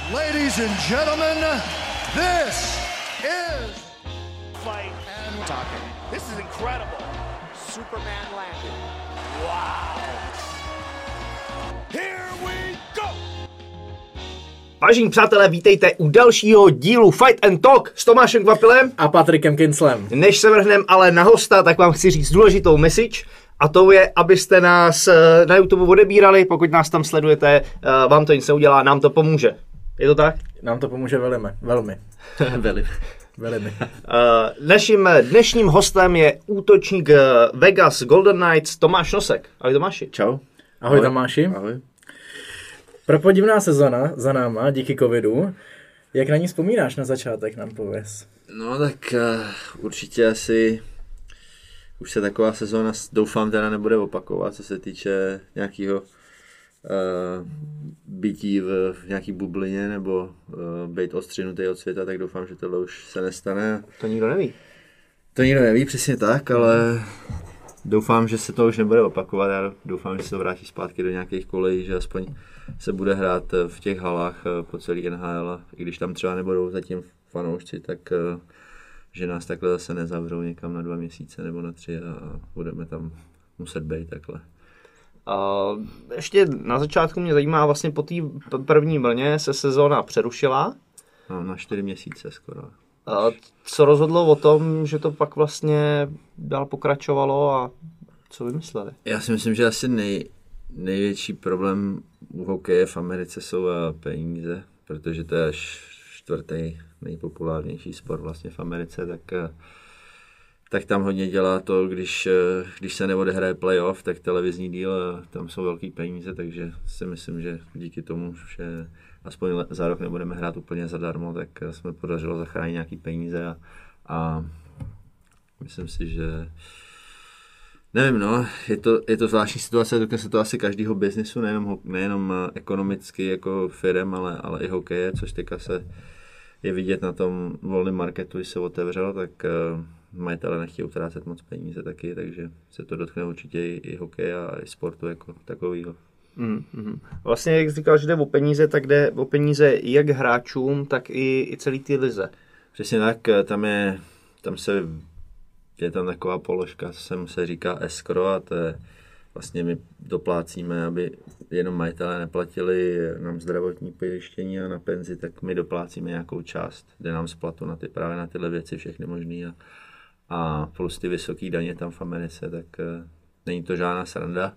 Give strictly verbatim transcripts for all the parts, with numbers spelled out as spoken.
Ladies and gentlemen, this is fight and talking. This is incredible. Superman landed. Wow. Here we go. Vážení přátelé, vítejte u dalšího dílu Fight and Talk s Tomášem Kvapilem a Patrikem Kinslem. Než se vrhneme ale na hosta, tak vám chci říct důležitou message. A to je, abyste nás na YouTube odebírali, pokud nás tam sledujete, vám to nic neudělá, nám to pomůže. Je to tak? Nám to pomůže velmi. Velmi. velmi. velmi. Naším dnešním hostem je útočník Vegas Golden Knights Tomáš Nosek. Ahoj Tomáši. Čau. Ahoj, Ahoj Tomáši. Ahoj. Propodivná sezona za náma, díky covidu. Jak na ní vzpomínáš na začátek, nám pověz? No tak uh, určitě asi už se taková sezóna doufám teda nebude opakovat, co se týče nějakého uh, bytí v, v nějaký bublině nebo uh, být odstřinutý od světa, tak doufám, že tohle už se nestane. To nikdo neví. To nikdo neví, přesně tak, ale doufám, že se to už nebude opakovat. Já doufám, že se to vrátí zpátky do nějakých kolejí, že aspoň se bude hrát v těch halách po celý N H L, i když tam třeba nebudou zatím fanoušci, tak že nás takhle zase nezavřou někam na dva měsíce nebo na tři a budeme tam muset být takhle. Uh, ještě na začátku mě zajímá, vlastně po té první vlně se sezóna přerušila. No, na čtyři měsíce skoro. Uh, co rozhodlo o tom, že to pak vlastně dál pokračovalo a co vymysleli? Já si myslím, že asi nej, největší problém u hokeje v Americe jsou peníze, protože to je až čtvrtý nejpopulárnější sport vlastně v Americe, tak, tak tam hodně dělá to, když, když se neodehraje playoff, tak televizní díl, tam jsou velký peníze, takže si myslím, že díky tomu, že aspoň za rok nebudeme hrát úplně zadarmo, tak jsme podařilo zachránit nějaký peníze a, a myslím si, že nevím, no, je to, je to zvláštní situace, dokonce se to asi každého biznisu, nejenom, nejenom ekonomicky jako firem, ale, ale i hokeje, což teďka se je vidět na tom volném marketu, když se otevřelo, tak uh, majitele nechtějí utrácet moc peníze taky, takže se to dotkne určitě i, i hokeje a i sportu jako takovýho. Mm-hmm. Vlastně, jak jsi říkal, že jde o peníze, tak jde o peníze jak hráčům, tak i, i celý ty lize. Přesně tak, tam je, tam se, je tam taková položka, co se říká escrow, a to je vlastně my doplácíme, aby jenom majitelé neplatili nám zdravotní pojištění a na penzi, tak my doplácíme nějakou část, jde nám z platu na ty, právě na tyhle věci všechny možný a, a plus ty vysoký daně tam v Americe, tak uh, není to žádná sranda,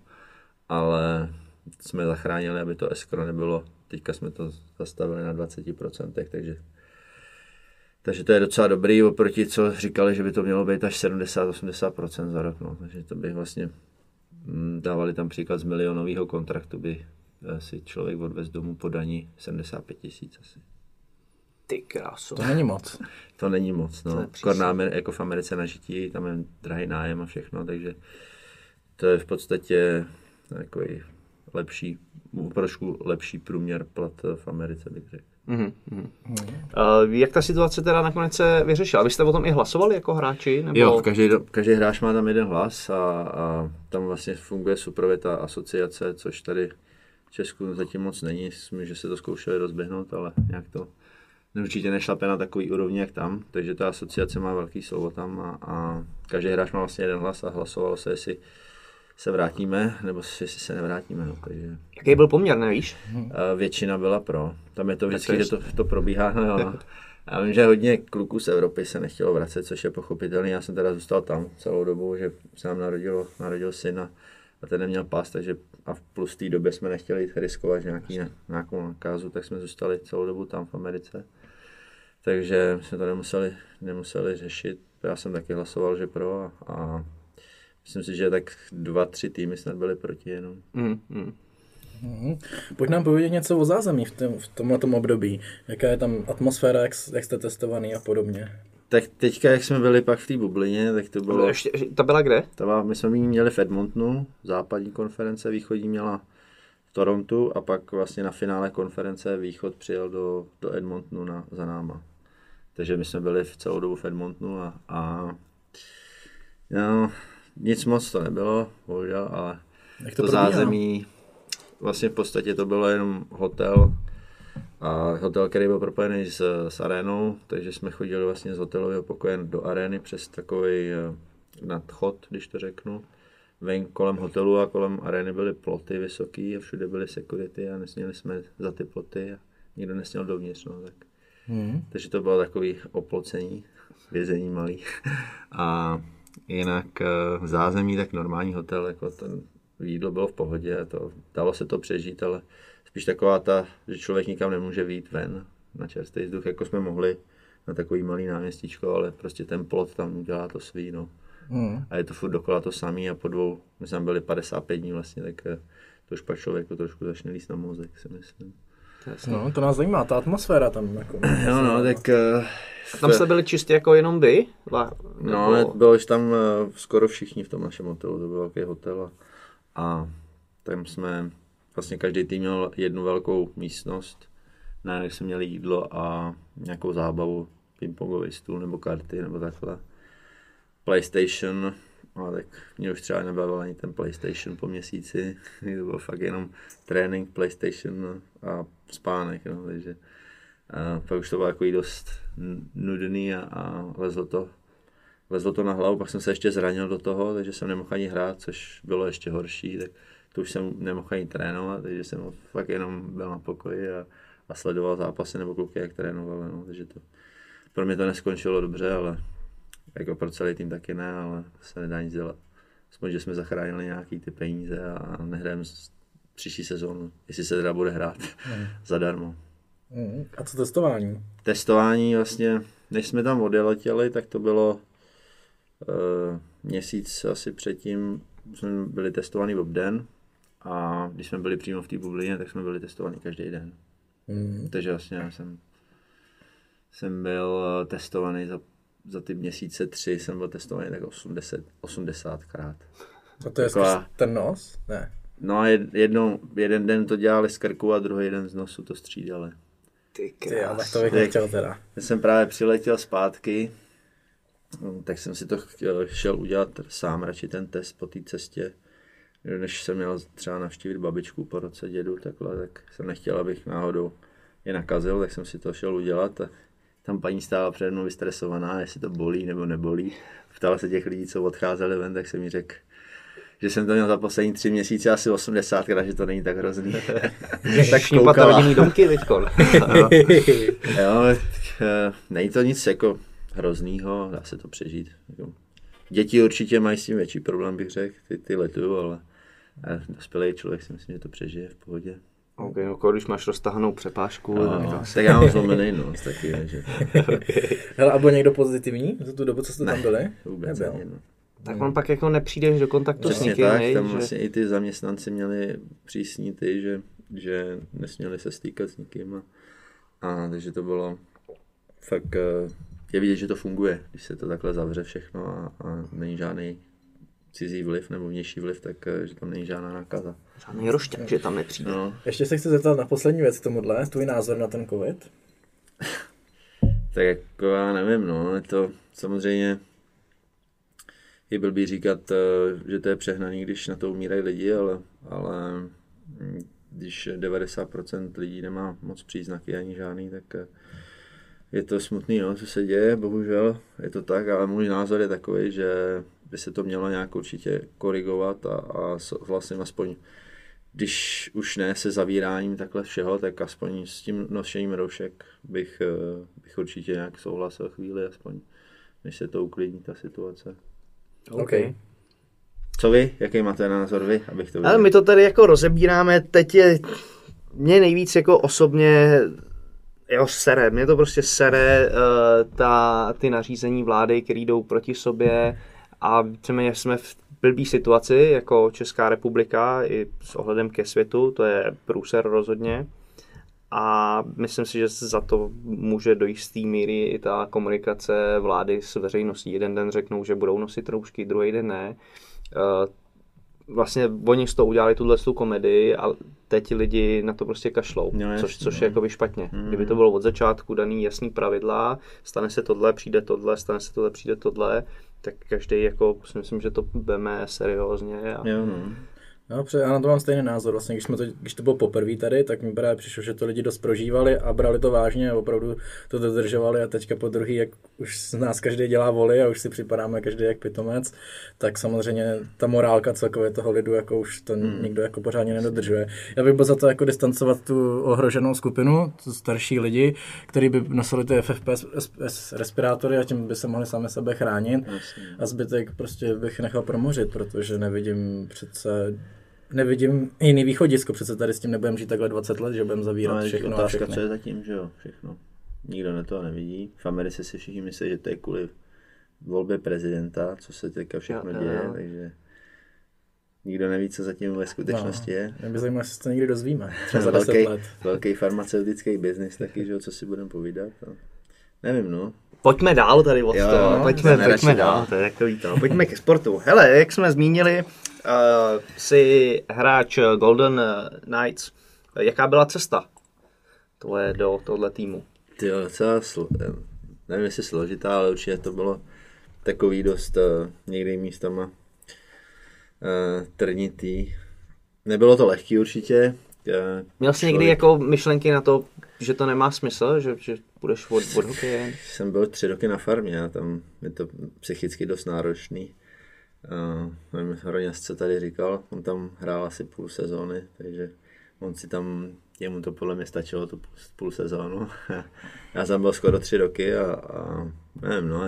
ale jsme zachránili, aby to escrow nebylo, teďka jsme to zastavili na dvacet procent, takže Takže to je docela dobrý, oproti co říkali, že by to mělo být až sedmdesát až osmdesát procent za rok. No. Takže to by vlastně dávali tam příklad z milionového kontraktu, by si člověk odvez domů po daní sedmdesát pět tisíc asi. Ty kráso. To není moc. To není moc, no. Kornáme jako v Americe na žití, tam je drahý nájem a všechno, takže to je v podstatě takový lepší, trošku lepší průměr plat v Americe, bych řekl. Mm-hmm. Uh, jak ta situace teda nakonec se vyřešila? Vy jste o tom i hlasovali jako hráči? Nebo... Jo, každý, každý hráč má tam jeden hlas a, a tam vlastně funguje super ta asociace, což tady v Česku zatím moc není. Myslím, že se to zkoušeli rozběhnout, ale nějak to určitě nešlape na takový úrovni jak tam, takže ta asociace má velký slovo tam a, a každý hráč má vlastně jeden hlas a hlasovalo se, jestli se vrátíme, nebo jestli se nevrátíme. No, takže... Jaký byl poměr, nevíš? Většina byla pro. Tam je to vždycky, že to, to probíhá. No, jo. Já vím, že hodně kluků z Evropy se nechtělo vracet, což je pochopitelné. Já jsem teda zůstal tam celou dobu, že se nám narodil, narodil syn a, a ten neměl pas, takže a v plus té době jsme nechtěli jít riskovat nějaký, nějakou nákazu, tak jsme zůstali celou dobu tam v Americe. Takže jsme to nemuseli, nemuseli řešit. Já jsem taky hlasoval, že pro a, a myslím si, že tak dva, tři týmy snad byly proti jenom. Mm, mm. Mm. Pojď nám povědět něco o zázemí v, tom, v tomhletom období. Jaká je tam atmosféra, jak, jak jste testovaný a podobně? Tak teďka, jak jsme byli pak v té bublině, tak to bylo... Ještě, ta byla kde? Ta byla, my jsme ji měli v Edmontonu, západní konference, východní měla v Torontu a pak vlastně na finále konference východ přijel do, do Edmontonu na, za náma. Takže my jsme byli v celou dobu v Edmontonu a, a no, nic moc to nebylo, bohužel, ale jak to, to probíhá? Zázemí, vlastně v podstatě to bylo jenom hotel A hotel, který byl propojený s, s arénou, takže jsme chodili vlastně z hotelového pokoje do arény přes takový nadchod, když to řeknu. Ven kolem hotelu a kolem arény byly ploty vysoký a všude byly security a nesměli jsme za ty ploty a nikdo nesměl dovnitř. No, tak. Hmm. Takže to bylo takový oplocení, vězení malý. A jinak v zázemí tak normální hotel, jako ten jídlo bylo v pohodě, to, dalo se to přežít, ale spíš taková ta, že člověk nikam nemůže vyjít ven na čerstvý vzduch, jako jsme mohli na takový malý náměstíčko, ale prostě ten plot tam dělá to svý, no. Hmm. A je to furt dokola to samý a po dvou, my jsme byli padesát pět dní vlastně, tak to už pak člověku trošku začne líst na mozek, si myslím. No, to nás zajímá, ta atmosféra tam. Jako, no, no, tak... Uh, tam jste byli čistě jako jenom vy? La, no, nebo... bylo tam uh, skoro všichni v tom našem hotelu, to byl velký hotel a, a tam jsme, vlastně každý tým měl jednu velkou místnost, na které jsme měli jídlo a nějakou zábavu, pingpongový stůl nebo karty nebo takhle. PlayStation, no, tak mě už třeba nebavil ani ten PlayStation po měsíci, to byl fakt jenom trénink, PlayStation a spánek, no, takže a pak už to bylo takový dost nudný a, a lezlo to, lezlo to na hlavu, pak jsem se ještě zranil do toho, takže jsem nemohl ani hrát, což bylo ještě horší, tak to už jsem nemohl ani trénovat, takže jsem fakt jenom byl na pokoji a, a sledoval zápasy nebo kluky, jak trénovali, no, takže to pro mě to neskončilo dobře, ale jako pro celý tým taky ne, ale se nedá nic dělat. Aspoň, že jsme zachránili nějaký ty peníze a nehrajeme příští sezónu, jestli se teda bude hrát mm. zadarmo. Mm. A co testování? Testování vlastně, než jsme tam odletěli, tak to bylo uh, měsíc asi předtím, jsme byli testovaní obden a když jsme byli přímo v té bublině, tak jsme byli testovaní každý den. Mm. Takže vlastně já jsem, jsem byl testovaný za za ty měsíce tři jsem byl testovaný tak osmdesátkrát. A to je Taková... ten nos? Ne. No a jednou, jeden den to dělali z krku a druhý den z nosu to střídali. Ty krás. Ty, já tak to bych nechtěl teda. Já jsem právě přiletěl zpátky, tak jsem si to chtěl, šel udělat sám radši ten test po té cestě. Než jsem měl třeba navštívit babičku po roce dědu, takhle, tak jsem nechtěl, abych náhodou je nakazil, tak jsem si to šel udělat. A tam paní stála přede mnou vystresovaná, jestli to bolí nebo nebolí. Ptala se těch lidí, co odcházeli ven, tak jsem mi řekl, že jsem to měl za poslední tři měsíce asi osmdesátkrát, že to není tak hrozný. Tak koukala. Rodinný domky teďko. Jo, není to nic jako hroznýho, dá se to přežít. Děti určitě mají s tím větší problém, bych řekl, ty, ty letují, ale dospělý člověk si myslím, že to přežije v pohodě. Ok, no když máš roztahanou přepážku. No, tak, tak já mám zlomený nos taky, že... Okay. Hele, a byl někdo pozitivní za tu dobu, co jste ne, tam byli? Vůbec nebyl. ani, no. Tak on pak jako nepřijdeš do kontaktu Přesně s nikým, tak, nej, tam že... vlastně i ty zaměstnanci měli přísní ty, že, že nesměli se stýkat s nikým. A, a takže to bylo fakt, je vidět, že to funguje, když se to takhle zavře všechno a, a není žádný cizí vliv nebo vnější vliv, tak že tam není žádná nákaza. Žádný rošťák, že tam nepřijde. No. Ještě se chci zeptat na poslední věc k tomuhle, tvůj názor na ten covid? Tak jako já nevím, no, je to samozřejmě je blbý říkat, že to je přehnaný, když na to umírají lidi, ale, ale když devadesát procent lidí nemá moc příznaky ani žádný, tak je to smutný, no, co se děje, bohužel, je to tak, ale můj názor je takový, že by se to mělo nějak určitě korigovat a, a vlastně aspoň, když už ne se zavíráním takhle všeho, tak aspoň s tím nošením roušek bych, bych určitě nějak souhlasil chvíli, aspoň než se to uklidní ta situace. OK. Co vy? Jaký máte názor vy? Abych to Ale my to tady jako rozebíráme, teď je mě nejvíc jako osobně jo, sere, mě to prostě sere uh, ta, ty nařízení vlády, které jdou proti sobě a víceméně jsme v blbý situaci jako Česká republika i s ohledem ke světu, to je průser rozhodně. A myslím si, že za to může do jisté míry i ta komunikace vlády s veřejností. Jeden den řeknou, že budou nosit roušky, druhý den ne. Vlastně oni z toho udělali tuhle komedii a teď lidi na to prostě kašlou, no, jasný, což, což je jakoby špatně. Mm. Kdyby to bylo od začátku daný jasný pravidla, stane se tohle, přijde tohle, stane se tohle, přijde tohle, tak každý jako si myslím, že to veme seriózně. A... Jo, no. No, já na to mám stejný názor. Vlastně, když, jsme to, když to bylo poprvé tady, tak mi právě přišlo, že to lidi dost prožívali a brali to vážně a opravdu to dodržovali a teďka po druhý, jak už z nás každý dělá voli a už si připadáme každý jak pitomec, tak samozřejmě ta morálka celkově toho lidu, jako už to hmm. nikdo jako pořádně nedodržuje. Já bych byl za to jako distancovat tu ohroženou skupinu, tu starší lidi, kteří by nosili ty F F P S respirátory a tím by se mohli sami sebe chránit. Jasně. A zbytek prostě bych nechal promořit, protože nevidím přece Nevidím jiný východisko, přece tady s tím nebudeme žít takhle dvacet let, že budeme zavírat no, všechno otázka, a všechny. Co je zatím, že jo, všechno. Nikdo na to nevidí. V Americe si všichni myslí, že to je kvůli volbě prezidenta, co se teďka všechno jo, děje, jo. Takže nikdo neví, co zatím ve skutečnosti no, je. Mě by zajímalo, jestli se to někdy dozvíme, třeba za deset let. Velký farmaceutický biznis taky, že jo, co si budeme povídat. No. Nevím, no. Pojďme dál tady od jo, toho, no, pojďme, pojďme dál, to je takový to. Pojďme ke sportu. Hele, jak jsme zmínili, uh, jsi hráč Golden Knights. Jaká byla cesta tvoje do tohle týmu? Tyjo, docela, slo... nevím jestli složitá, ale určitě to bylo takový dost uh, někdy místama uh, trnitý. Nebylo to lehký určitě. Uh, Měl jsi člověk... někdy jako myšlenky na to, že to nemá smysl, že, že půjdeš od, od hokeje? Jsem byl tři roky na farmě a tam je to psychicky dost náročný. Uh, nevím, Hroněz, co tady říkal, on tam hrál asi půl sezóny, takže on si tam, jemu to podle mě stačilo tu půl sezónu. Já jsem byl skoro tři roky a, a nevím, no.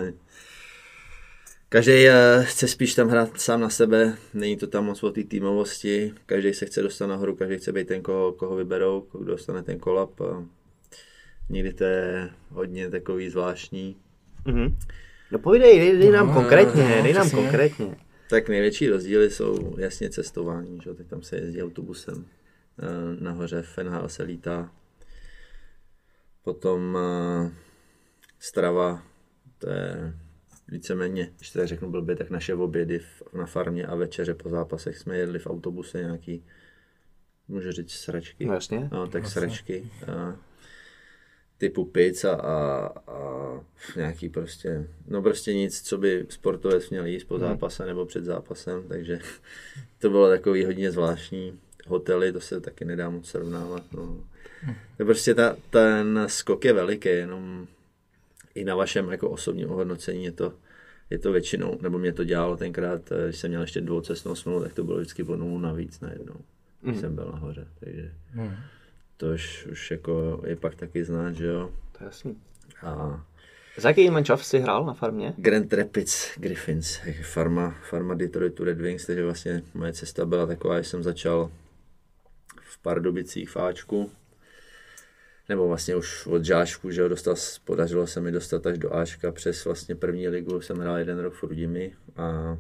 Každý chce spíš tam hrát sám na sebe, není to tam moc o té týmovosti, každý se chce dostat nahoru, každý chce být ten, koho, koho vyberou, kdo dostane ten kolap. A někdy to je hodně takový zvláštní. Mm-hmm. No povídej, dej, dej nám no, konkrétně, dej nám konkrétně. Tak největší rozdíly jsou jasně cestování, že? Teď tam se jezdí autobusem, nahoře v N H L se lítá. Potom strava, to je víceméně, když to řeknu blbě, tak naše obědy na farmě a večeře po zápasech jsme jedli v autobuse nějaký, můžu říct sračky. No jasně. No, tak jasně. Sračky. A typu pizza a, a nějaký prostě, no prostě nic, co by sportovec měl jíst po zápase nebo před zápasem, takže to bylo takový hodně zvláštní. Hotely, to se taky nedá moc srovnávat. No. To prostě ta, ten skok je veliký, jenom i na vašem jako osobním ohodnocení je to, je to většinou, nebo mě to dělalo tenkrát, když jsem měl ještě dvoucestnou smlouvu, tak to bylo vždycky o nulu navíc najednou, když mm. jsem byl nahoře, takže mm. to už, už jako je pak taky znát, že jo. To je jasný. A za jaký mančaft jsi hrál na farmě? Grand Rapids Griffins, farma, farma Detroitu Red Wings, takže vlastně moje cesta byla taková, že jsem začal v Pardubicích v Ačku, nebo vlastně už od žáčku, že ho dostal, podařilo se mi dostat až do Ačka přes vlastně první ligu, jsem hrál jeden rok v Rudimi a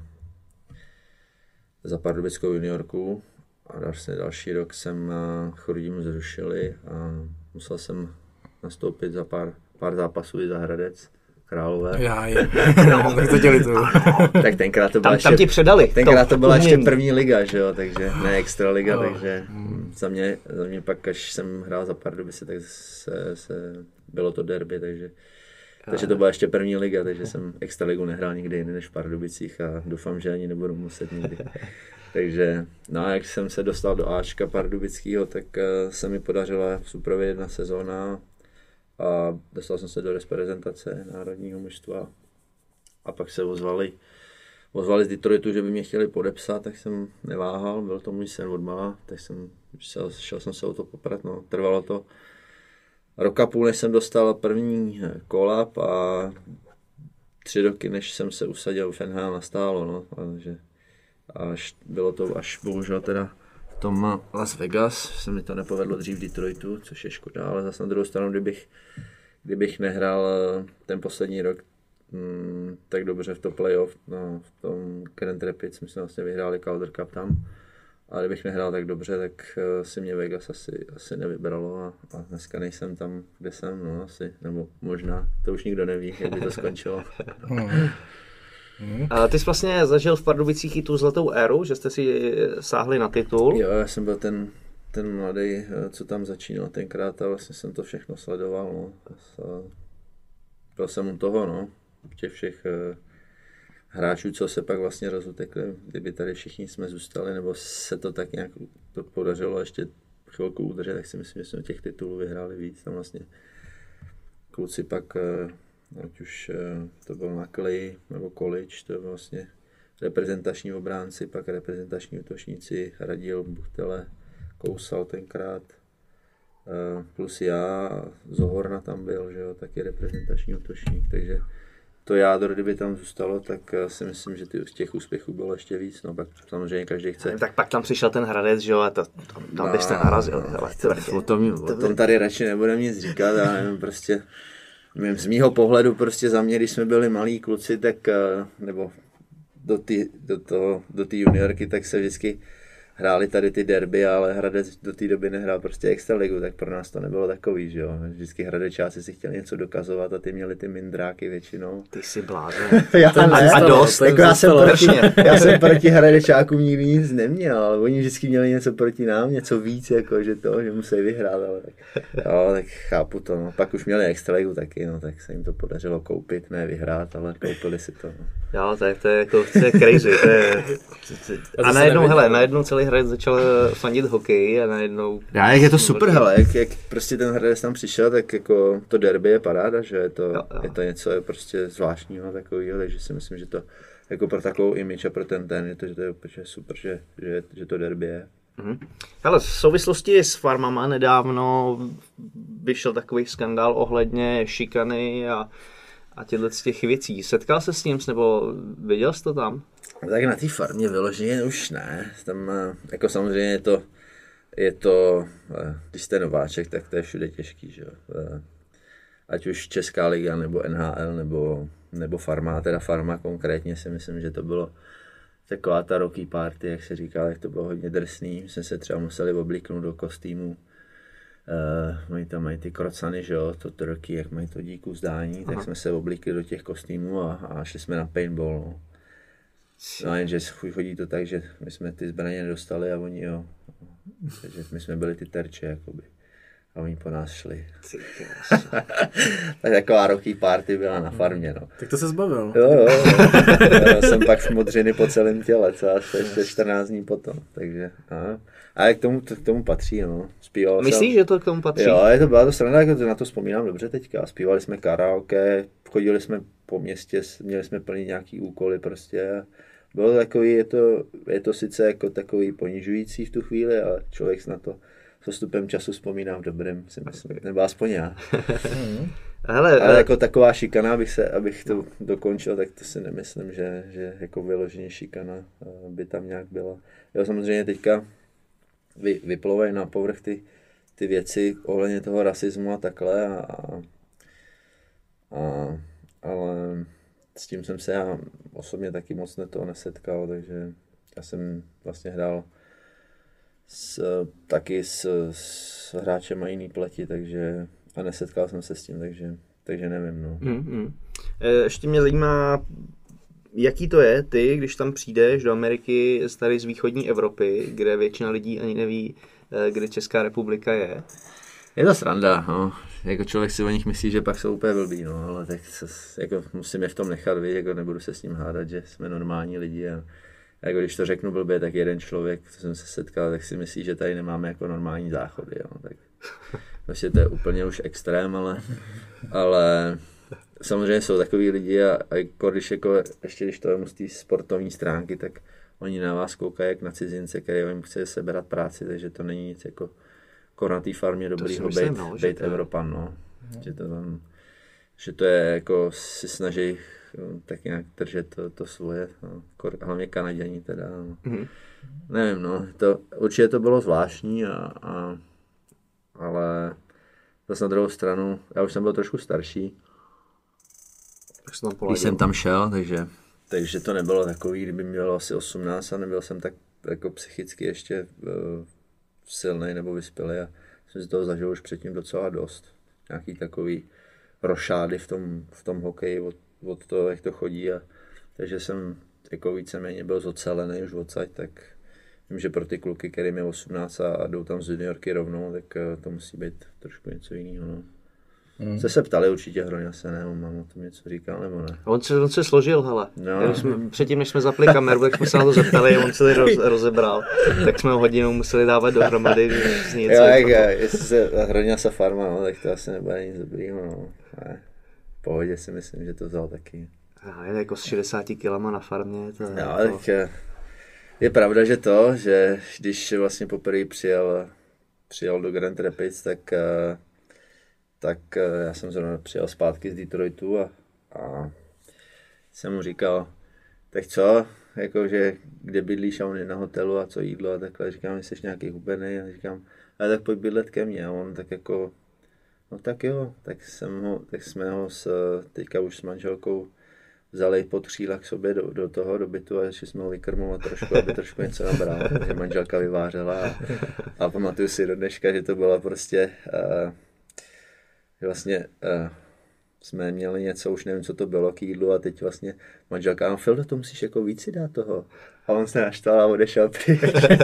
za Pardubickou juniorku a vlastně další rok jsem Chrudimu zrušili a musel jsem nastoupit za pár, pár zápasů i za Hradec Králové. Já je, no, tak to děli to. Tak tenkrát to byla tam, ještě, tam ti předali. Tenkrát to byla ještě první liga, že jo, takže ne extra liga, oh. takže mm. za, mě, za mě pak, až jsem hrál za Pardubice, tak se, se bylo to derby, takže, takže to byla ještě první liga, takže jsem extra ligu nehrál nikdy jiný než v Pardubicích a doufám, že ani nebudu muset nikdy. Takže, no a jak jsem se dostal do Ačka Pardubického, tak uh, se mi podařila suprově jedna sezóna a dostal jsem se do reprezentace národního mužstva a pak se ozvali, ozvali z Detroitu, že by mě chtěli podepsat, tak jsem neváhal, byl to můj sen odmala, tak jsem šel, šel jsem se o to poprat, no, trvalo to roka půl, než jsem dostal první kolap a tři roky, než jsem se usadil v N H L nastálo, no, takže až bylo to až bohužel teda v tom Las Vegas, se mi to nepovedlo dřív v Detroitu, což je škoda, ale zase na druhou stranu, kdybych, kdybych nehrál ten poslední rok mm, tak dobře v to playoff, no, v tom Grand Rapids, my jsme vlastně vyhráli Calder Cup tam, a kdybych nehrál tak dobře, tak uh, si mě Vegas asi, asi nevybralo a, a dneska nejsem tam, kde jsem, no asi, nebo možná, to už nikdo neví, jak by to skončilo. Hmm. A ty jsi vlastně zažil v Pardubicích i tu zlatou éru, že jste si sáhli na titul. Jo, já jsem byl ten, ten mladý, co tam začínal tenkrát a vlastně jsem to všechno sledoval. No. Byl jsem u toho, no, těch všech hráčů, co se pak vlastně rozutekli, kdyby tady všichni jsme zůstali, nebo se to tak nějak to podařilo ještě chvilku udržet, tak si myslím, že jsme těch titulů vyhráli víc. Tam vlastně kluci pak, ať už to byl na Clay nebo college, to je vlastně reprezentační obránci, pak reprezentační útočníci, Radil, Buchtele, Kousal tenkrát, plus já, Zohorna tam byl, že jo, taky reprezentační útočník, takže to jádro, kdyby tam zůstalo, tak si myslím, že těch úspěchů bylo ještě víc, no pak samozřejmě každý chce. Tak pak tam přišel ten Hradec, že jo, a to, tam, tam byste no, narazil. Hele, o, tom, o tom tady radši nebudeme nic říkat, já nevím, prostě z mýho pohledu prostě za mě, když jsme byli malí kluci, tak nebo do té do toho, do té juniorky, tak se vždycky hráli tady ty derby, ale Hradec do té doby nehrál prostě extraligu, tak pro nás to nebylo takový, že jo. Vždycky Hradečáci si chtěli něco dokazovat a ty měli ty mindráky většinou. Ty jsi blázen. já ne, a dost. Jako já, jsem proti, já jsem proti Hradečákům nikdy nic neměl, ale oni vždycky měli něco proti nám, něco víc, jako že to, že musí vyhrát, ale tak, jo, tak chápu to, no. Pak už měli extraligu taky, no, tak se jim to podařilo koupit, ne vyhrát, ale koupili si to. No. Jo, tak to je jako, to je crazy, to je... A najednou, hele, najednou celý Hradec začal fandit hokej a najednou... Já, jak je to super, hele, jak, jak prostě ten Hradec tam přišel, tak jako to derby je paráda, že je to, jo, jo. Je to něco je prostě zvláštního takového, takže si myslím, že to jako pro takovou image a pro ten ten, je to, že to je úplně super, že, že, že to derby je. Mhm. Hele, v souvislosti s farmama nedávno vyšel takový skandál ohledně šikany a, a těchto z těch věcí. Setkal se s ním, nebo viděl jsi to tam? Tak na té farmě vyloženě už ne. Tam jako samozřejmě je to, je to, když jste nováček, tak to je všude těžký, že jo. Ať už Česká liga, nebo N H L, nebo, nebo farma, teda farma konkrétně si myslím, že to bylo taková ta rocky party, jak se říká, tak to bylo hodně drsný. My jsme se třeba museli oblíknout do kostýmu. Uh, mají tam mají ty krocany, že jo, to turkey, jak mají to díku zdání, Aha. tak jsme se oblíkli do těch kostýmů a, a šli jsme na paintball, no. No jenže chodí to tak, že my jsme ty zbraně nedostali a oni jo. Takže my jsme byli ty terče, jakoby. A oni po nás šli. Tak taková rocky party byla na farmě, no. Tak to se zbavil. Jo, jo, jo. Já jsem pak v modřiny po celém těle, co až ještě čtrnáct dní potom, takže, a, a k tomu, k tomu patří, no. Zpíval Myslíš, jsem, že to k tomu patří? Jo, je to byla to sranda, jako na to vzpomínám dobře teďka. Zpívali jsme karaoke, chodili jsme po městě, měli jsme plnit nějaký úkoly prostě. Bylo to takový, je to, je to sice jako takový ponižující v tu chvíli, ale člověk na to s postupem času vzpomínám dobrým, si myslím, nebo aspoň já. Hele, ale jako taková šikana, abych, se, abych to dokončil, tak to si nemyslím, že, že jako vyloženě šikana by tam nějak byla. Jo, samozřejmě teďka vy, vyplouvají na povrch ty, ty věci ohledně toho rasismu a takhle, a, a, ale s tím jsem se já osobně taky moc toho nesetkal, takže já jsem vlastně hrál s, taky s, s hráčem a jiný pleti, takže a nesetkal jsem se s tím, takže, takže nevím. No. Mm-hmm. Ještě mě zajímá, jaký to je ty, když tam přijdeš do Ameriky z tady z východní Evropy, kde většina lidí ani neví, kde Česká republika je. Je to sranda, no. Jako člověk si o nich myslí, že pak jsou úplně blbý, no, ale tak se, jako musím je v tom nechat, víc, jako nebudu se s ním hádat, že jsme normální lidi a jako když to řeknu blbě, tak jeden člověk, co jsem se setkal, tak si myslí, že tady nemáme jako normální záchody, jo, tak vlastně to je úplně už extrém, ale, ale samozřejmě jsou takový lidi a, a jako když jako, ještě když to vemu z té sportovní stránky, tak oni na vás koukají jak na cizince, který jim chce sebrat práci, takže to není nic jako na té farmě dobrýho být, no, být Evropan, no. no. Že, to tam, že to je jako si snaží tak nějak držet to, to svoje, no. Hlavně Kanaděni teda, no. Mm-hmm. Nevím, no, to, určitě to bylo zvláštní, a, a, ale zase na druhou stranu, já už jsem byl trošku starší, když jsem tam šel, takže, takže to nebylo takový, kdyby mi bylo asi osmnáct a nebyl jsem tak jako psychicky ještě uh, silnej nebo vyspělý a jsem si toho zažil už předtím docela dost. Nějaký takový rošády v tom, v tom hokeji od, od toho, jak to chodí, a takže jsem jako víceméně byl zocelený už odsaď, tak vím, že pro ty kluky, kterým je osmnáct a, a jdou tam z juniorky rovnou, tak to musí být trošku něco jiného. No. Hmm. Se se ptali určitě Hroňa se, ne? On mám o tom něco říkal, nebo ne? On se, on se složil, hele. No. Jsme, předtím, než jsme zapli kameru, tak jsme se na to zeptali, on se roz, rozebral. Tak jsme ho hodinu museli dávat dohromady. Jo, jak, jestli se Hroňa se farma, no, tak to asi nebude nic dobrýho, no. Ne. V pohodě si myslím, že to vzal taky. Já, je jako s šedesáti kilama na farmě. To je no, jako... tak je pravda, že to, že když vlastně poprvé přijel, přijel do Grand Rapids, tak tak já jsem zrovna přijel zpátky z Detroitu a, a jsem mu říkal, tak co, jakože kde bydlíš a on je na hotelu a co jídlo a takhle, říkám, jsi nějaký hubený a říkám, ale tak pojď bydlet ke mně a on tak jako, no tak jo, tak, jsem ho, tak jsme ho s, teďka už s manželkou vzali pod křídla k sobě do, do toho, do bytu a ještě jsme ho vykrmovat trošku, aby trošku něco nabral, takže manželka vyvářela a, a pamatuju si do dneška, že to bylo prostě, uh, že vlastně uh, jsme měli něco, už nevím, co to bylo k jídlu a teď vlastně manželka, no Fildo, to musíš jako víc si dát toho. A on se naštval a odešel pryč.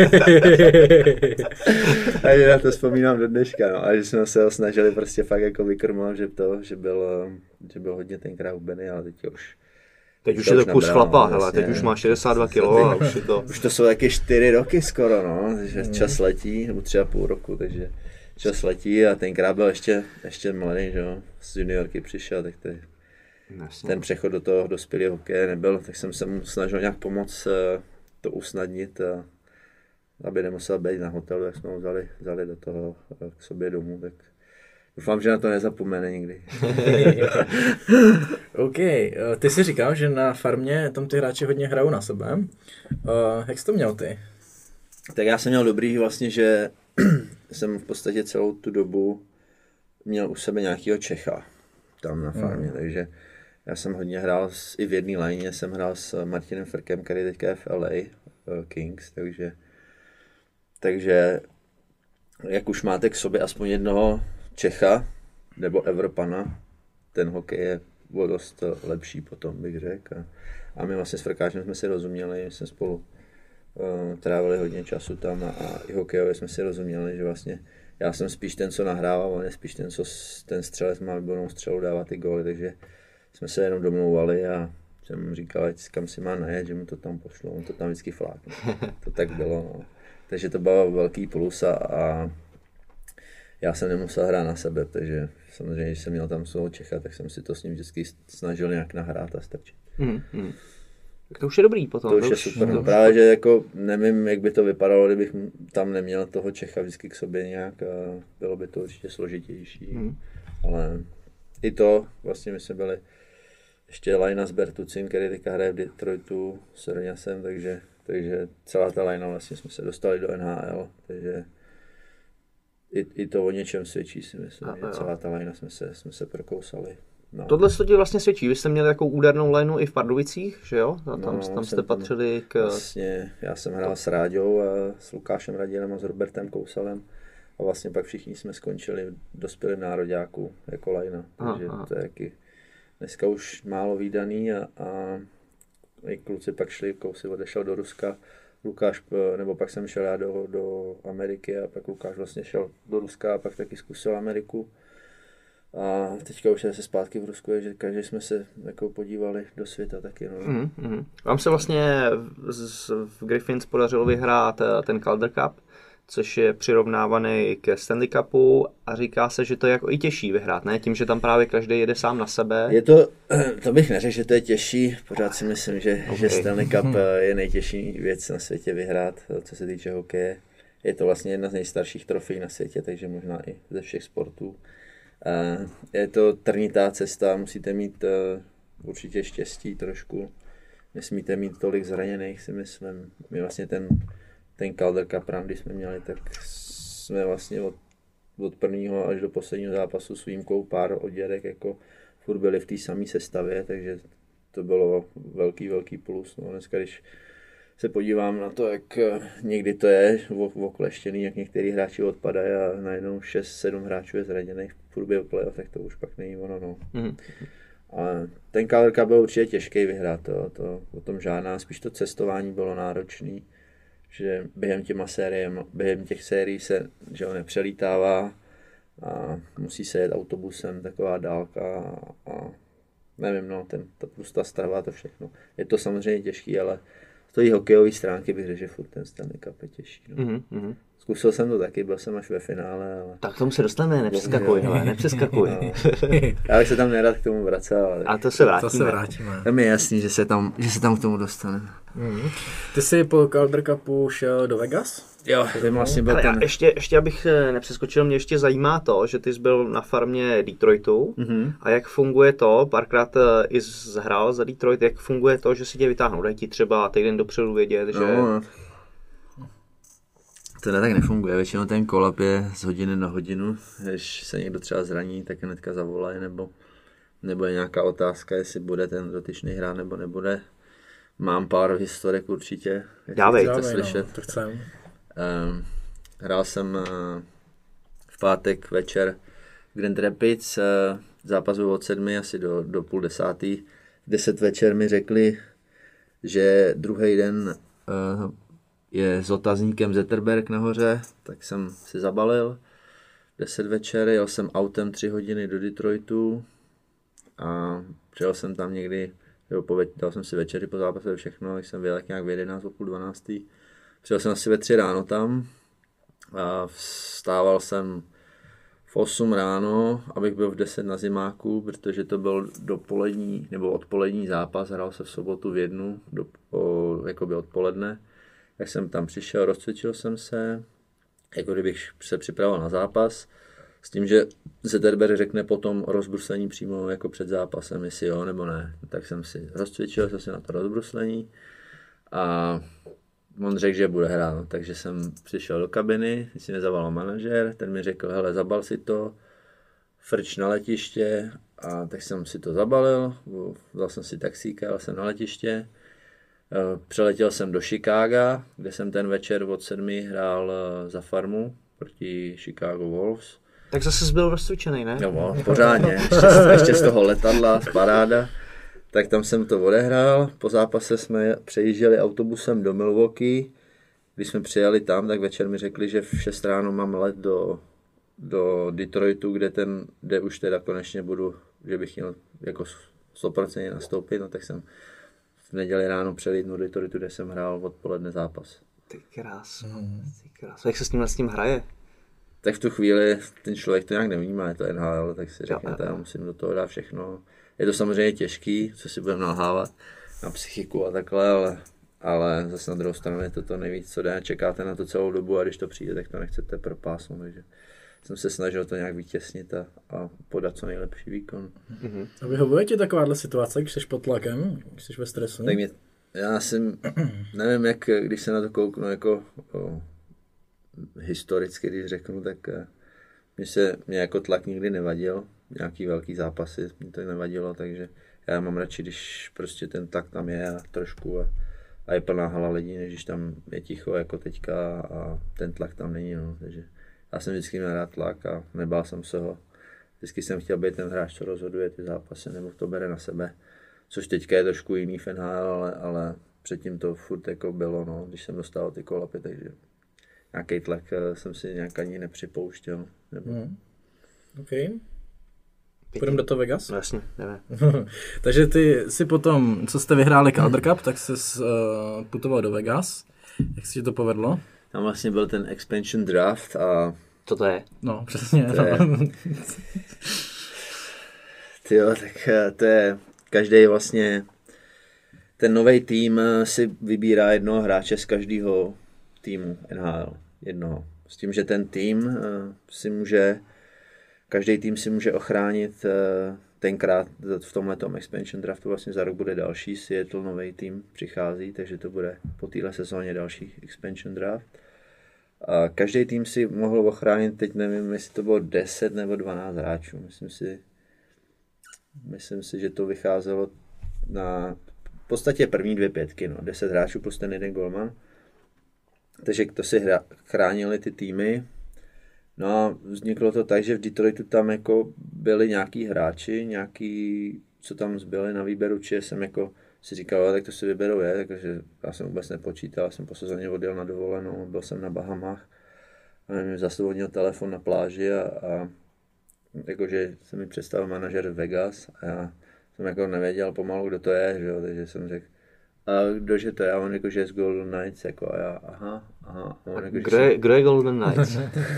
A že na to vzpomínám do dneška, no. A že jsme se ho snažili prostě fakt jako vykrmovat, že to, že byl, že byl hodně tenkrát hubený, ale teď už Teď už je to kus chlapa, hele, teď už má šedesát dva kilo a už je to... Už to jsou taky čtyři roky skoro, no, takže čas letí, nebo tři a půl roku, takže čas letí a tenkrát byl ještě, ještě mladý, že jo, z juniorky přišel, tak tady ten přechod do toho dospělého hokeje nebyl, tak jsem se mu snažil nějak pomoct to usnadnit, a aby nemusel být na hotelu, tak jsme ho vzali, vzali do toho k sobě domů, tak doufám, že na to nezapomene nikdy. OK, ty jsi říkal, že na farmě tam ty hráči hodně hrajou na sebe. Uh, jak jsi to měl ty? Tak já jsem měl dobrý vlastně, že jsem v podstatě celou tu dobu měl u sebe nějakého Čecha tam na farmě, mm. takže já jsem hodně hrál, s, i v jedné lajně jsem hrál s Martinem Frkem, který teďka je v L A uh, Kings, takže, takže jak už máte k sobě aspoň jednoho Čecha nebo Evropana, ten hokej je o dost lepší potom, bych řekl. A, a my vlastně s Frkáčem jsme si rozuměli, jsme spolu uh, trávili hodně času tam a, a i hokejově jsme si rozuměli, že vlastně já jsem spíš ten, co nahrával, on je spíš ten, co ten střelec má výbornou střelu, dává ty góly, takže jsme se jenom domlouvali a jsem mu říkal, ať kam si má najet, že mu to tam pošlo, on to tam vždycky flákne. To tak bylo, no. Takže to byl velký plus a, a já jsem nemusel hrát na sebe, takže samozřejmě, když jsem měl tam svého Čecha, tak jsem si to s ním vždycky snažil nějak nahrát a strčit. Mm, mm. Tak to už je dobrý potom. To už je super. No, právě, že jako nevím, jak by to vypadalo, kdybych tam neměl toho Čecha vždycky k sobě nějak a bylo by to určitě složitější. Mm. Ale i to, vlastně my jsme byli ještě Lajna Bertucin, který teďka hraje v Detroitu s Rňasem, takže, takže celá ta Lajna vlastně jsme se dostali do N H L, takže I, I to o něčem svědčí, si myslím, a, že jo. Celá ta lajna jsme se, jsme se prokousali. No. Tohle to ti vlastně svědčí, vy jste měli takovou údernou lajnu i v Pardubicích, že jo? A tam, no, tam jste patřili k... Vlastně, já jsem hrál s Ráďou a s Lukášem Radilem a s Robertem Kousalem a vlastně pak všichni jsme skončili, dospěli v nároďáku jako lajna, takže aha, to je jaký dneska už málo vídaný a, a i kluci pak šli, Kousy odešel do Ruska, Lukáš, nebo pak jsem šel já do, do Ameriky a pak Lukáš vlastně šel do Ruska a pak taky zkusil Ameriku. A teďka už je se zpátky v Rusku, že každý jsme se jako podívali do světa taky. No. Mm, mm. Vám se vlastně z, v Griffins podařilo vyhrát ten Calder Cup, což je přirovnávaný ke Stanley Cupu a říká se, že to je jako i těžší vyhrát, ne? Tím, že tam právě každý jede sám na sebe. Je to, to bych neřekl, že to je těžší, pořád si myslím, že, okay. že Stanley Cup je nejtěžší věc na světě vyhrát, co se týče hokeje. Je to vlastně jedna z nejstarších trofejí na světě, takže možná i ze všech sportů. Je to trnitá cesta, musíte mít určitě štěstí trošku, nesmíte mít tolik zraněných, si myslím. My vlastně ten ten Calder Cup run, když jsme měli, tak jsme vlastně od, od prvního až do posledního zápasu s výjimkou pár odděrek jako furt byli v té samé sestavě, takže to bylo velký, velký plus. No, dneska, když se podívám na to, jak někdy to je okleštěný, jak některý hráči odpadají a najednou šest sedm hráčů je zraněných v průběhu playoff, tak to už pak není ono. No. Mm. A ten Calder Cup byl určitě těžký vyhrát, to, to, o tom žádná, spíš to cestování bylo náročný, že během těma sériem, během těch sérií se že on nepřelítává a musí se jet autobusem, taková dálka a, a nevím, no, ten, ta, plus ta strava, to všechno. Je to samozřejmě těžký, ale z té hokejové stránky bych řekl, že furt ten Stanley Cup je těžší. No. Mm-hmm. Zkusil jsem to taky, byl jsem až ve finále, ale... Tak k tomu se dostaneme, nepřeskakuj, hele, nepřeskakuj. No. Já bych se tam nerad k tomu vracel, ale... A to se vrátíme. To se vrátíme. Tam je jasný, že se tam, že se tam k tomu dostaneme. Mm. Ty jsi po Calder Cupu šel do Vegas? Jo, to vlastně byl Ale ten... já ještě, ještě abych nepřeskočil, mě ještě zajímá to, že ty jsi byl na farmě Detroitu Mm-hmm. a jak funguje to, párkrát i zhrál za Detroit, jak funguje to, že si tě vytáhnou, dají ti třeba týden dopředu vědět, že... No, to ne, tak nefunguje, většinou ten kolap je z hodiny na hodinu, když se někdo třeba zraní, tak hnedka zavolají, nebo, nebo je nějaká otázka, jestli bude ten dotyčný hrát nebo nebude. Mám pár historek určitě, jak Dávej, chcete to slyšet. No, to chcem. Um, hrál jsem uh, v pátek večer v Grand Rapids, uh, zápas byl od sedmi asi do, do půl desátý. V deset večer mi řekli, že druhý den uh, je s otazníkem Zetterberg nahoře, tak jsem si zabalil. deset večer, jel jsem autem tři hodiny do Detroitu a přijel jsem tam někdy, jo, po, dal jsem si večeři po zápase všechno, když jsem vyjel nějak v jedenáct, o půl dvanáctý. Přijel jsem asi ve tři ráno tam a vstával jsem v osm ráno, abych byl v deset na zimáku, protože to byl dopolední nebo odpolední zápas, hrál se v sobotu v jednu, do, o, jakoby odpoledne. Jak jsem tam přišel, rozcvičil jsem se, jako kdybych se připravoval na zápas, s tím, že Zetterberg řekne potom rozbruslení přímo jako před zápasem, jestli jo nebo ne. Tak jsem si rozcvičil jsem si na to rozbruslení a on řekl, že bude hrát, no, takže jsem přišel do kabiny, když si mě zavolal manažer, ten mi řekl, hele, zabal si to, frč na letiště, a tak jsem si to zabalil, vzal jsem si taxíka, jel jsem na letiště, přeletěl jsem do Chicaga, kde jsem ten večer od sedmi hrál za farmu proti Chicago Wolves. Tak zase jsi byl rozcvičený, ne? Jo, pořádně, ještě, ještě z toho letadla, z paráda. Tak tam jsem to odehrál, po zápase jsme přejížděli autobusem do Milwaukee, když jsme přijeli tam, tak večer mi řekli, že v šest ráno mám let do, do Detroitu, kde, ten, kde už teda konečně budu, že bych měl jako sto procent nastoupit, no tak jsem v neděli ráno přelítnul do Detroitu, kde jsem hrál odpoledne zápas. Ty krás, ty krás. Jak se s tím s tím hraje? Tak v tu chvíli ten člověk to nějak nevnímá, je to N H L, tak si Jo, řeknete, jo. já musím do toho dát všechno. Je to samozřejmě těžký, co si budeme nalhávat na psychiku a takhle, ale, ale zase na druhou stranu je to to nejvíc, co jde. Čekáte na to celou dobu a když to přijde, tak to nechcete propásnout. Takže jsem se snažil to nějak vytěsnit a, a podat co nejlepší výkon. Mhm. A vyhovuje ti takováhle situace, když jsi pod tlakem, když jsi ve stresu? Tak mě, já jsem, nevím, jak, když se na to kouknu jako o, historicky, když řeknu, tak mě se mě jako tlak nikdy nevadil. Nějaký velký zápasy mi to nevadilo, takže já mám radši, když prostě ten tlak tam je a trošku a, a je plná hala lidí, než když tam je ticho jako teďka a ten tlak tam není, no. Takže já jsem vždycky měl rád tlak a nebál jsem se ho. Vždycky jsem chtěl být ten hráč, co rozhoduje ty zápasy, nebo to bere na sebe, což teďka je trošku jiný v N H L, ale, ale předtím to furt jako bylo, no, když jsem dostal ty kolapy, takže nějaký tlak jsem si nějak ani nepřipouštěl. Nebo... Hmm. OK. Půjdeme do toho Vegas? No jasně, nevím. Takže ty si potom, co jste vyhráli Calder Cup, tak jsi uh, putoval do Vegas. Jak se ti to povedlo? Tam vlastně byl ten expansion draft a... Co to je? No, přesně. To je... No. Tyjo, tak to je... Každý vlastně... Ten nový tým si vybírá jednoho hráče z každého týmu N H L. Jednoho. S tím, že ten tým si může... Každý tým si může ochránit tenkrát v tomhletom expansion draftu, vlastně za rok bude další, Seattle nový tým přichází, takže to bude po téhle sezóně další expansion draft. A každý tým si mohl ochránit, teď nevím, jestli to bylo deset nebo dvanáct hráčů, myslím si, myslím si, že to vycházelo na v podstatě první dvě pětky, no, deset hráčů plus ten jeden golman, takže to si hra, chránili ty týmy. No a vzniklo to tak, že v Detroitu tam jako byli nějaký hráči, nějaký, co tam zbyli na výběru, či jsem jako si říkal, tak to si vyberou je, takže já jsem vůbec nepočítal, jsem po sezóně odjel na dovolenou, byl jsem na Bahamách a mi zasvobodnil telefon na pláži a, a jakože se mi představil manažer Vegas a já jsem jako nevěděl pomalu, kdo to je, že jo, takže jsem řekl, a kdože to je? A on jako, že je z Golden Knights, jako a já, aha, aha. A on jako, kdo, je, kdo je Golden Knights?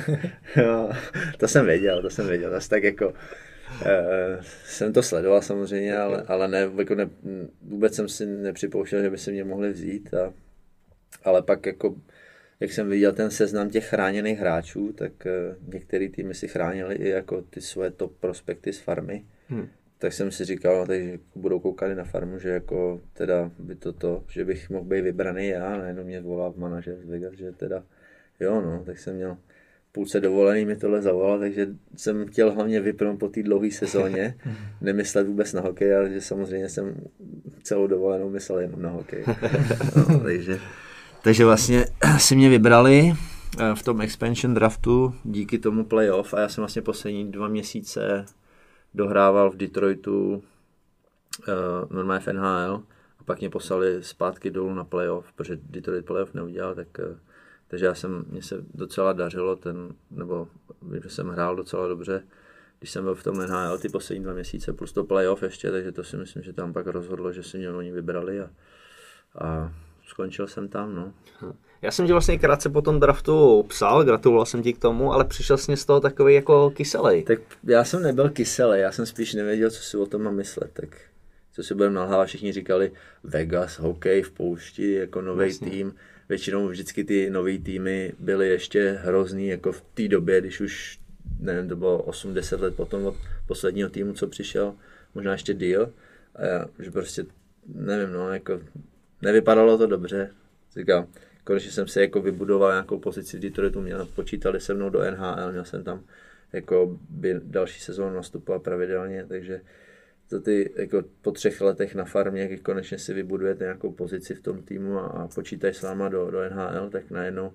Jo, to jsem věděl, to jsem věděl, asi tak jako, uh, jsem to sledoval samozřejmě, ale, ale ne, jako ne, vůbec jsem si nepřipouštěl, že by se mě mohli vzít, a, ale pak jako, jak jsem viděl ten seznam těch chráněných hráčů, tak uh, některý týmy si chránili i jako ty svoje top prospekty z farmy. Hmm. Tak jsem si říkal, no, takže budou koukat na farmu, že jako teda by to to, že bych mohl být vybraný já, najednou mě volal manažer z Vegas, že teda jo no, tak jsem měl půlce dovolený, mi tohle zavolal, takže jsem chtěl hlavně vypnout po té dlouhé sezóně, nemyslet vůbec na hokej, ale že samozřejmě jsem celou dovolenou myslel jenom na hokej. No, takže, takže vlastně si mě vybrali v tom expansion draftu díky tomu playoff a já jsem vlastně poslední dva měsíce dohrával v Detroitu uh, normálně v N H L a pak mě poslali zpátky dolů na playoff, protože Detroit playoff neudělal, tak, uh, takže já jsem, mně se docela dařilo ten, nebo vím, že jsem hrál docela dobře, když jsem byl v tom N H L ty poslední dva měsíce plus to playoff ještě, takže to si myslím, že tam pak rozhodlo, že si mě oni vybrali a, a skončil jsem tam, no. Já jsem tě vlastně krátce po tom draftu psal, gratuloval jsem ti k tomu, ale přišel jsi z toho takový jako kyselej. Tak já jsem nebyl kyselej, já jsem spíš nevěděl, co si o tom mám myslet, tak co si budeme nalhávat, všichni říkali Vegas, hokej v poušti, jako nový vlastně. Tým. Většinou vždycky ty nový týmy byly ještě hrozný, jako v té době, když už, nevím, to bylo osm deset let potom od posledního týmu, co přišel, možná ještě deal. A já, že prostě, nevím, no, jako nevypadalo to dobře, říkám. Konečně jsem se jako vybudoval nějakou pozici v Detroitu, měl, počítali se mnou do N H L, měl jsem tam jako by další sezónu nastupovat pravidelně, takže za ty, jako po třech letech na farmě, když konečně si vybudujete nějakou pozici v tom týmu a, a počítají s váma do, do N H L, tak najednou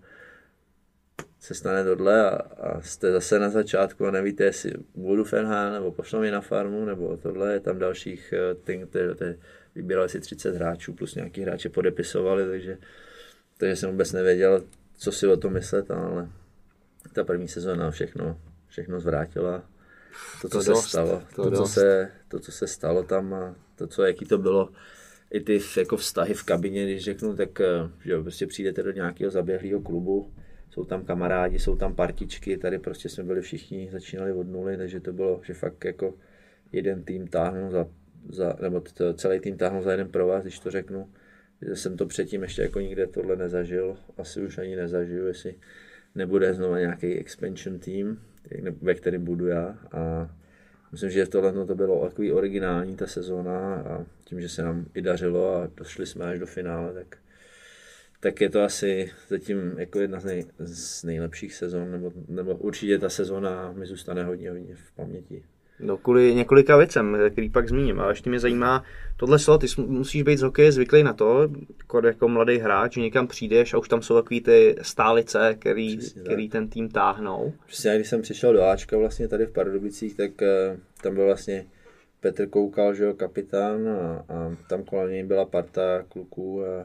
se stane tohle a, a jste zase na začátku a nevíte, jestli budu v N H L, nebo pošlou mě na farmu, nebo tohle, je tam dalších, vybírali si třicet hráčů, plus nějaký hráče podepisovali, takže Takže jsem vůbec nevěděl, co si o tom myslet, ale ta první sezóna všechno, všechno zvrátila. To, co to se dost, stalo, to, to, co se, to, co se stalo tam a to, co, jaký to bylo, i ty jako vztahy v kabině, když řeknu, tak že prostě přijdete do nějakého zaběhlého klubu, jsou tam kamarádi, jsou tam partičky, tady prostě jsme byli všichni, začínali od nuly, takže to bylo, že fakt jako jeden tým táhnul za, za nebo to, celý tým táhnul za jeden provaz, když to řeknu. Že jsem to předtím ještě jako nikde tohle nezažil, asi už ani nezažiju, jestli nebude znova nějaký expansion team, ve kterém budu já. A myslím, že tohle no, to bylo takový originální ta sezóna a tím, že se nám i dařilo a došli jsme až do finále, tak, tak je to asi zatím jako jedna z, nej, z nejlepších sezón, nebo, nebo určitě ta sezóna mi zůstane hodně, hodně v paměti. No kvůli několika věcem, který pak zmíním, ale ještě mě zajímá tohle slovo, ty musíš být z hokeje zvyklý na to, jako mladý hráč, že někam přijdeš a už tam jsou takový ty stálice, který, který ten tým táhnou. Přesně, když jsem přišel do Ačka vlastně tady v Pardubicích, tak uh, tam byl vlastně Petr Koukal, že jo, kapitán a, a tam kolem něj byla parta kluků a,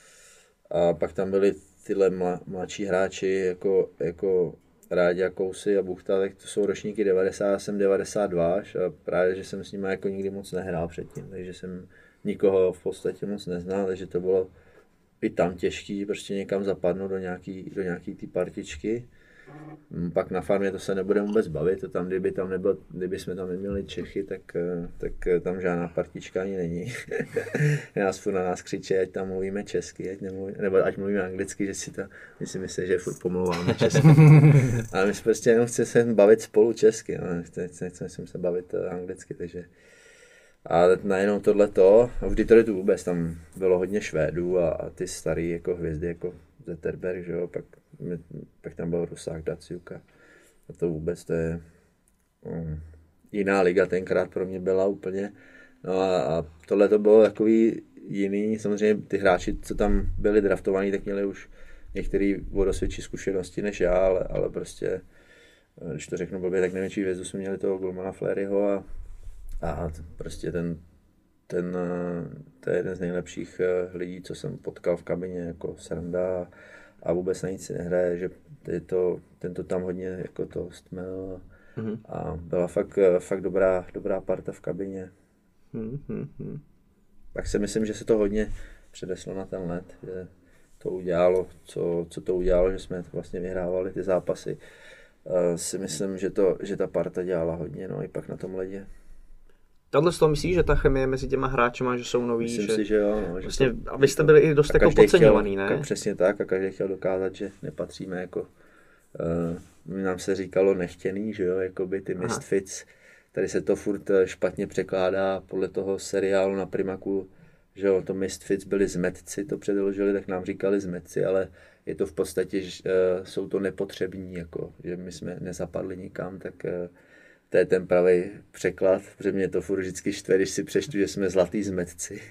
a pak tam byli tyhle mla, mladší hráči jako, jako Ráďa, Kousy a Buchta, tak to jsou ročníky devadesát osm devadesát dva a právě, že jsem s nimi jako nikdy moc nehrál předtím, takže jsem nikoho v podstatě moc neznal, takže to bylo i tam těžký, prostě někam zapadnout do nějaký, do nějaký té partičky. Pak na farmě to se nebude vůbec bavit, to tam, kdyby, tam nebyl, kdyby jsme tam neměli Čechy, tak, tak tam žádná partička ani není. Nás furt na nás křičí, ať tam mluvíme česky, ať nemluví, nebo ať mluvíme anglicky, že si to, my si myslí, že furt pomlouváme česky. Ale my prostě jenom chceme se bavit spolu česky, ale nechceme se bavit anglicky, takže a najednou tohleto, v Detroitu vůbec tam bylo hodně Švédů a, a ty starý jako hvězdy, jako Zetterberg, že jo, pak, pak tam byl Rusák, Daciuka. A to vůbec, to je um, jiná liga tenkrát pro mě byla úplně. No a, a tohle to bylo takový jiný, samozřejmě ty hráči, co tam byli draftovaní, tak měli už některý vodosvědčí zkušenosti než já, ale, ale prostě, když to řeknu blbě, tak největší hvězdu jsme měli toho Golmana Fleryho a, a prostě ten Ten, to je jeden z nejlepších lidí, co jsem potkal v kabině, jako sranda a vůbec na nic si nehraje, že je to, ten to tam hodně jako to stmel Mm-hmm. A byla fakt, fakt dobrá, dobrá parta v kabině. Mm-hmm. Tak si myslím, že se to hodně předeslo na ten let, že to udělalo, co, co to udělalo, že jsme vlastně vyhrávali ty zápasy. Uh, si myslím, že, to, že ta parta dělala hodně, no i pak na tom ledě. Tohle z toho myslíš, že ta chemie mezi těma hráčema, že jsou noví? Myslím že... si, že jo. No, že vlastně, to, abyste byli i dost jako podceňovaný, chtěl, ne? Přesně tak a každý chtěl dokázat, že nepatříme jako, uh, nám se říkalo nechtěný, že jo, jako by ty Misfits. Tady se to furt špatně překládá podle toho seriálu na Primaku, že jo, to Misfits byli zmetci, to předložili, tak nám říkali zmetci, ale je to v podstatě, že uh, jsou to nepotřební, jako, že my jsme nezapadli nikam, tak uh, to je ten pravý překlad, protože mě to furt vždycky štve, když si přečtu, že jsme zlatý zmetci.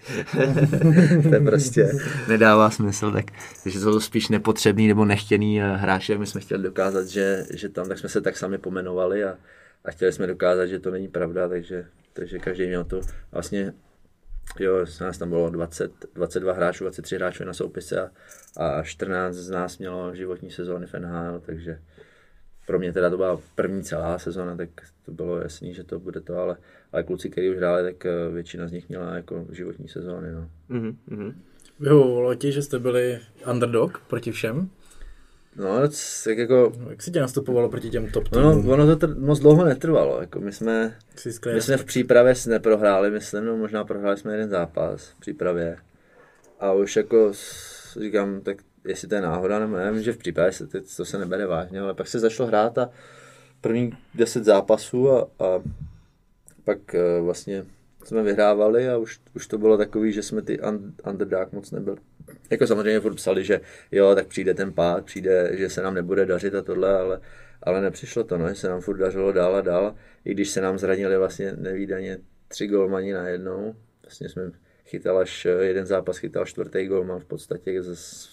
To je prostě nedává smysl, tak, takže jsou to spíš nepotřebný nebo nechtěný hráči, my jsme chtěli dokázat, že, že tam, tak jsme se tak sami pomenovali a, a chtěli jsme dokázat, že to není pravda, takže, takže každý měl to vlastně, jo, nás tam bylo dvacet, dvacet dva hráčů, dvacet tři hráčů na soupise a, a čtrnáct z nás mělo životní sezóny v N H L, takže pro mě teda to byla první celá sezona, tak to bylo jasný, že to bude to, ale, ale kluci, kteří už hráli, tak většina z nich měla jako životní sezóny. No. Mm-hmm. Vyhovovalo ti, že jste byli underdog proti všem? No, tak jako... Jak si tě nastupovalo proti těm top týmům? No, ono to tr- moc dlouho netrvalo. Jako my jsme, my jsme v přípravě neprohráli, myslím, no, možná prohráli jsme jeden zápas v přípravě. A už jako říkám, tak jestli to je náhoda, nebo nevím, že v případě se to, to se nebere vážně, ale pak se začalo hrát a první deset zápasů a, a pak uh, vlastně jsme vyhrávali a už, už to bylo takový, že jsme ty underdog moc nebyli. Jako samozřejmě furt psali, že jo, tak přijde ten pád, přijde, že se nám nebude dařit a tohle, ale, ale nepřišlo to, no, že se nám furt dařilo dál a dál, i když se nám zranili vlastně nevídaně tři golmani najednou, vlastně jsme chytal až jeden zápas, chytal čtvrtý golman v podstatě z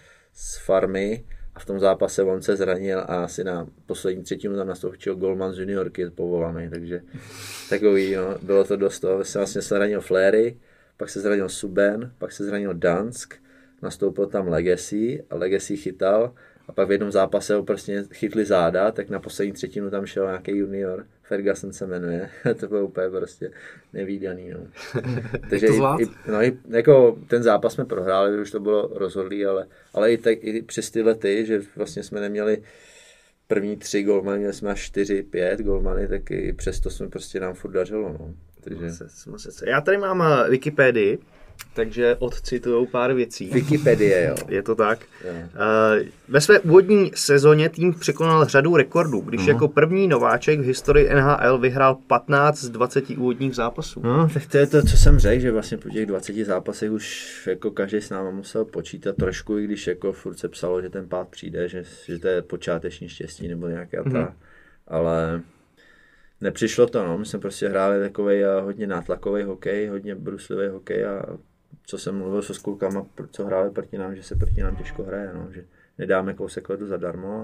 z farmy a v tom zápase on se zranil a asi na poslední třetinu tam nastoupil golman z juniorky povolaný, takže takový, no, bylo to dost toho, vlastně se zranil Flaherty, pak se zranil Subban, pak se zranil Dansk, nastoupil tam Legacy a Legacy chytal a pak v jednom zápase ho prostě chytli záda, tak na poslední třetinu tam šel nějaký junior, Ferguson se jmenuje, to bylo úplně prostě nevídaný, no. Takže i, i, no, i, jako ten zápas jsme prohráli, už to bylo rozhodlý, ale, ale i, tak, i přes ty lety, že vlastně jsme neměli první tři golmany, měli jsme až čtyři, pět golmany, tak i přesto jsme prostě nám furt dařilo, no. Takže... Já tady mám Wikipedii, takže odcituju pár věcí. Wikipedie, jo. Je to tak. Jo. Ve své úvodní sezóně tým překonal řadu rekordů, když uh-huh. jako první nováček v historii N H L vyhrál patnáct z dvaceti úvodních zápasů. No, tak to je to, co jsem řekl, že vlastně po těch dvaceti zápasech už jako každý s náma musel počítat trošku, i když jako furt se psalo, že ten pád přijde, že, že to je počáteční štěstí nebo nějaká uh-huh. ta, ale nepřišlo to, no, my jsme prostě hráli takovej hodně nátlakový hokej, hodně bruslivý hokej a co jsem mluvil se skulkama, co hráli proti nám, že se proti nám těžko hraje, no, že nedáme kousek ledu zadarmo.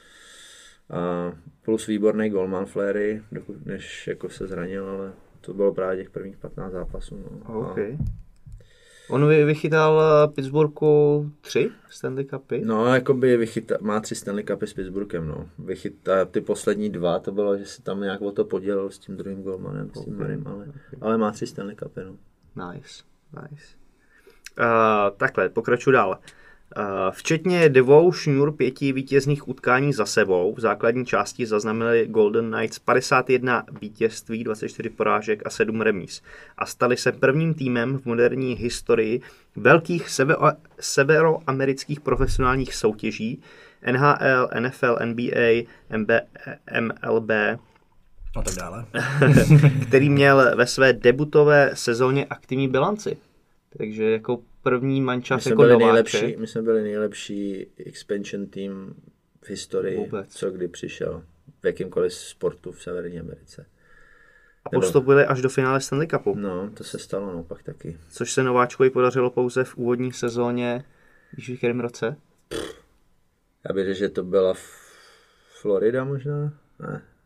A plus výborný golman Flaherty, než jako se zranil, ale to bylo právě těch prvních patnáct zápasů. No. Okay. On vychytal Pittsburghu tři Stanley Cupy? No, jakoby vychytal, má tři Stanley Cupy s Pittsburghem, no. Vychytal ty poslední dva, to bylo, že se tam nějak o to podělil s tím druhým golmanem, s tím okay. Marym, ale, okay. ale má tři Stanley Cupy, no. Nice, nice. Uh, takhle, pokračuju dál. Uh, včetně dvou šňůr pěti vítězných utkání za sebou v základní části zaznamenali Golden Knights padesát jedna vítězství, dvacet čtyři porážek a sedm remíz a stali se prvním týmem v moderní historii velkých sebe- severoamerických profesionálních soutěží N H L, N F L, N B A, M B, M L B a tak dále, který měl ve své debutové sezóně aktivní bilanci. Takže jako první mančas jako nováček. My jsme byli nejlepší expansion team v historii, vůbec. Co kdy přišel v jakýmkoliv sportu v Severní Americe. A postupili až do finále Stanley Cupu. No, to se stalo no, pak taky. Což se nováčkovi podařilo pouze v úvodní sezóně, víš v kterém roce? Já bych řekl, že to byla Florida možná? Ne.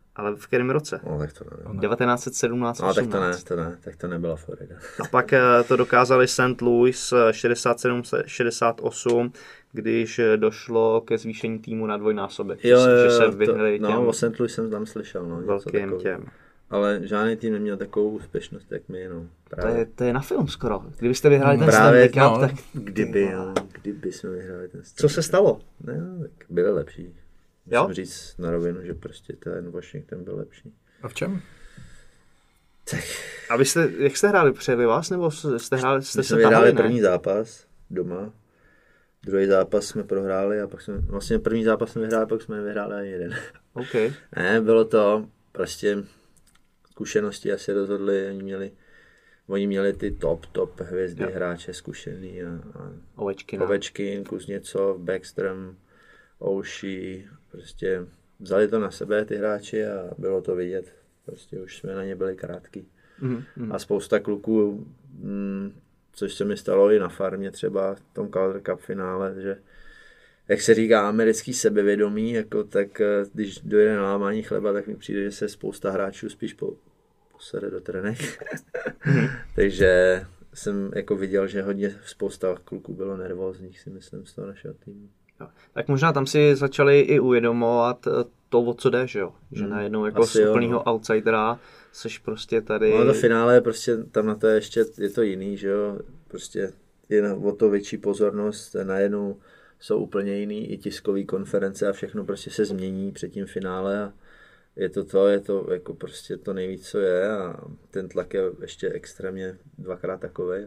Ale v kterém roce? No, tak to nevím. devatenáct set sedmnáct No, tak to ne, osmnáct. to ne, tak to nebyla Florida. A pak to dokázali Saint Louis šedesát sedm šedesát osm, když došlo ke zvýšení týmu na dvojnásobek. Jo, jo, že se to, vyhli těm no, o Saint Louis jsem tam slyšel. No, velkým těm. Ale žádný tým neměl takovou úspěšnost, jak my. No, to, je, to je na film skoro. Kdybyste vyhráli ten právě, Stanley Cup, no, tak... Kdyby, no, kdyby jsme vyhráli ten Stanley Co se stalo? No, tak byli lepší. Musím Jo? říct na rovinu, že prostě ten Washington byl lepší. A v čem? Tak. A vy jste, jak jste hráli, přijeli vás, nebo jste, hráli, jste My se jsme vyhráli tahali, ne? první zápas doma, druhý zápas jsme prohráli a pak jsme, vlastně první zápas jsme vyhráli, pak jsme nevyhráli ani jeden. OK. Ne, bylo to prostě zkušenosti asi rozhodli, oni měli, oni měli ty top, top hvězdy, jo. hráče zkušený a, a Ovečkin. Ovečkin, Kuzněcov, Backstrom, Ouši, prostě vzali to na sebe ty hráči a bylo to vidět, prostě už jsme na ně byli krátký. Mm, mm. A spousta kluků, mm, což se mi stalo i na farmě třeba v tom Calder Cup finále, že jak se říká americký sebevědomí, jako, tak když dojde na lámání chleba, tak mi přijde, že se spousta hráčů spíš po, posede do trenek. Takže jsem jako viděl, že hodně spousta kluků bylo nervózních, si myslím, z toho našeho týmu. Jo. Tak možná tam si začali i uvědomovat to, o co jde, že jo? Že Hmm, najednou jako z jo, úplného no. outsidera seš prostě tady... No to finále je prostě, tam na to je ještě, je to jiný, že jo? Prostě je na, o to větší pozornost, najednou jsou úplně jiný i tiskové konference a všechno prostě se změní před tím finále a je to to, je to jako prostě to nejvíc, co je a ten tlak je ještě extrémně dvakrát takovej.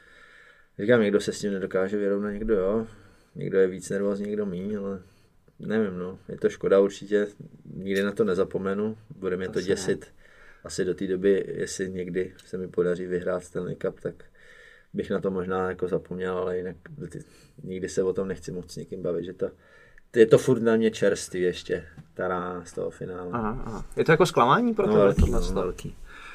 Říkám, někdo se s tím nedokáže vyrovnat, někdo jo, někdo je víc nervózní, někdo míň, ale nevím, no, je to škoda určitě, nikdy na to nezapomenu, bude mě to, to děsit ne. Asi do té doby, jestli někdy se mi podaří vyhrát Stanley Cup, tak bych na to možná jako zapomněl, ale jinak nikdy se o tom nechci moc s někým bavit, že to, je to furt na mě čerstvý ještě, ta rána z toho finále. Aha, aha. Je to jako zklamání pro no, tebe? Velký, tohle no, stav? velký.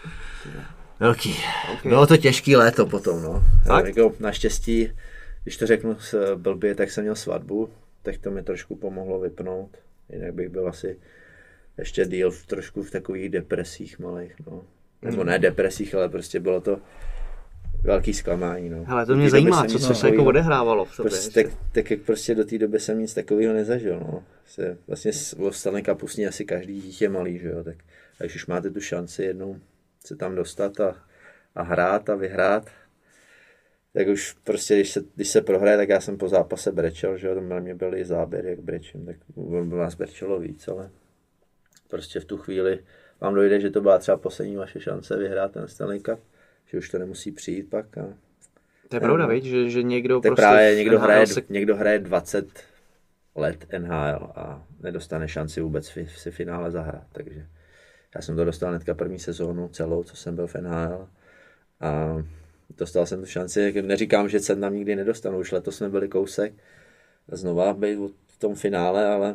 Velký. Okay. Bylo to těžký léto potom, no. Tak? Jako naštěstí, když to řeknu blbě, tak jsem měl svatbu, tak to mi trošku pomohlo vypnout. Jinak bych byl asi ještě díl v, trošku v takových depresích malých, no. Nebo ne depresích, ale prostě bylo to velký zklamání, no. Hele, to mě zajímá, co, co se jako odehrávalo v tobě. Prostě, tak, tak jak prostě do té doby jsem nic takového nezažil, no. Se, vlastně o Stanley Cupu sní asi každý dítě malý, že jo, tak a když už máte tu šanci jednou se tam dostat a, a hrát a vyhrát, tak už prostě, když se, když se prohraje, tak já jsem po zápase brečel, že jo, tam na mě byly záběry, jak brečím, tak nás brečelo víc, ale prostě v tu chvíli vám dojde, že to byla třeba poslední vaše šance vyhrát ten Stanley Cup, že už to nemusí přijít pak. A, to je pravda, víš, že, že někdo tak prostě... právě někdo hraje, se... někdo hraje dvacet let N H L a nedostane šanci vůbec si, si finále zahrát, takže já jsem to dostal hnedka první sezónu celou, co jsem byl v N H L a dostal jsem tu šanci, neříkám, že jsem tam nikdy nedostanu, už letos jsme byli kousek znova být v tom finále, ale,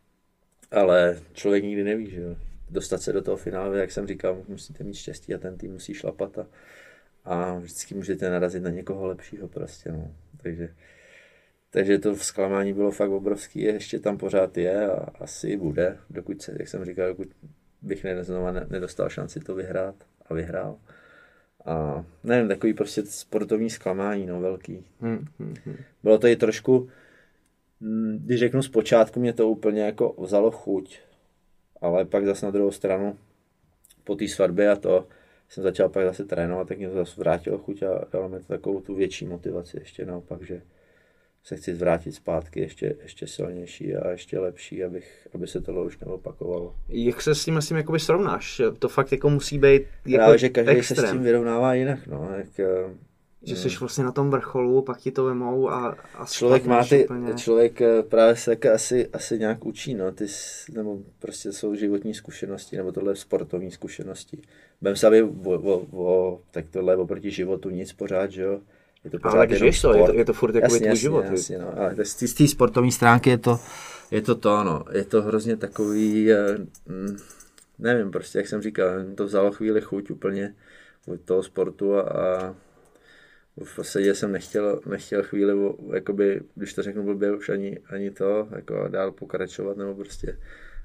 ale člověk nikdy neví, že jo. Dostat se do toho finále, jak jsem říkal, musíte mít štěstí a ten tým musí šlapat a, a vždycky můžete narazit na někoho lepšího prostě, no. Takže, takže to zklamání bylo fakt obrovský, ještě tam pořád je a asi bude, dokud se, jak jsem říkal, dokud bych ne, znova ne, nedostal šanci to vyhrát a vyhrál. A nevím, takový prostě sportovní zklamání, no, velký. Hmm, hmm, hmm. Bylo to i trošku, když řeknu zpočátku, mě to úplně jako vzalo chuť, ale pak zase na druhou stranu po té svatbě a to jsem začal pak zase trénovat, tak mě to zase vrátilo chuť a dalo mi to takovou tu větší motivaci ještě naopak, že se chci zvrátit zpátky ještě, ještě silnější a ještě lepší, abych, aby se tohle už neopakovalo. Jak se s tím s tím jakoby srovnáš? To fakt jako musí být jako právě, že každý extrém. se s tím vyrovnává jinak, no. Jak, že jsi vlastně na tom vrcholu, pak ti to vemou a, a člověk má ty, úplně... člověk právě se asi, asi nějak učí, no, ty, nebo prostě jsou životní zkušenosti, nebo tohle sportovní zkušenosti. Vem se, aby o, o, o, tak tohle oproti životu nic pořád, že jo. Je to pořád ale když víš to, je to, je to furt jako tvůj jasně, život. Jasně, no, ale z té sportovní stránky je to, je to to, no, je to hrozně takový, mm, nevím, prostě, jak jsem říkal, to vzalo chvíli chuť úplně od toho sportu a, a v podstatě jsem nechtěl, nechtěl chvíli, jakoby, když to řeknu blbě, už ani, ani to, jako dál pokračovat, nebo prostě,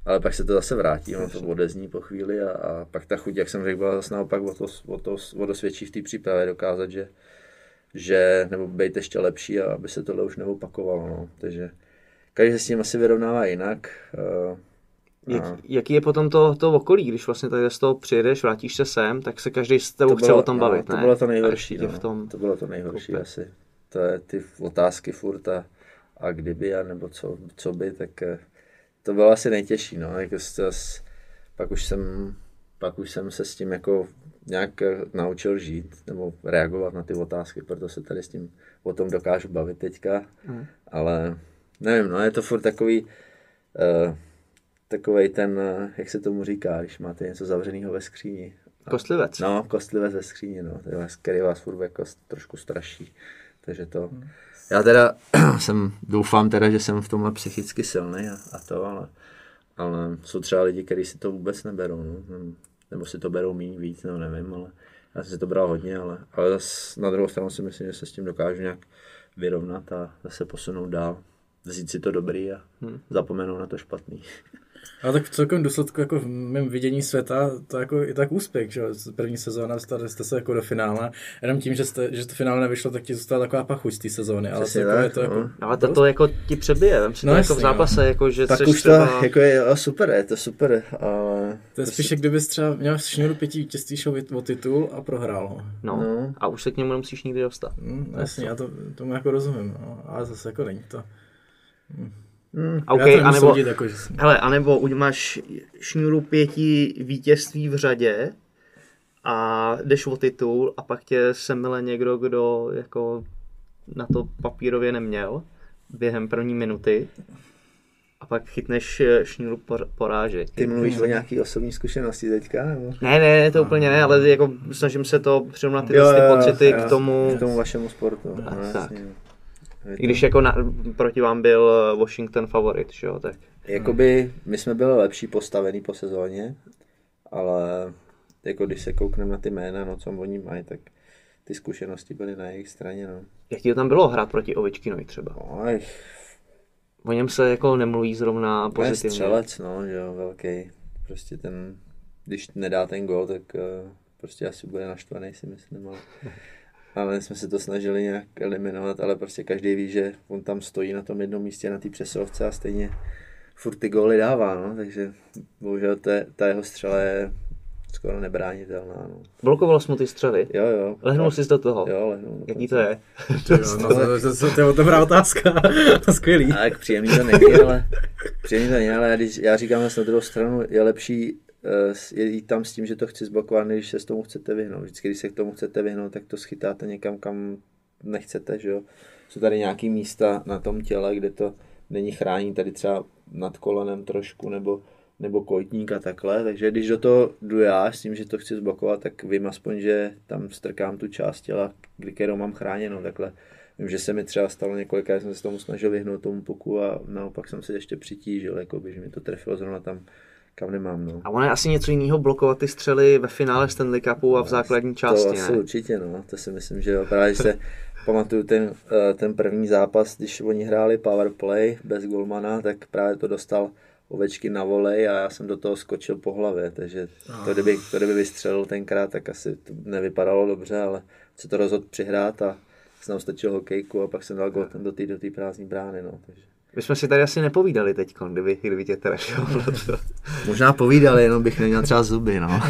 ale pak se to zase vrátí, ono to odezní po chvíli a, a pak ta chuť, jak jsem řekl, byla zase naopak o to, o to, o to svědčí v té přípravě dokázat, že, že nebo být ještě lepší a aby se tohle už neopakovalo, no. Takže každý se s tím asi vyrovnává jinak. Uh, Jak, jaký je potom to, to okolí, když vlastně tady z toho přijedeš, vrátíš se sem, tak se každý s tebou to chce bylo, o tom bavit, no, ne? To bylo to nejhorší, no. v tom to bylo to nejhorší kupe. Asi. To je ty otázky furt a, a kdyby, a nebo co, co by, tak to bylo asi nejtěžší, no. Jako zas, pak, už jsem, pak už jsem se s tím jako nějak naučil žít, nebo reagovat na ty otázky, proto se tady s tím o tom dokážu bavit teďka, mm. ale nevím, no, je to furt takový, uh, takovej ten, jak se tomu říká, když máte něco zavřenýho ve skříni. Kostlivec. No, kostlivec ve skříni, no, který vás furt jako trošku straší, takže to... Hmm. Já teda jsem, doufám teda, že jsem v tomhle psychicky silný a, a to, ale, ale jsou třeba lidi, kteří si to vůbec neberou, no, nebo si to berou méně víc, no nevím, ale já jsem si to bral hodně, ale, ale zase na druhou stranu si myslím, že se s tím dokážu nějak vyrovnat a zase posunout dál, vzít si to dobrý a hmm. zapomenout na to špatný. Ale tak v celkovém důsledku jako v mém vidění světa to jako je tak úspěch, že první sezóna dostali jste se jako do finále, jenom tím, že, jste, že to finále nevyšlo, tak ti zůstala taková pachuť z té sezóny, ale to je to jako... No. Ale to, to jako ti přebije, vem si no to jasný, jako v zápase, jako že tak už třeba... to jako je jo, super, je to super, ale... To je spíš, jak kdybys třeba měl šňůru pěti vítězství, šel o titul a prohrál. No. no, a už se k němu nemusíš nikdy dostat. Mm, jasně, já to, tomu jako rozumím, no, ale zase jako není to... Mm. Hmm, okay, anebo, jako, že jsem... hele, anebo máš šňůru pěti vítězství v řadě a jdeš o titul a pak tě semile někdo, kdo jako na to papírově neměl během první minuty a pak chytneš šňůru porážek. Ty mluvíš o nějaký osobní zkušenosti teďka? Nebo? Ne, ne, to úplně ne, ale jako snažím se to přirovnat ty, jo, ty jo, pocity jo, k tomu... K tomu vašemu sportu. A, no, tak. I když jako na, proti vám byl Washington favorit, že jo, tak. Jakoby my jsme byli lepší postavený po sezóně, ale jako když se koukneme na ty jména, no co oni mají, tak ty zkušenosti byly na jejich straně, no. Jak ti to tam bylo hrát proti Ovečkinovi třeba? Oj. O něm se jako nemluví zrovna pozitivně. Střelec, no, že jo, velký. Prostě ten, když nedá ten gól, tak uh, prostě asi bude naštvaný, si myslím, ale... Ale jsme se to snažili nějak eliminovat, ale prostě každý ví, že on tam stojí na tom jednom místě na té přesilovce a stejně furt ty góly dává, no, takže bohužel te, ta jeho střela je skoro nebránitelná, no. Blokoval jsi mu ty střely? Jo, jo. Lehnul jsi do toho? Jo, lehnul. Jaký to je? Jo, no, to, to, to, to je dobrá otázka, skvělý. Tak příjemný to není, ale, příjemný to není, ale já, když, já říkám na druhou stranu, je lepší je jít tam s tím, že to chci zblokovat, když se s tomu chcete vyhnout. Vždycky, když se k tomu chcete vyhnout, tak to schytáte někam, kam nechcete, že jo. Jsou tady nějaký místa na tom těle, kde to není chrání, tady třeba nad kolenem trošku, nebo, nebo kojtník a takhle, takže když do toho jdu já s tím, že to chci zblokovat, tak vím aspoň, že tam strkám tu část těla, kterou mám chráněnou, takhle. Vím, že se mi třeba stalo několikrát, jsem se tomu snažil vyhnout tomu puku a naopak jsem se ještě přitížil, jakoby, že mi to trefilo zrovna tam, kam nemám, no. A ono je asi něco jiného blokovat ty střely ve finále Stanley Cupu a v základní části, to asi ne? Určitě, no. To si myslím, že jo. Právě se pamatuju ten, ten první zápas, když oni hráli powerplay bez golmana, tak právě to dostal Ovečky na volej a já jsem do toho skočil po hlavě, takže to kdyby, to kdyby vystřelil tenkrát, tak asi to nevypadalo dobře, ale se to rozhodl přihrát a jsem tam stačil hokejku a pak jsem dal gol do té do té prázdné brány, no. Takže... My jsme si tady asi nepovídali teďko, kdyby, kdyby tě trefil. Možná povídali, jenom bych neměl třeba zuby, no.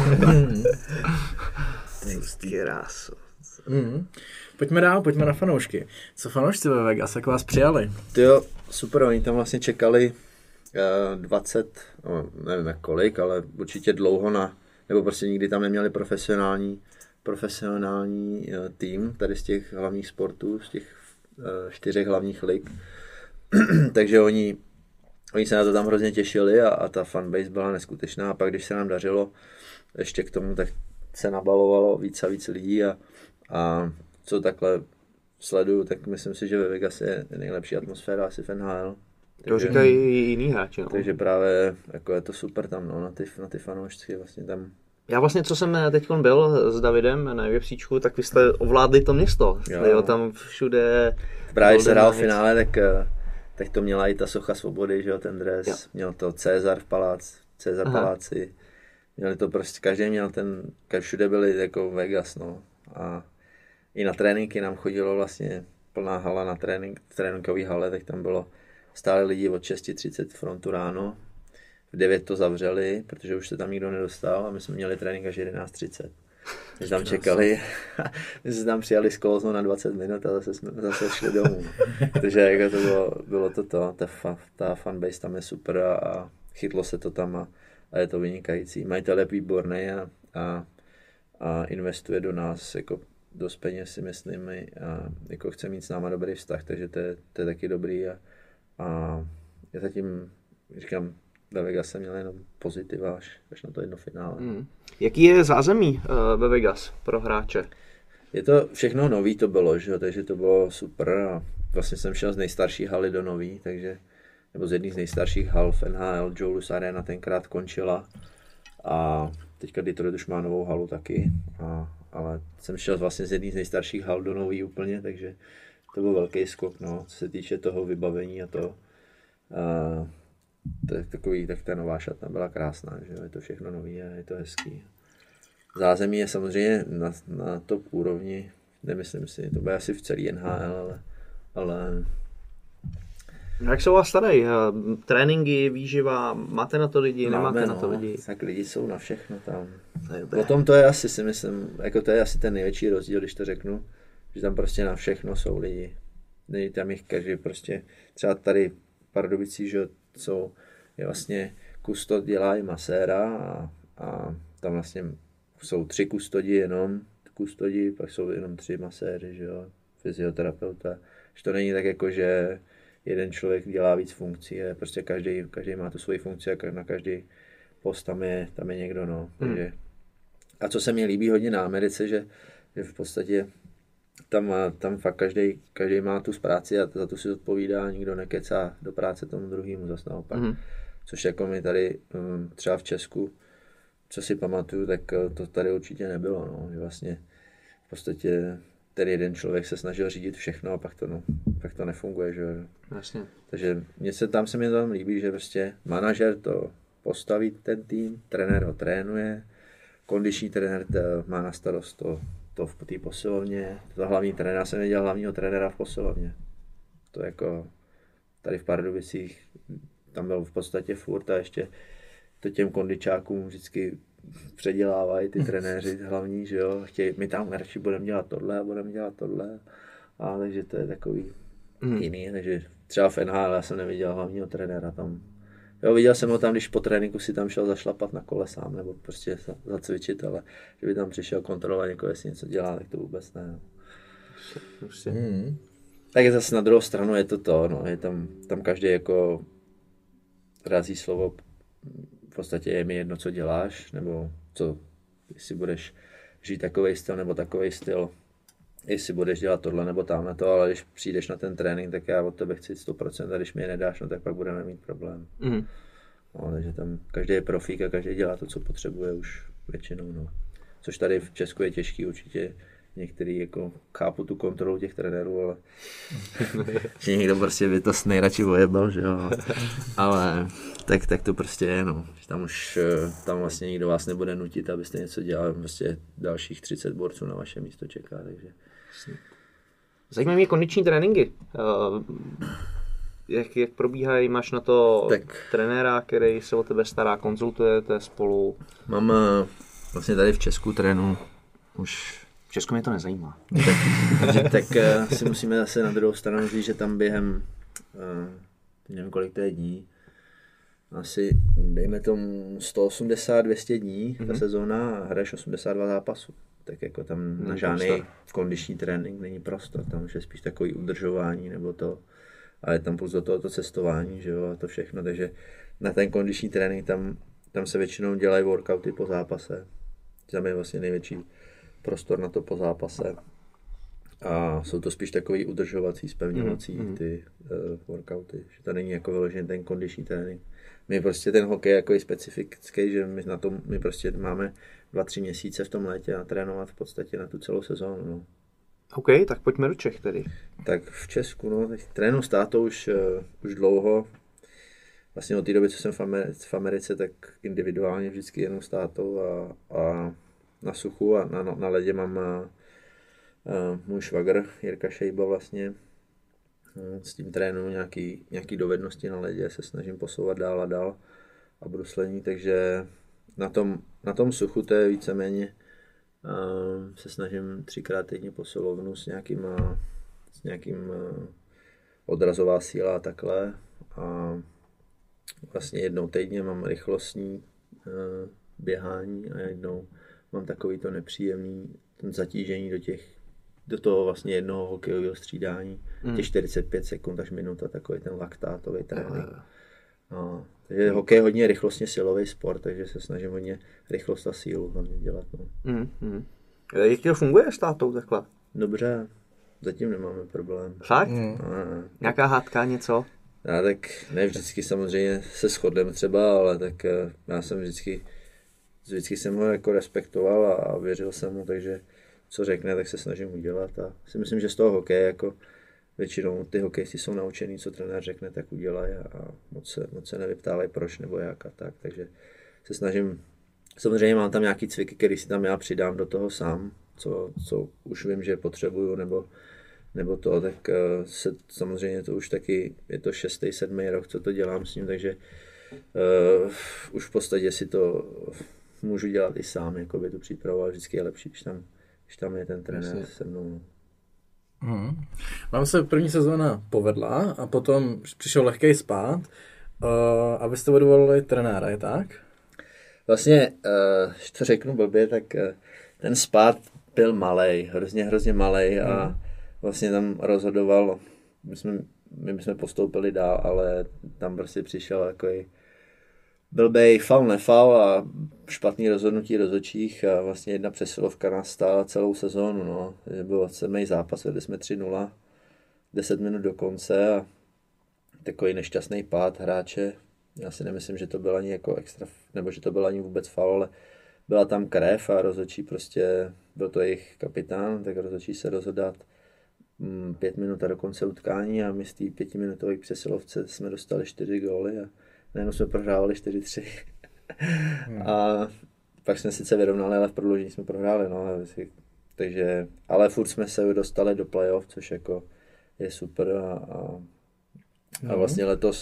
Ty ráso. Mm. Pojďme dál, pojďme na fanoušky. Co fanoušci ve Vegas, jak vás přijali? Tyjo, super, oni tam vlastně čekali uh, dvacet, no, nevím jak kolik, ale určitě dlouho na, nebo prostě nikdy tam neměli profesionální, profesionální uh, tým tady z těch hlavních sportů, z těch uh, čtyřech hlavních lig. Takže oni, oni se na to tam hrozně těšili a, a ta fanbase byla neskutečná a pak když se nám dařilo ještě k tomu, tak se nabalovalo víc a víc lidí a, a co takhle sleduju, tak myslím si, že ve Vegas je nejlepší atmosféra asi v N H L. Takže, to říkají i jiný hráči. No. Takže právě jako je to super tam, no, na ty, na ty fanoušky vlastně tam. Já vlastně, co jsem teď byl s Davidem na U F C čku, tak vy jste ovládli to město. Jo. Jo, tam všude... Právě když se hrál v finále, tak tak to měla i ta socha svobody, že jo, ten dres, jo. Měl to Cezar v palác, Cezar Aha. paláci, měli to prostě, každý měl ten, všude byli jako Vegas, no, a i na tréninky nám chodilo vlastně plná hala na trénink, v tréninkové hale, tak tam bylo stále lidi od šest třicet frontu ráno, v devět to zavřeli, protože už se tam nikdo nedostal a my jsme měli trénink až jedenáct třicet. My jsme tam čekali, my jsme tam přijali z Kolznu na dvacet minut a zase jsme zase šli domů. Takže jako to bylo, bylo to to, ta, fa, ta fanbase tam je super a, a chytlo se to tam a, a je to vynikající. Majitel je výborný a, a, a investuje do nás jako dost peněz, si myslím, a jako chce mít s náma dobrý vztah, takže to je, to je taky dobrý a, a já zatím říkám, ve Vegas jsem měl jenom pozitiva až, až na to jedno finále. Hmm. Jaký je zázemí uh, ve Vegas pro hráče? Je to všechno nový to bylo, že? Takže to bylo super a vlastně jsem šel z nejstarší haly do nový, takže nebo z jedných z nejstarších hal v N H L, Joulus Arena tenkrát končila a teďka Detroit už má novou halu taky, a, ale jsem šel vlastně z jedných z nejstarších hal do nový úplně, takže to byl velký skok, no, co se týče toho vybavení a to. A, tak, takový, tak ta nová šatna byla krásná, že je to všechno nový a je to hezký. Zázemí je samozřejmě na, na top úrovni, nemyslím si, to bude asi v celý N H L, ale, ale... Jak se u vás tady? Tréninky, výživa, máte na to lidi, Máme, nemáte no, na to lidi? Tak lidi jsou na všechno tam. Potom to je asi, si myslím, jako to je asi ten největší rozdíl, když to řeknu, že tam prostě na všechno jsou lidi. Není tam jich každý prostě, třeba tady Pardubicí, že jsou, je vlastně kustod dělá i maséra a, a tam vlastně jsou tři kustodi jenom, kustodi, pak jsou jenom tři maséři, že jo, fyzioterapeuta. Že to není tak jako, že jeden člověk dělá víc funkcí, ale prostě každý, každý má tu svoji funkci a na každý post tam je, tam je někdo, no. Hmm. Takže, a co se mi líbí hodně na Americe, že, že v podstatě tam, tam fakt každý, každý má tu práci a za tu si odpovídá, nikdo nekecá do práce tomu druhému zase naopak. Hmm. Což jako my tady třeba v Česku, co si pamatuju, tak to tady určitě nebylo, no. Že vlastně v podstatě ten jeden člověk se snažil řídit všechno a pak to, no, pak to nefunguje, že jo. Jasně. Takže mě se, tam se mi tam líbí, že prostě manažer to postaví ten tým, trenér ho trénuje, kondiční trenér má na starost to, to v té posilovně, to hlavní trenér, já jsem nedělal hlavního trenéra v posilovně. To jako tady v Pardubicích, tam byl v podstatě furt a ještě to těm kondičákům vždycky předělávají ty trenéři hlavní, že jo, chtějí, my tam radši budeme dělat tohle a budeme dělat tohle, a takže to je takový mm. jiný, takže třeba v N H L já jsem neviděl hlavního trenéra tam, jo, viděl jsem ho tam, když po tréninku si tam šel zašlapat na kole sám, nebo prostě zacvičit, ale že by tam přišel kontrolovat někoho, jestli něco dělá, tak to vůbec ne. Prostě. Mm. Tak zase na druhou stranu je to to, no, je tam, tam každý jako razí slovo, v podstatě je mi jedno, co děláš, nebo co, jestli budeš žít takovej styl nebo takovej styl, jestli budeš dělat tohle nebo tamhle to, ale když přijdeš na ten trénink, tak já od tebe chci sto procent a když mi je nedáš, no tak pak budeme mít problém. Mm. No, takže tam každý je profík a každý dělá to, co potřebuje už většinou, no. Což tady v Česku je těžký určitě. Některý jako chápu tu kontrolu těch trenérů, ale že někdo prostě by to nejradši ojebal, že jo. Ale tak, tak to prostě je, no. Tam už tam vlastně nikdo vás nebude nutit, abyste něco dělali, prostě dalších třicet borců na vaše místo čeká, takže. Zajímavé mě kondiční tréninky. Jak, jak probíhají, máš na to tak trenéra, který se o tebe stará, konzultujete spolu? Mám vlastně tady v Česku trénu už. V Česku mě to nezajímá. Tak, takže, tak uh, si musíme zase na druhou stranu říct, že tam během, uh, nevím kolik to je dní, asi dejme tomu sto osmdesát dvě stě dní, mm-hmm. ta sezóna, a hraješ osmdesát dva zápasů. Tak jako tam není na žádný kondiční trénink není prostor, tam už je spíš takový udržování nebo to, ale tam plus do toho to cestování, že jo, a to všechno, takže na ten kondiční trénink tam, tam se většinou dělají workouty po zápase, tam je vlastně největší prostor na to po zápase. A jsou to spíš takový udržovací, zpevňovací mm, ty uh, workouty, že to není jako vyložený ten kondiční trénink. My prostě ten hokej jako je specifický, že my na tom, my prostě máme dva, tři měsíce v tom létě a trénovat v podstatě na tu celou sezónu. No. OK, tak pojďme do Čech tedy. Tak v Česku, no, trénu s tátou už, uh, už dlouho. Vlastně od té doby, co jsem v Americe, v Americe, tak individuálně vždycky jenom s tátou a, a na suchu a na, na ledě mám uh, uh, můj švagr Jirka Šejba vlastně. Uh, s tím trénuju nějaký, nějaký dovednosti na ledě, se snažím posouvat dál a dál a bruslení, takže na tom, na tom suchu to je víceméně uh, se snažím třikrát týdně posilovnu s nějakým, uh, s nějakým uh, odrazová síla a takhle. A vlastně jednou týdně mám rychlostní uh, běhání a jednou mám takový to nepříjemný ten zatížení do těch do toho vlastně jednoho hokejového střídání, mm. těch čtyřicet pět sekund až minuta, takový ten laktátový trénink. No, takže hokej je hodně rychlostně silový sport, takže se snažím hodně rychlost a sílu hlavně dělat. No. Mm, mm. Jak to funguje s tátou takhle? Dobře, zatím nemáme problém. Fakt? Mm. A, nějaká hádka, něco? Já tak ne vždycky samozřejmě se shodneme třeba, ale tak já jsem vždycky, vždycky jsem ho jako respektoval a, a věřil jsem mu, takže co řekne, tak se snažím udělat a si myslím, že z toho hokeje jako většinou ty hokejisti jsou naučený, co trenér řekne, tak udělají a moc se, moc se nevyptávají proč nebo jak a tak, takže se snažím, samozřejmě mám tam nějaký cviky, který si tam já přidám do toho sám, co, co už vím, že potřebuju nebo, nebo to, tak se, samozřejmě to už taky, je to šestý, sedmý rok, co to dělám s ním, takže uh, už v podstatě si to můžu dělat i sám, jako by tu přípravu, ale vždycky je lepší, když tam, když tam je ten trenér Myslím. se mnou. Hmm. Vám se první sezóna povedla a potom přišel lehkej spád uh, a vy jste odvolali trenéra, je tak? Vlastně, uh, když to řeknu blbě, tak uh, ten spád byl malej, hrozně, hrozně malej hmm. a vlastně tam rozhodoval, my jsme, my bychom postoupili dál, ale tam prostě přišel takový blbej faul, nefaul a špatný rozhodnutí rozhodčích a vlastně jedna přesilovka nás stála celou sezónu. No. Byl sedmý zápas, vedli jsme tři nula, deset minut do konce a takový nešťastný pád hráče. Já si nemyslím, že to byl ani jako extra, nebo že to byl ani vůbec faul, ale byla tam krev a rozhodčí prostě, byl to jejich kapitán, tak rozhodčí se rozhodat mm, pět minut do konce utkání a my z té pětiminutové přesilovce jsme dostali čtyři góly a najednou jsme prohrávali čtyři tři. hmm. A pak jsme sice vyrovnali, ale v prodloužení jsme prohráli. No. Takže, ale furt jsme se dostali do playoff, což jako je super. A, a, a vlastně letos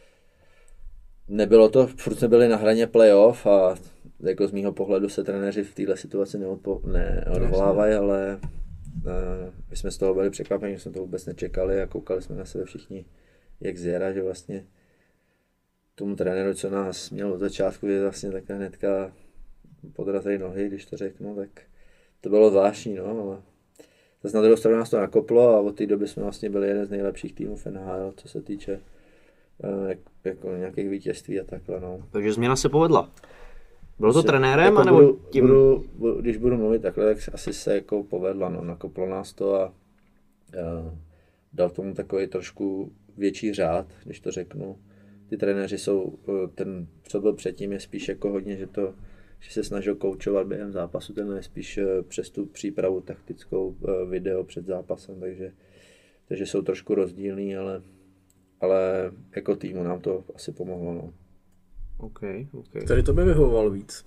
nebylo to, furt jsme byli na hraně playoff a jako z mýho pohledu se trenéři v této situaci neodpo, neodvolávají, ale uh, my jsme z toho byli překvapeni, že jsme to vůbec nečekali a koukali jsme na sebe všichni jak z jara, že vlastně tomu trenéru, co nás měl od začátku, je vlastně takhle hnedka podrazej nohy, když to řeknu, tak to bylo zvláštní, no, ale zase na druhou stranu nás to nakoplo a od té doby jsme vlastně byli jeden z nejlepších týmů v N H L, co se týče uh, jak, jako nějakých vítězství a takhle, no. Takže změna se povedla. Bylo to Asi, trenérem, jako anebo budu, tím? Budu, budu, když budu mluvit takhle, tak asi se jako povedla, no, nakoplo nás to a uh, dal tomu takový trošku větší řád, když to řeknu. Ty trenéři jsou, ten, co byl předtím, je spíš jako hodně, že to, že se snažil koučovat během zápasu, ten je spíš přes tu přípravu taktickou video před zápasem, takže, takže jsou trošku rozdílný, ale, ale jako týmu nám to asi pomohlo. No. Okay, okay. Tady to by vyhovoval víc.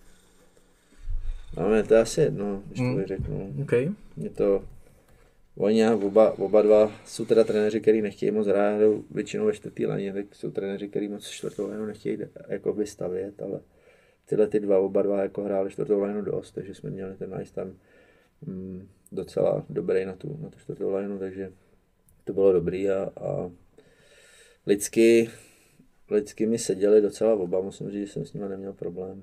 No, to je asi jedno, když mm. to řeknu. Okay. Je to, oni oba, oba dva jsou teda trenéři, kteří nechtějí moc hrát, většinou ve čtvrtý laně, tak jsou trenéři, kteří moc čtvrtou lajnu nechtějí jako vystavět, ale tyhle ty dva, oba dva jako hráli čtvrtou lajnu dost, takže jsme měli ten ice tam mm, docela dobrý na tu, na tu čtvrtou lajnu, takže to bylo dobrý a, a lidsky, lidsky mi seděli docela oba, musím říct, že jsem s nimi neměl problém.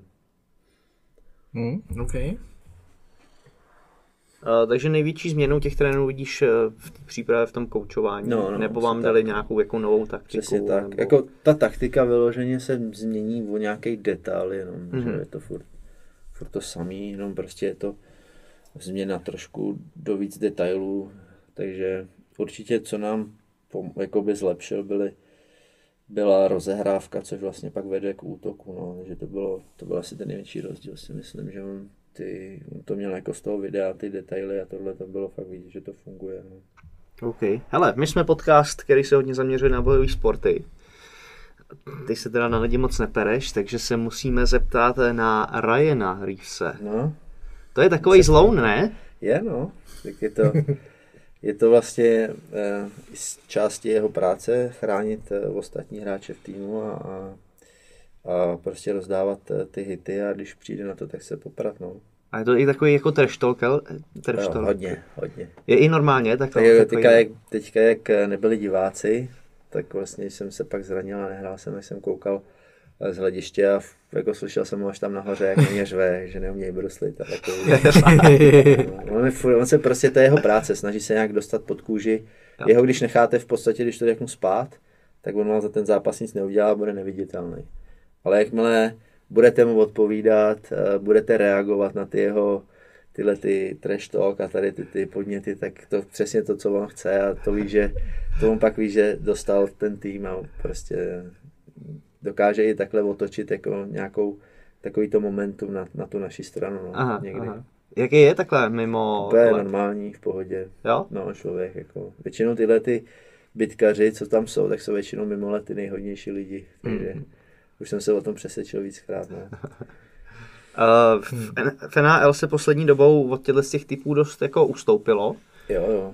Mm, okay. Uh, takže největší změnou těch trenérů vidíš v té přípravě, v tom koučování, no, no, nebo vám dali tak nějakou jako novou taktiku? Přesně tak, nebo... jako ta taktika vyloženě se změní o nějaký detail, jenom, mm-hmm. že je to furt, furt to samý, jenom prostě je to změna trošku do víc detailů, takže určitě co nám pom- jakoby zlepšil byly, byla rozehrávka, což vlastně pak vede k útoku, no, takže to bylo, to byl asi ten největší rozdíl, si myslím, že on ty, to měl jako z toho videa, ty detaily a tohle to bylo fakt vidět, že to funguje. No. OK. Hele, my jsme podcast, který se hodně zaměřuje na bojové sporty. Ty se teda na lidi moc nepereš, takže se musíme zeptat na Ryana Reevese. No. To je takový zloun, ne? Je, no. Tak je to, je to vlastně eh, z části jeho práce chránit eh, ostatní hráče v týmu a, a, a prostě rozdávat eh, ty hity a když přijde na to, tak se poprat, no. A je to i takový jako trash talk, trash Jo, talk. hodně, hodně. Je i normálně takhle. Tak takový... teďka, jak, teďka, jak nebyli diváci, tak vlastně jsem se pak zranil a nehrál jsem, jak jsem koukal z hlediště a jako slyšel jsem ho až tam nahoře, jak mě řve, že neumějí bruslit a takový. on, je, on se prostě, to je jeho práce, snaží se nějak dostat pod kůži. Jo. Jeho, když necháte v podstatě, když to řeknu spát, tak on vám za ten zápas nic neudělá a bude neviditelný. Ale jakmile budete mu odpovídat, budete reagovat na ty jeho tyhle ty trash talk a tady ty, ty podněty, tak to přesně to, co on chce a to ví, že to on pak ví, že dostal ten tým a prostě dokáže i takhle otočit jako nějakou takovýto momentum na, na tu naši stranu, no, aha, někdy. Aha. Jaký je takhle mimo... To je normální, v pohodě, jo? No, člověk, jako, většinou tyhle ty bitkaři, co tam jsou, tak jsou většinou mimo let ty nejhodnější lidi, takže mm. už jsem se o tom přesvědčil víckrát, no. Uh, v N H L se poslední dobou od těchto z těch typů dost jako ustoupilo. Jo, jo.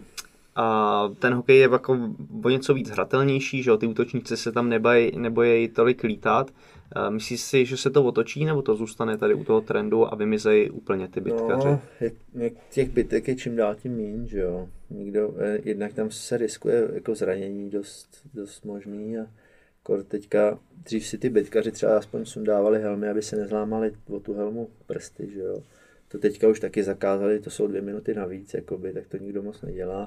A ten hokej je jako o něco víc hratelnější, že jo, ty útočníci se tam neboj, nebojí tolik lítat. Uh, myslíš si, že se to otočí, nebo to zůstane tady u toho trendu a vymizejí úplně ty bitkaři? No, jak, jak těch bitek je čím dál tím míň, že jo. Nikdo, jednak tam se riskuje jako zranění dost, dost možný a teďka, dřív si ty bitkaři třeba aspoň sundávali helmy, aby se nezlámali o tu helmu prsty, že jo. To teďka už taky zakázali, to jsou dvě minuty navíc, jakoby, tak to nikdo moc nedělá.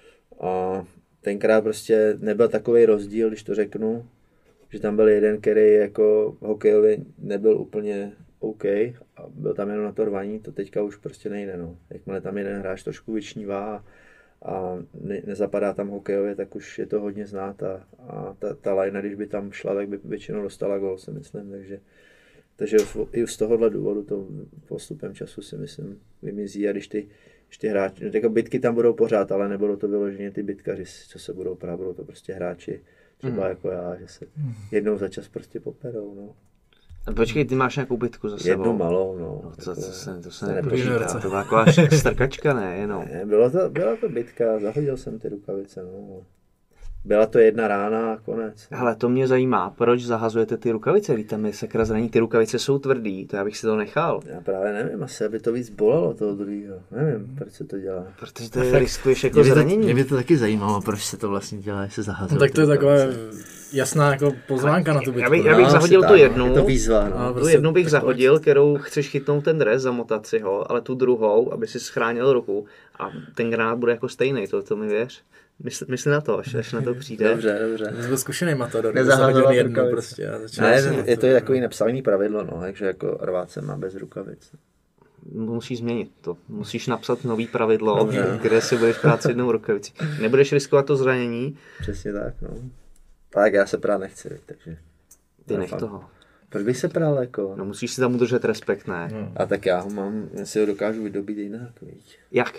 A tenkrát prostě nebyl takový rozdíl, když to řeknu, že tam byl jeden, který jako hokejově nebyl úplně OK a byl tam jenom na to rvaní, to teďka už prostě nejde, no. Jakmile tam jeden hráč trošku vyčnívá a ne, nezapadá tam hokejově, tak už je to hodně znát a, a ta, ta lajna, když by tam šla, tak by většinou dostala gól, si myslím, takže, takže i z tohohle důvodu to postupem času si myslím vymizí a když ty, když ty hráči, no, jako bitky tam budou pořád, ale nebudou to vyloženě ty bitkaři, co se budou prát, budou to prostě hráči, třeba mm. jako já, že se jednou za čas prostě poperou, no. Počkej, ty máš nějakou bitku za sebou? Jednu malou, no. no to, to, se, to se to nepočítá, to byla taková strkačka, ne, jenom. Ne, bylo to, byla to bitka, zahodil jsem ty rukavice, no. Byla to jedna rána a konec. Hele, to mě zajímá, proč zahazujete ty rukavice, víte, mi sakra zraní, ty rukavice jsou tvrdý, to já bych si to nechal. Já právě nevím, asi aby to víc bolelo toho druhého, nevím, proč se to dělá. Protože to je, riskuješ jako zranění. Mě by to taky zajímalo, proč se to vlastně dělá, jestli se zahazuje. No tak to je taková jasná jako pozvánka na tu bitku. Já bych, já bych no, zahodil tu jednu, je to výzva, no. no, tu prostě jednu bych zahodil, kterou chceš chytnout ten dres, zamotat si ho, ale tu druhou, aby si schránil ruku a ten granát bude jako stejný, to, to mi věř. Mysl, mysli na to, až, až na to přijde. Dobře, dobře. My jsme zkušený matador, Nezahazovat jednu prostě. A ne, je, je to je takový nepsaný pravidlo, no, takže jako rvát se má bez rukavic. Musíš změnit to. Musíš napsat nový pravidlo, dobře, kde si budeš prát s jednou rukavicí. Nebudeš riskovat to zranění. Přesně tak, no. Tak já se prát nechci, takže. Ty nech toho. Proč bych se prál jako? No musíš si tam udržet respekt, ne? Hmm. A tak já ho mám, já si ho dokážu vydobít jinak, víš. Jak?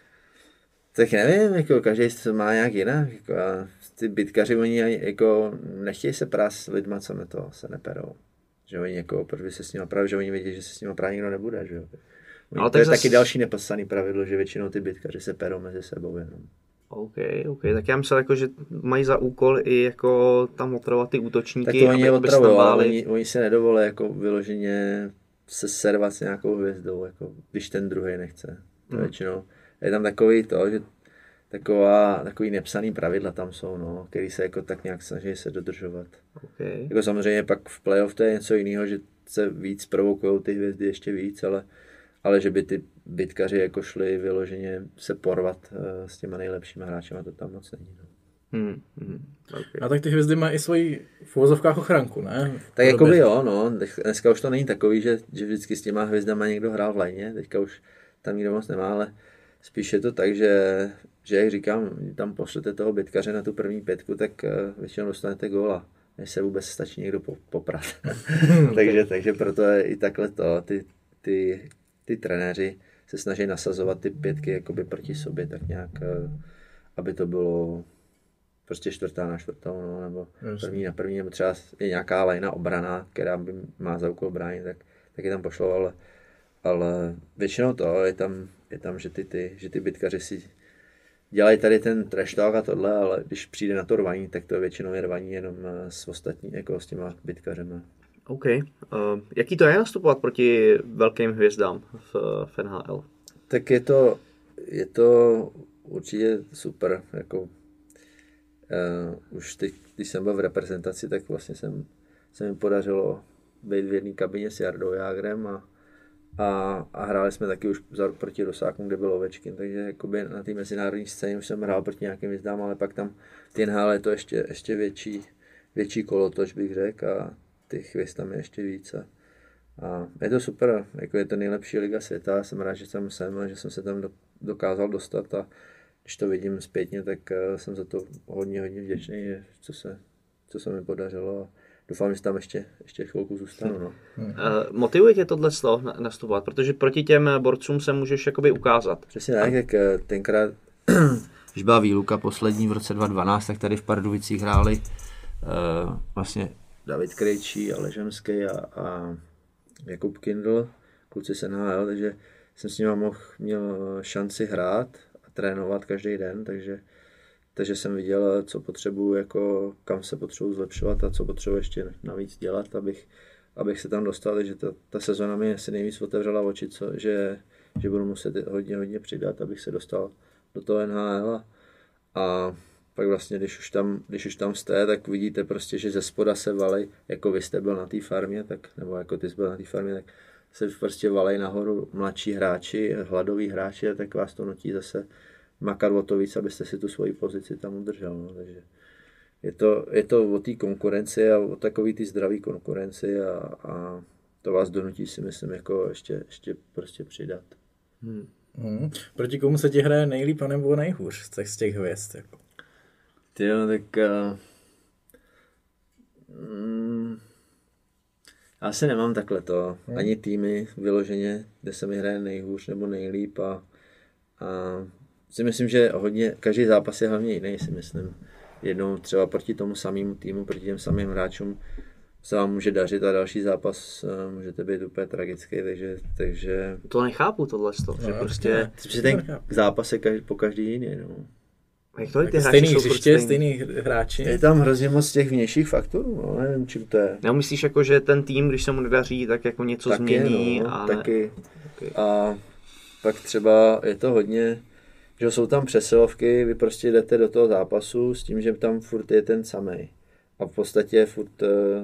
Tak nevím, jako každý to má nějak jinak, jako a ty bitkaři, oni jako nechtějí se prát s lidma, co na to se neperou. Že oni jako, proč by se s nimi právě, že oni vědí, že se s nimi právě nikdo nebude, že jo. Ale to je zas... taky další nepsaný pravidlo, že většinou ty bitkaři se perou mezi sebou jenom. OK, OK, tak já myslel, jako, že mají za úkol i jako tam otravovat ty útočníky. Tak to oni je otravují, báli... oni, oni se nedovolí jako vyloženě se servat s nějakou hvězdou, jako když ten druhý nechce. To hmm. většinou je tam takový to, že taková, takový nepsaný pravidla tam jsou, no, který se jako tak nějak snaží se dodržovat. Okay. Jako samozřejmě pak v playoff to je něco jiného, že se víc provokujou ty hvězdy ještě víc, ale, ale že by ty bitkaři jako šli vyloženě se porvat uh, s těma nejlepšíma hráčema, to tam moc není. No. Hmm, hmm, okay. A tak ty hvězdy mají i svoji v uvozovkách ochranku, ne? Tak jako by jo, no. Dneska už to není takový, že, že vždycky s těma hvězdama někdo hrál v lajně, teďka už tam nikdo moc nemá, ale spíš je to tak, že, že jak říkám, tam pošlete toho bitkaře na tu první pětku, tak uh, většinou dostanete góla, než se vůbec stačí někdo poprat. takže, takže proto je i takhle to, ty, ty ty trenéři se snaží nasazovat ty pětky jakoby proti sobě, tak nějak, aby to bylo prostě čtvrtá na čtvrtou, no, nebo první na první, nebo třeba je nějaká lajna obrana, která by má za úkol bránit, tak, tak je tam pošlo, ale, ale většinou to je tam, je tam že, ty, ty, že ty bitkaři si dělají tady ten trash talk a tohle, ale když přijde na to rvaní, tak to většinou je rvaní jenom s ostatní, jako s těma bitkařema. OK. Uh, jaký to je nastupovat proti velkým hvězdám v, v N H L? Tak je to, je to určitě super. Jako, uh, už teď, když jsem byl v reprezentaci, tak vlastně jsem, se mi podařilo být v jedné kabině s Jardou Jágrem a, a, a hráli jsme taky už za rok proti Rusákům, kde byl Ovečkin, takže jakoby na té mezinárodní scéně už jsem hrál proti nějakým hvězdám, ale pak tam v N H L je to ještě, ještě větší, větší kolotoč, bych řekl, a těch hvězd tam je ještě více. A je to super, jako je to nejlepší liga světa, jsem rád, že tam jsem a že jsem se tam dokázal dostat a když to vidím zpětně, tak jsem za to hodně, hodně vděčný, že co se, co se mi podařilo a doufám, že tam ještě, ještě chvilku zůstanu. No. Hmm. Motivuje tě tohle nastupovat, protože proti těm borcům se můžeš jakoby ukázat. Přesně tak, jak tenkrát, když byla výluka poslední v roce dva tisíce dvanáct, tak tady v Pardubicích hráli uh, vlastně David Krejčí, Aleš Hemský a, a Jakub Kindl, kluci z N H L, takže jsem s nimi mohl, měl šanci hrát a trénovat každý den, takže, takže jsem viděl, co potřebuji, jako, kam se potřebuji zlepšovat a co potřebuji ještě navíc dělat, abych, abych se tam dostal, takže ta, ta sezona mi asi nejvíc otevřela oči, co, že, že budu muset hodně, hodně přidat, abych se dostal do toho N H L a, a pak vlastně, když už, tam, když už tam jste, tak vidíte prostě, že ze spoda se valej, jako vy jste byl na té farmě, tak, nebo jako ty jsi byl na té farmě, tak se prostě valej nahoru mladší hráči, hladoví hráči, a tak vás to nutí zase makat o to víc, abyste si tu svoji pozici tam udržel. No. Takže je to, je to o té konkurenci a o takový ty zdravý konkurenci a, a to vás donutí si myslím jako ještě, ještě prostě přidat. Hmm. Hmm. Proti komu se ti hraje nejlíp a nebo nejhůř z těch hvězd? Jako? Tyjo, tak uh, mm, já si nemám takhle to, hmm. ani týmy vyloženě, kde se mi hraje nejhůř nebo nejlíp a, a si myslím, že hodně, každý zápas je hlavně jiný, si myslím. Jednou třeba proti tomu samému týmu, proti těm samým hráčům se vám může dařit a další zápas uh, můžete být úplně tragický, takže... takže... To nechápu tohle, že no, prostě... Že ten zápas je každý, po každý jiný, no. Jak to je, ty stejný hřiště, stejný hráči. Je tam hrozně moc těch vnějších faktorů, no, nevím, čím to je. Nebo myslíš, jako, že ten tým, když se mu nedaří, tak jako něco taky, změní? No, a taky. Okay. A pak třeba je to hodně, že jsou tam přesilovky, vy prostě jdete do toho zápasu s tím, že tam furt je ten samej. A v podstatě furt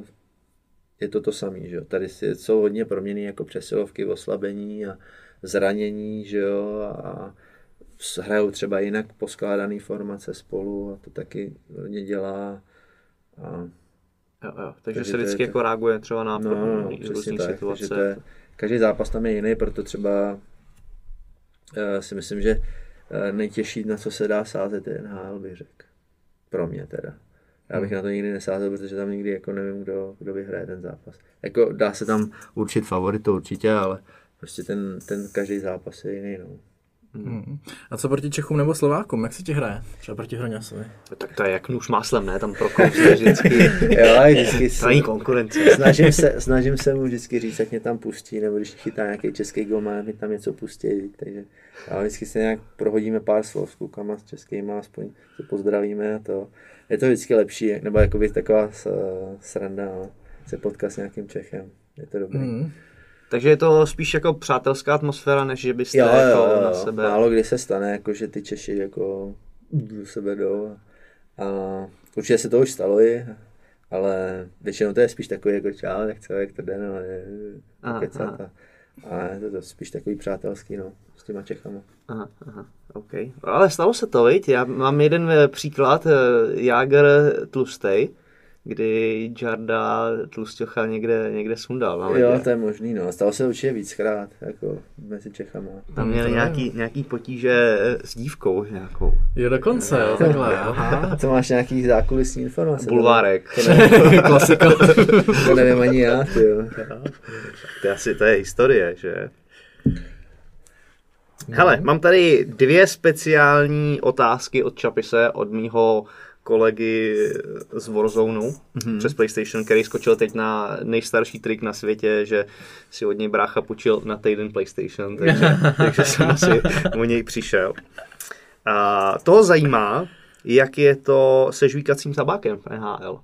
je to to samý, že jo. Tady jsou hodně proměny jako přesilovky, oslabení a zranění, že jo, a hrajou třeba jinak poskládaný formace spolu a to taky hodně dělá. A jo, jo. Takže, takže se vždycky jako reaguje třeba na no, různé no, situace. To je, každý zápas tam je jiný, proto třeba uh, si myslím, že uh, nejtěžší, na co se dá sázet, je N H L, bych řekl. Pro mě teda. Já bych hmm. na to nikdy nesázel, protože tam nikdy jako nevím, kdo, kdo vyhraje ten zápas. Jako dá se tam určit favorit, určitě, ale prostě ten, ten každý zápas je jiný. No. Hmm. A co proti Čechům nebo Slovákům? Jak se ti hraje? Třeba proti Hroňasovi? Tak to je jak nůž máslem, ne? Tam prokousne vždycky. Jo, vždycky se, konkurence. Snažím se, snažím se mu vždycky říct, jak mě tam pustí, nebo když chytá nějaký český gol, má mi tam něco pustí. Takže ale vždycky se nějak prohodíme pár slov s klukama, s českýma, aspoň se pozdravíme a to. Je to vždycky lepší, nebo jako být taková sranda, no, se potkat s nějakým Čechem. Je to dobrý. Hmm. Takže je to spíš jako přátelská atmosféra, než že byste jo, jako jo, jo. na sebe... Málo kdy se stane, jako, že ty Češi jako do sebe jdou. A určitě se to už stalo i, ale většinou to je spíš takový jako čau, jak co, jak to jde, no, je, aha, aha. A, a je to spíš takový přátelský, no, s těma Čechama. Aha, aha, OK. Ale stalo se to, viď? Já mám jeden příklad, Jágr tlustej, kdy Jarda Tlusťocha někde, někde sundal. Jo, to je možný, no. Stalo se určitě víckrát, jako mezi Čechama. Tam měli nějaký, nějaký potíže s dívkou nějakou. Jo, dokonce, jo, takhle. Aha. To máš nějaký zákulisní informace. Bulvárek. Klasika. To nevím ani já, ty jo. To je asi, to je historie, že? Hele, mám tady dvě speciální otázky od Čapise, od mýho kolegy z Warzone mm-hmm. přes PlayStation, který skočil teď na nejstarší trik na světě, že si od něj brácha půjčil na týden PlayStation, takže, takže jsem asi o něj přišel. A toho zajímá, jak je to se žvíkacím tabákem v N H L.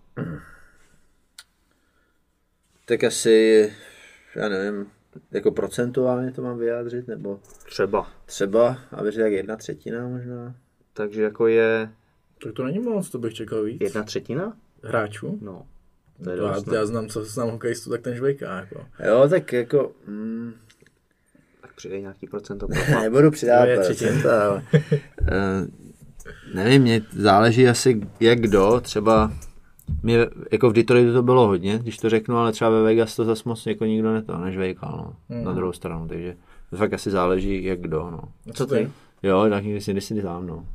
Tak asi, já nevím, jako procentuálně to mám vyjádřit, nebo Třeba. třeba, aby řekl, jak jedna třetina možná. Takže jako je Tak to není moc, to bych čekal víc. jedna třetina? Hráčů? No. To je To já, dost, já znám, co znám hokejistů, tak ten žvejká. Jako. Jo, tak jako, mm, tak přidej nějaký procento. nebudu přidávat To je procenta, ale uh, nevím, mě záleží asi jak kdo, třeba mě, jako v Detroitu to bylo hodně, když to řeknu, ale třeba ve Vegas to zas moc jako nikdo neto, nežvejkal, no, hmm. na druhou stranu, takže to fakt asi záleží jak kdo, no. Co ty? Jo, tak někdy si kdysi dám, no.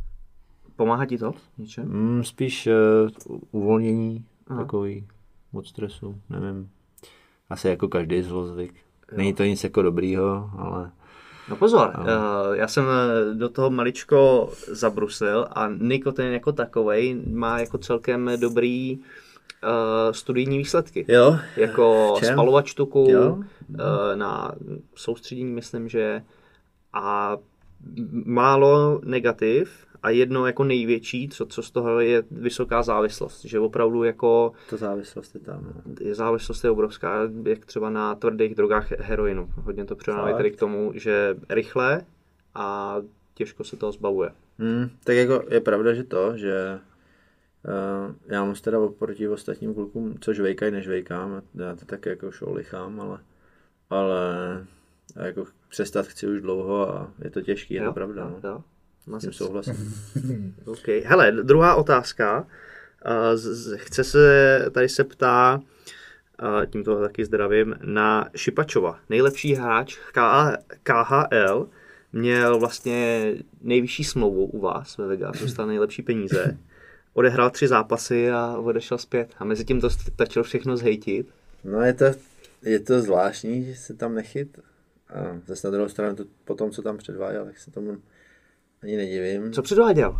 Pomáhá ti to něčem? Mm, spíš uh, uvolnění, Aha. takový, od stresu, nevím. Asi jako každý zlozvyk. Není to nic jako dobrýho, ale... No pozor, no. Uh, já jsem do toho maličko zabrusil a nikotin jako takovej má jako celkem dobrý uh, studijní výsledky. Jo. Jako Čem? spalovač tuku, Jo. Uh, na soustředění myslím, že a málo negativ a jedno jako největší, co, co z toho je vysoká závislost, že opravdu jako To závislost je tam, no. je závislost je obrovská, jak třeba na tvrdých drogách heroinu. Hodně to přirovnávají tady k tomu, že rychle a těžko se toho zbavuje. Hmm, tak jako je pravda, že to, že uh, já moc teda oproti ostatním klukům, co žvejkají, nežvejkám, já to tak jako šoulichám, ale, ale jako přestat chci už dlouho a je to těžký, je Jo, to pravda, jo, no. jo. S tím souhlasím. Okay. Hele, druhá otázka. Uh, z, z, chce se, tady se ptá, uh, tímto taky zdravím, na Šipačova. Nejlepší hráč K H L měl vlastně nejvyšší smlouvu u vás ve Vegas, dostal nejlepší peníze. Odehrál tři zápasy a odešel zpět. A mezi tím to stačilo všechno zhejtit. No je to, je to zvláštní, že se tam nechyt. A zase na druhou stranu to, po tom, co tam předváděl, tak se tomu ani nedivím. Co předváděl?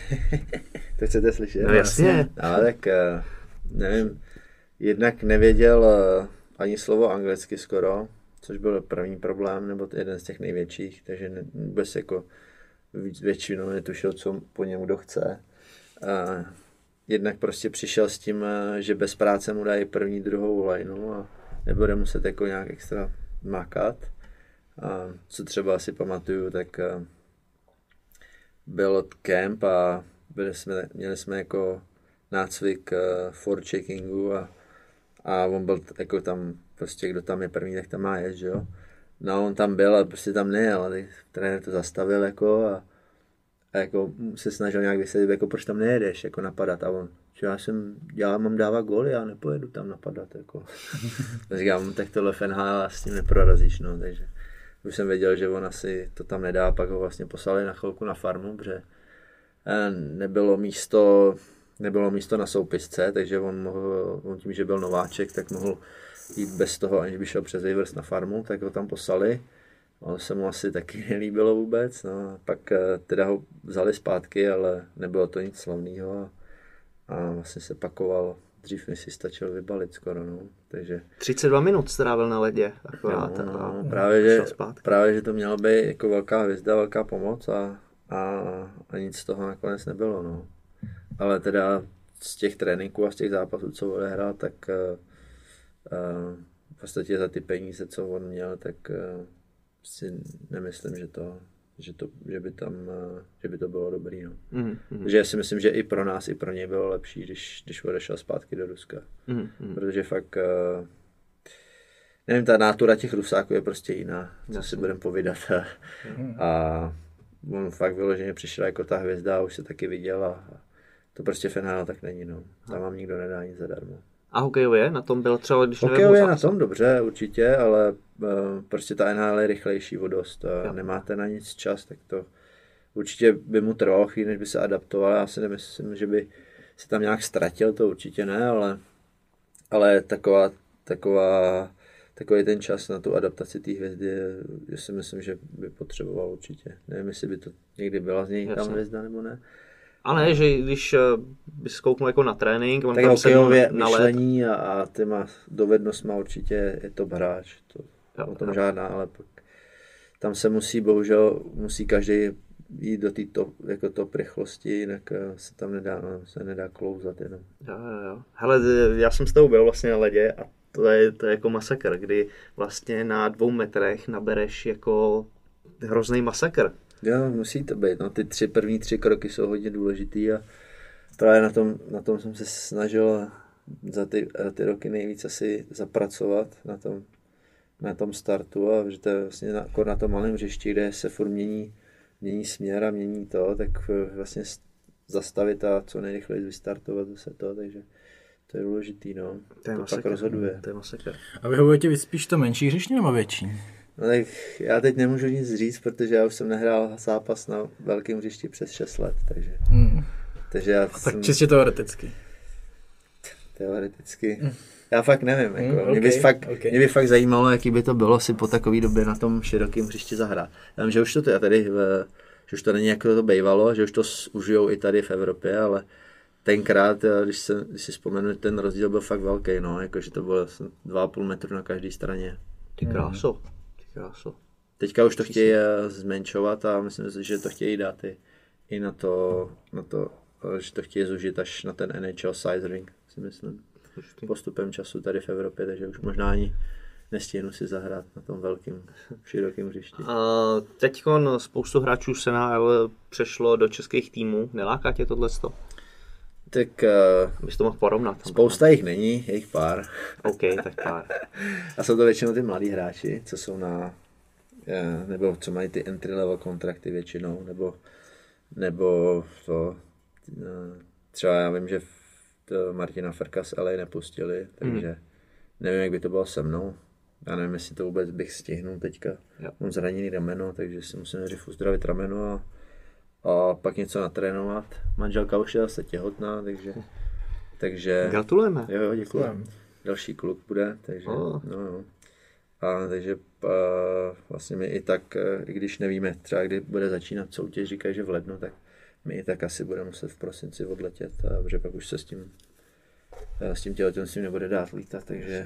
To chcete slyšet? No jasně. No tak nevím, jednak nevěděl ani slovo anglicky skoro, což byl první problém, nebo jeden z těch největších, takže ne, vůbec jako většinou netušil, co po němu kdo chce. A jednak prostě přišel s tím, že bez práce mu dají první, druhou lineu a nebude muset jako nějak extra makat. A co třeba si pamatuju, tak byl kemp a byli jsme, měli jsme jako nácvik uh, forecheckingu a, a on byl jako tam, prostě kdo tam je první, tak tam má jet, že jo. No on tam byl a prostě tam nejel, ale trenér to zastavil jako a, a jako se snažil nějak vysvětlit, jako proč tam nejedeš, jako napadat a on, že já jsem, já mám dávat góly, já nepojedu tam napadat, jako. Říkám, tak tohle v N H L s tím neprorazíš, no, takže už jsem věděl, že on asi to tam nedá, pak ho vlastně poslali na chvilku na farmu, protože nebylo místo, nebylo místo na soupisce, takže on, mohl, on tím, že byl nováček, tak mohl jít bez toho, aniž by šel přes waivers na farmu, tak ho tam poslali. On se mu asi taky nelíbilo vůbec, no. Pak teda ho vzali zpátky, ale nebylo to nic slavného a, a vlastně se pakoval. Dřív mi si stačil vybalit skoro, no. Takže třicet dva minut strávil na ledě. Akorát, no, no, a právě, že, právě, že to mělo být jako velká hvězda, velká pomoc a, a, a nic z toho nakonec nebylo, no. Ale teda z těch tréninků a z těch zápasů, co odehrál, tak uh, uh, v podstatě za ty peníze, co on měl, tak uh, si nemyslím, že to, že to, že by tam, uh, že by to bylo dobrý, no. Mm, mm. Takže já si myslím, že i pro nás, i pro něj bylo lepší, když, když odešel zpátky do Ruska. Mm, mm. Protože fakt, uh, nevím, ta nátura těch Rusáků je prostě jiná, co Jasně. si budeme povídat. Mm. A on fakt vyloženě přišel jako ta hvězda a už se taky viděl a to prostě v N H L tak není, no. Tam vám nikdo nedá nic zadarmo. A hokejově na tom byl třeba, když nevím... Hokejově na tom dobře, určitě, ale uh, prostě ta N H L je rychlejší o dost. Uh, nemáte na nic čas, tak to určitě by mu trvalo chvíli, než by se adaptoval. Já si nemyslím, že by se tam nějak ztratil, to určitě ne, ale, ale taková, taková takový ten čas na tu adaptaci té hvězdy, že si myslím, že by potřeboval určitě. Nevím, jestli by to někdy byla z něj tam hvězda nebo ne. A ne, že když bys kouknul jako na trénink, on tak tam hokejově na myšlení a, a těma dovednostma určitě je to hráč. To, jo, o tom jo. Žádná, ale pak tam se musí, bohužel, musí každý jít do té top, jako top rychlosti, jinak se tam nedá, no, se nedá klouzat jenom. Jo, jo, jo. Hele, já jsem s tebou byl vlastně na ledě a to je, to je jako masakr, kdy vlastně na dvou metrech nabereš jako hrozný masakr. Jo, musí to být. No, ty tři první tři kroky jsou hodně důležitý a právě na tom, na tom jsem se snažil za ty, ty roky nejvíc asi zapracovat na tom, na tom startu a že to je vlastně na, na tom malém hřišti, kde se furt mění, mění směr a mění to, tak vlastně zastavit a co nejrychleji vystartovat zase to, takže to je důležitý, no. To, je to masakr, pak rozhoduje. To je masakr. A vyhovuje ti spíš to menší hřiště nebo větší? No tak já teď nemůžu nic říct, protože já už jsem nehrál zápas na velkém hřišti přes šest let, takže... Hmm. takže já tak jsem... čistě teoreticky. Teoreticky. Že já fakt nevím. Jako. Mm, mě, by okay, fakt, okay. mě by fakt zajímalo, jaký by to bylo si po takové době na tom širokém hřišti zahrát. Já vím, že už to já tady, v, že už to není jako to bývalo, že už to užijou i tady v Evropě, ale tenkrát, když, se, když si vzpomenu, ten rozdíl byl fakt velký, no, jakože to bylo dva a půl metru na každé straně. Ty kráso, ty kráso. Teďka už to chtějí zmenšovat a myslím si, že to chtějí dát i, i na to, na to, že to chtějí zužit až na ten N H L size ring, si myslím. Postupem času tady v Evropě, takže už možná ani nestihnu si zahrát na tom velkým, širokém hřišti. A teďkon spoustu hráčů z N H L přešlo do českých týmů. Neláká tě tohleto? Tak uh, bys to mohl porovnat. Spousta jich není, je jich pár. OK, tak pár. A jsou to většinou ty mladí hráči, co jsou na, nebo co mají ty entry level kontrakty většinou, nebo, nebo to, třeba já vím, že to Martina Frka z L A nepustili, takže hmm. nevím, jak by to bylo se mnou. Já nevím, jestli to vůbec bych stihnul teďka. Jo. Mám zraněný rameno, takže si musím nejdřív uzdravit rameno a, a pak něco natrénovat. Manželka už je zase těhotná, takže... takže gratulujeme. Jo, děkuji. Další kluk bude, takže... Oh. No, no. A takže a, vlastně my i tak, i když nevíme třeba, kdy bude začínat soutěž, říkají, že v lednu, tak my i tak asi budeme muset v prosinci odletět, a, protože pak už se s tím s tím těhotenstvím nebude dát lítat, takže,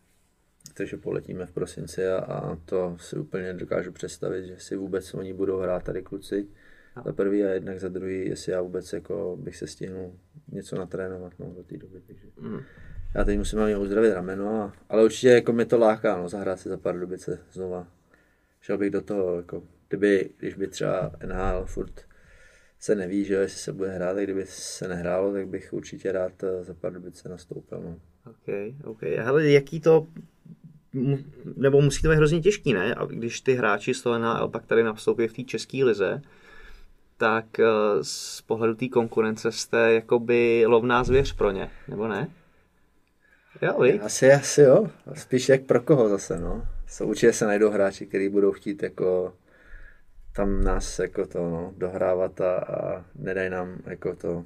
takže poletíme v prosinci a, a to si úplně dokážu představit, že si vůbec oni budou hrát tady kluci no. za prvý a jednak za druhý, jestli já vůbec jako bych se stihnul něco natrénovat no, do té doby. Takže. Mm. Já teď musím hlavně uzdravit rameno, a, ale určitě jako mě to láká, no, zahrát si za Pardubice znova. Šel bych do toho, jako, kdyby, když by třeba N H L furt se neví, že jestli se bude hrát, tak kdyby se nehrálo, tak bych určitě rád za Pardubice nastoupil. No. OK, OK. Hele, jaký to, nebo musí to být hrozně těžký, ne? A když ty hráči z toho N H L pak tady nastoupí v té české lize, tak z pohledu té konkurence jste jakoby lovná zvěř pro ně, nebo ne? Jo, víc? Asi, asi jo. Spíš jak pro koho zase, no. So, určitě se najdou hráči, kteří budou chtít jako tam nás jako to no, dohrávat a, a nedají nám jako to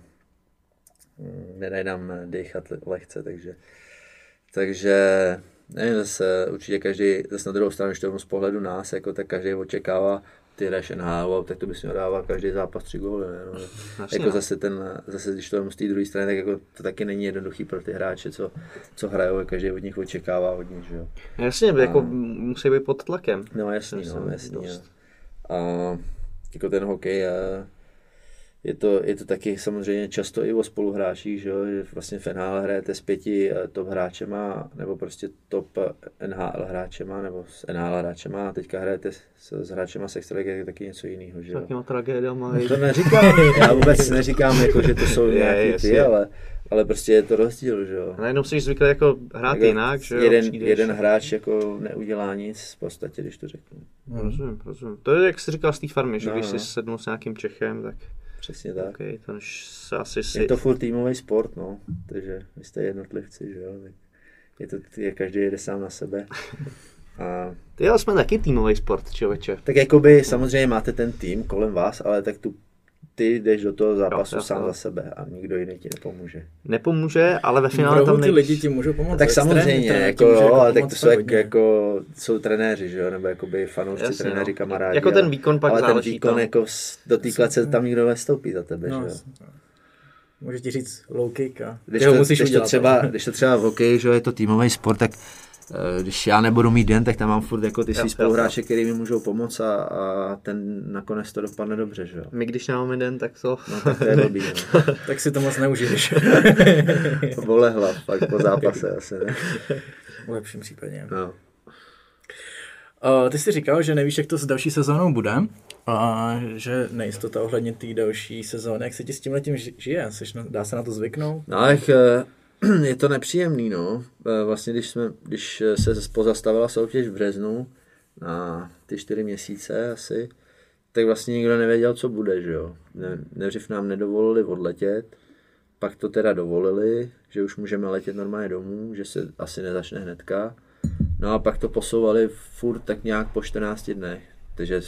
nedají nám dechat lehce, takže takže nevím, zase určitě každý, zase na druhou stranu, když to z pohledu nás, jako tak každý očekává, ty hraješ N H L, tak to bys měl dávat každý zápas tři góly, ne? No, jako zase ten, zase když to z té druhé strany, tak jako to taky není jednoduchý pro ty hráče, co, co hrajou, každý od nich očekává hodně, že jo. Jasně, a, jako musí být pod tlakem. No jasný, no, jasný. A jako ten hokej je, je, to, je to taky samozřejmě často i o spoluhráčích, že jo, vlastně v N H L hrajete s pěti top hráčema, nebo prostě top N H L hráčema, nebo s N H L hráčema a teďka hrajete s, s hráčema s extraligy, je taky něco jiného, že jo. Takýma tragédiama. To neříkám, já vůbec neříkám, jako, že to jsou nějaký ty, ale, ale prostě je to rozdíl, že jo. A najednou jsi zvyklý jako hrát jako jinak, že jo. Jeden, jeden hráč jako neudělá nic v podstatě, když to řeknu. Hmm. Rozumím, rozumím. To je, jak jsi říkal z té farmy, že no, když no. jsi sednul s nějakým Čechem, tak... Přesně tak. Okay, to se asi si... Je to furt týmový sport, no, takže vy jste jednotlivci, že jo, je to, je, každý jede sám na sebe. A... Ty jo, jsme taky týmový sport, člověče. Tak jakoby samozřejmě máte ten tým kolem vás, ale tak tu, ty jdeš do toho zápasu jo, sám jo. za sebe a nikdo jiný ti nepomůže. Nepomůže, ale ve finále tam ty nevíš. lidi ti můžou pomoct. Tak samozřejmě, trenér jako, ti může jo, ale tak to pomoct jsou, jak, hodně. jako, jsou trenéři, že jo, nebo jakoby fanoušci, Jasně, trenéři, no. kamarádi. Jako ten ale- výkon pak ale ten záleží výkon, tam. jako s- do té klece tam nikdo nestoupí za tebe, No, že jo. jasně. Může ti říct low kick a Když ty ho to, musíš když, to udělat. třeba, když to třeba v hokeji, že jo, je to týmový sport, tak eh, když já nebudu mít den, tak tam mám furt jako ty Jo, svý jo, spoluhráče, který mi můžou pomoct a, a ten nakonec to dopadne dobře, že jo. My když nemáme den, tak to... No tak to je blbý, no. Tak si to moc neužiješ. Vole hlav, pak po zápase asi, ne? V lepším případě. No. Uh, ty jsi říkal, že nevíš, jak to s další sezónou bude. A že nejistota ohledně té další sezóny. Jak se ti s tím letím žije? Seš na, dá se na to zvyknout? No, tak eh, je to nepříjemný, no. Eh, Vlastně, když, jsme, když se pozastavila soutěž v březnu na ty čtyři měsíce asi, tak vlastně nikdo nevěděl, co bude, že jo. Ne, nejdřív nám nedovolili odletět, pak to teda dovolili, že už můžeme letět normálně domů, že se asi nezačne hnedka. No a pak to posouvali furt tak nějak po čtrnácti dnech, takže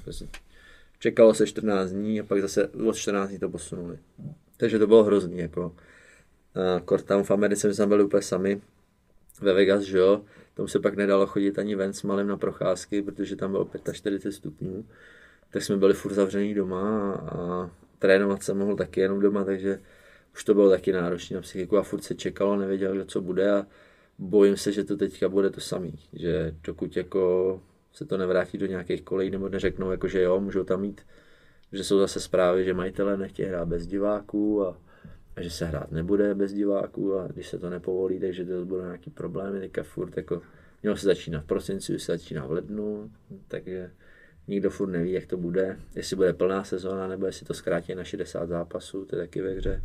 čekalo se čtrnáct dní a pak zase od čtrnácti dní to posunuli. Takže to bylo hrozný, jako. Kort tam v Americe jsme byli úplně sami, ve Vegas, že jo, tam se pak nedalo chodit ani ven s malým na procházky, protože tam bylo čtyřicet pět stupňů, tak jsme byli furt zavřený doma a, a trénovat jsem mohl taky jenom doma, takže už to bylo taky náročné na psychiku a furt se čekalo, nevěděl, kdo co bude a bojím se, že to teďka bude to samý, že dokud jako se to nevrátí do nějakých kolejí nebo neřeknou, jako, že jo, můžou tam mít, že jsou zase zprávy, že majitelé nechtějí hrát bez diváků a, a že se hrát nebude bez diváků a když se to nepovolí, takže to budou nějaký problémy, teďka furt jako, mělo se začínat v prosinci, se začíná v lednu, takže nikdo furt neví, jak to bude, jestli bude plná sezóna nebo jestli to zkrátí na šedesát zápasů, to je taky ve hře,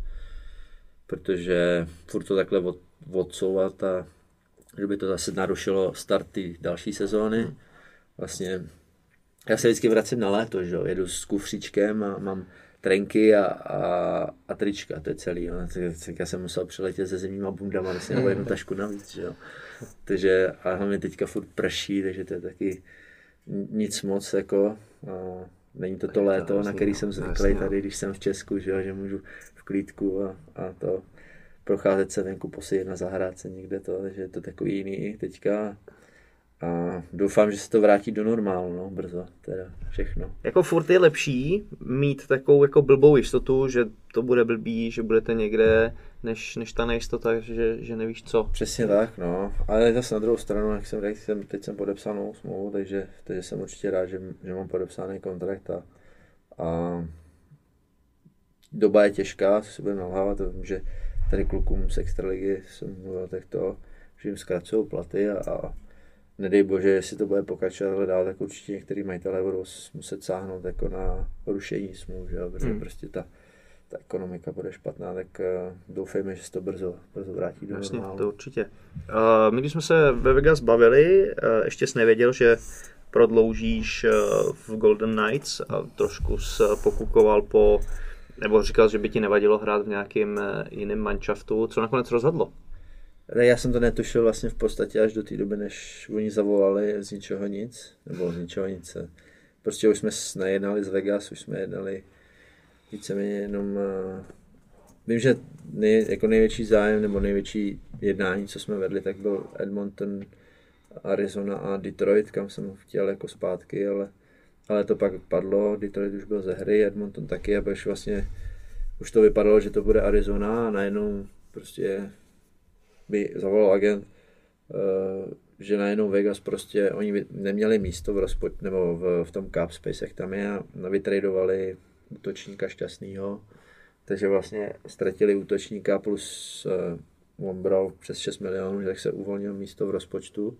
protože furt to takhle od, odsouvat a že by to zase narušilo starty další sezóny. Vlastně já se vždycky vracím na léto, že jo, jedu s kufříčkem a mám trenky a, a, a trička, to je celý. No. Tak já jsem musel přiletět se zimníma bundama, vlastně nebo jednu tašku navíc, že jo. Takže, a hlavně teďka furt prší, takže to je taky nic moc, jako, a není to to léto, na který jsem zvyklý tady, když jsem v Česku, že jo, že můžu v klídku a, a to procházet se venku, posedět na zahrádce někde to, takže je to takový jiný teďka. A doufám, že se to vrátí do normálu, no, brzo, teda všechno. Jako furt je lepší mít takovou jako blbou jistotu, že to bude blbý, že budete někde, než, než ta nejistota, že, že nevíš co. Přesně tak, no. Ale zase na druhou stranu, jak jsem řekl, jsem, teď jsem podepsal novou smlouvu, takže, takže jsem určitě rád, že, že mám podepsaný kontrakt a, a doba je těžká, co si budeme nalhávat, že tady klukům z extraligy jsem mluvil, tak to, že jim zkracují platy a, a nedej bože, jestli to bude pokračovat dál, tak určitě některý majitelé budou muset sáhnout jako na rušení smluv, že jo, protože hmm. prostě ta, ta ekonomika bude špatná, tak uh, doufejme, že se to brzo, brzo vrátí do Jasně, normálu. to určitě. Uh, my když jsme se ve Vegas bavili, uh, ještě jsi nevěděl, že prodloužíš uh, v Golden Knights a trošku jsi pokukoval po, nebo říkal, že by ti nevadilo hrát v nějakém uh, jiném manšaftu. Co nakonec rozhodlo? Já jsem to netušil vlastně v podstatě až do té doby, než oni zavolali z ničeho nic, nebo z ničeho nic. Prostě už jsme nejednali z Vegas, už jsme jednali víceméně jenom... Uh, vím, že nej, jako největší zájem nebo největší jednání, co jsme vedli, tak byl Edmonton, Arizona a Detroit, kam jsem chtěl jako zpátky, ale, ale to pak padlo, Detroit už byl ze hry, Edmonton taky a už vlastně už to vypadalo, že to bude Arizona a najednou prostě by zavolal agent, že najednou Vegas prostě, oni neměli místo v rozpočtu, nebo v, v tom cap space, jak tam je, a vytradovali útočníka Šťastnýho, takže vlastně ztratili útočníka plus uh, on bral přes šest milionů, tak se uvolnil místo v rozpočtu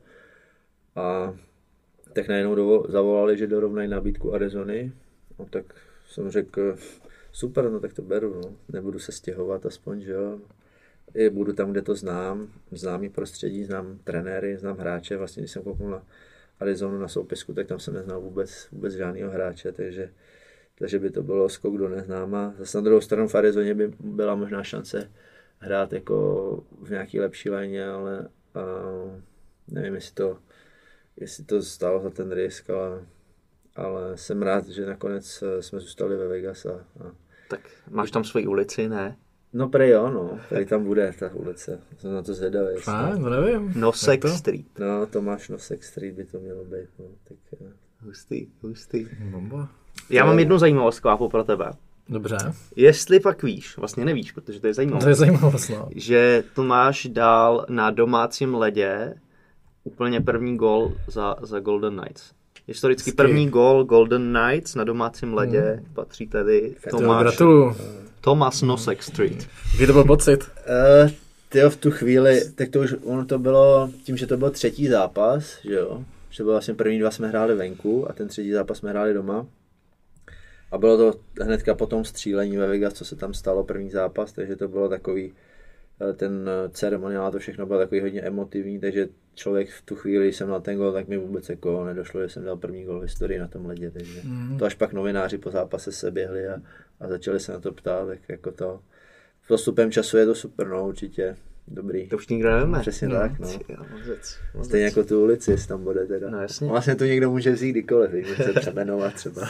a tak najednou dovo, zavolali, že dorovnají nabídku Arizony, no tak jsem řekl, super, no tak to beru, no. Nebudu se stěhovat aspoň, že jo. I budu tam, kde to znám, známý prostředí, znám trenéry, znám hráče, vlastně když jsem kouknul na Arizonu na soupisku, tak tam jsem neznal vůbec, vůbec žádného hráče, takže, takže by to bylo skok do neznáma. Zase na druhou stranu v Arizoně by byla možná šance hrát jako v nějaký lepší léně, ale uh, nevím, jestli to, jestli to stálo za ten risk, ale, ale jsem rád, že nakonec jsme zůstali ve Vegas a, a Tak máš tam svoji ulici, ne? No prej jo, no. Tady tam bude ta ulice. Jsem na to zvědavý. A, no nevím. Nosek Street. No, Tomáš Nosek Street by to mělo být. No. Tak, hustý, hustý. Bomba. Já mám jednu zajímavost, Kvápo, pro tebe. Dobře. Jestli pak víš, vlastně nevíš, protože to je zajímavé. To je zajímavost, no. Že Tomáš dal na domácím ledě úplně první gól za, za Golden Knights. Historicky Hezky. První gól Golden Knights na domácím ledě hmm. patří tedy Tomáš. Gratuluju. Tomas Nosek Street. Jaký to byl pocit? Uh, tyjo, v tu chvíli, tak to už ono to bylo, tím, že to byl třetí zápas, že jo, že to bylo vlastně první dva jsme hráli venku a ten třetí zápas jsme hráli doma. A bylo to hnedka po tom střílení ve Vegas, co se tam stalo, první zápas, takže to bylo takový, ten ceremoniál, to všechno bylo takový hodně emotivní, takže člověk v tu chvíli, když jsem dal ten gol, tak mi vůbec jako nedošlo, že jsem dal první gol v historii na tom ledě, takže mm. to až pak novináři po zápase se běhli a, a začali se na to ptát, tak jako to, s postupem času je to super, no určitě, dobrý. To už nikdo nevíme. Přesně no, tak, no. Mozec, mozec. Stejně jako tu ulici, jestli tam bude teda. No jasně. Vlastně to někdo může vzít kdykoliv, může se přemenovat třeba.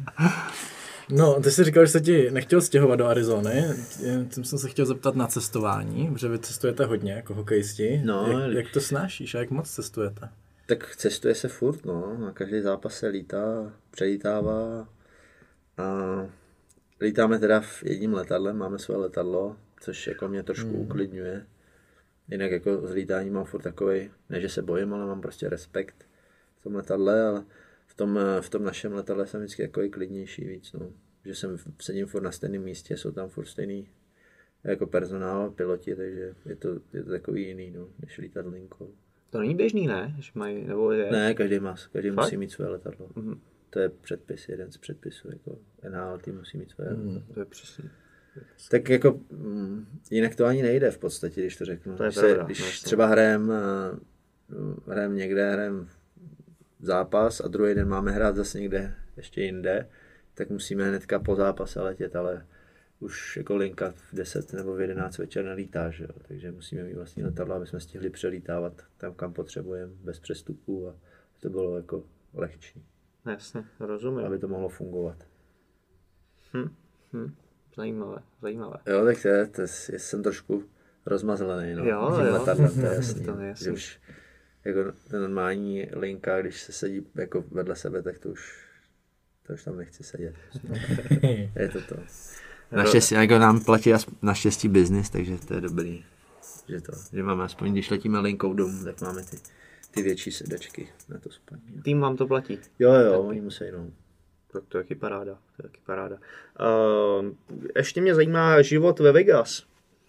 No, ty jsi říkal, že se ti nechtěl stěhovat do Arizony, tím jsem se chtěl zeptat na cestování, protože vy cestujete hodně jako hokejisti. No, jak, jak to snášíš a jak moc cestujete? Tak cestuje se furt, no, na každý zápas se lítá, přelítává a lítáme teda v jedním letadlem, máme své letadlo, což jako mě trošku hmm. uklidňuje. Jinak jako z lítání mám furt takovej, ne že se bojím, ale mám prostě respekt v tom letadle, ale v tom, v tom našem letadle jsem vždycky jako klidnější víc, no. Že jsem sedím furt na stejném místě, jsou tam furt stejný jako personál, piloti, takže je to, je to takový jiný, no, než lítat linkou. To není běžný, ne? Že mají, nebo je... Ne, každý má, každý Fakt? musí mít své letadlo. Mm-hmm. To je předpis, jeden z předpisů, jako N H L tým musí mít své mm, letadlo. To je přesně. Tak jako mm, jinak to ani nejde v podstatě, když to řeknu. To je když pravda, se, když vlastně. třeba hrajem, hrajem někde, hrajem zápas a druhý den máme hrát zase někde ještě jinde, tak musíme hnedka po zápase letět, ale už jako linka v deset nebo v jedenáct večer nelítá, že jo? Takže musíme mít vlastní letadlo, aby jsme stihli přelítávat tam, kam potřebujeme, bez přestupů a to bylo jako lehčí. Jasně, rozumím. Aby to mohlo fungovat. Hm, hm, zajímavé, zajímavé. Jo, tak to je, to je, jsem trošku rozmazlený, no. Jo, tím jo. letadlem, to je jasný. To je jasný. Že už jako ten normální linka, když se sedí jako vedle sebe, tak to už, to už tam nechci sedět. Je to to. Naštěstí, jako nám platí naštěstí biznis, takže to je dobrý. Že to, že máme aspoň, když letíme linkou domů, tak máme ty, ty větší sedačky na to spaní. Tým vám to platí? Jo, jo, oni musí, no. Tak to je taky paráda, to je taky paráda. Uh, ještě mě zajímá život ve Vegas.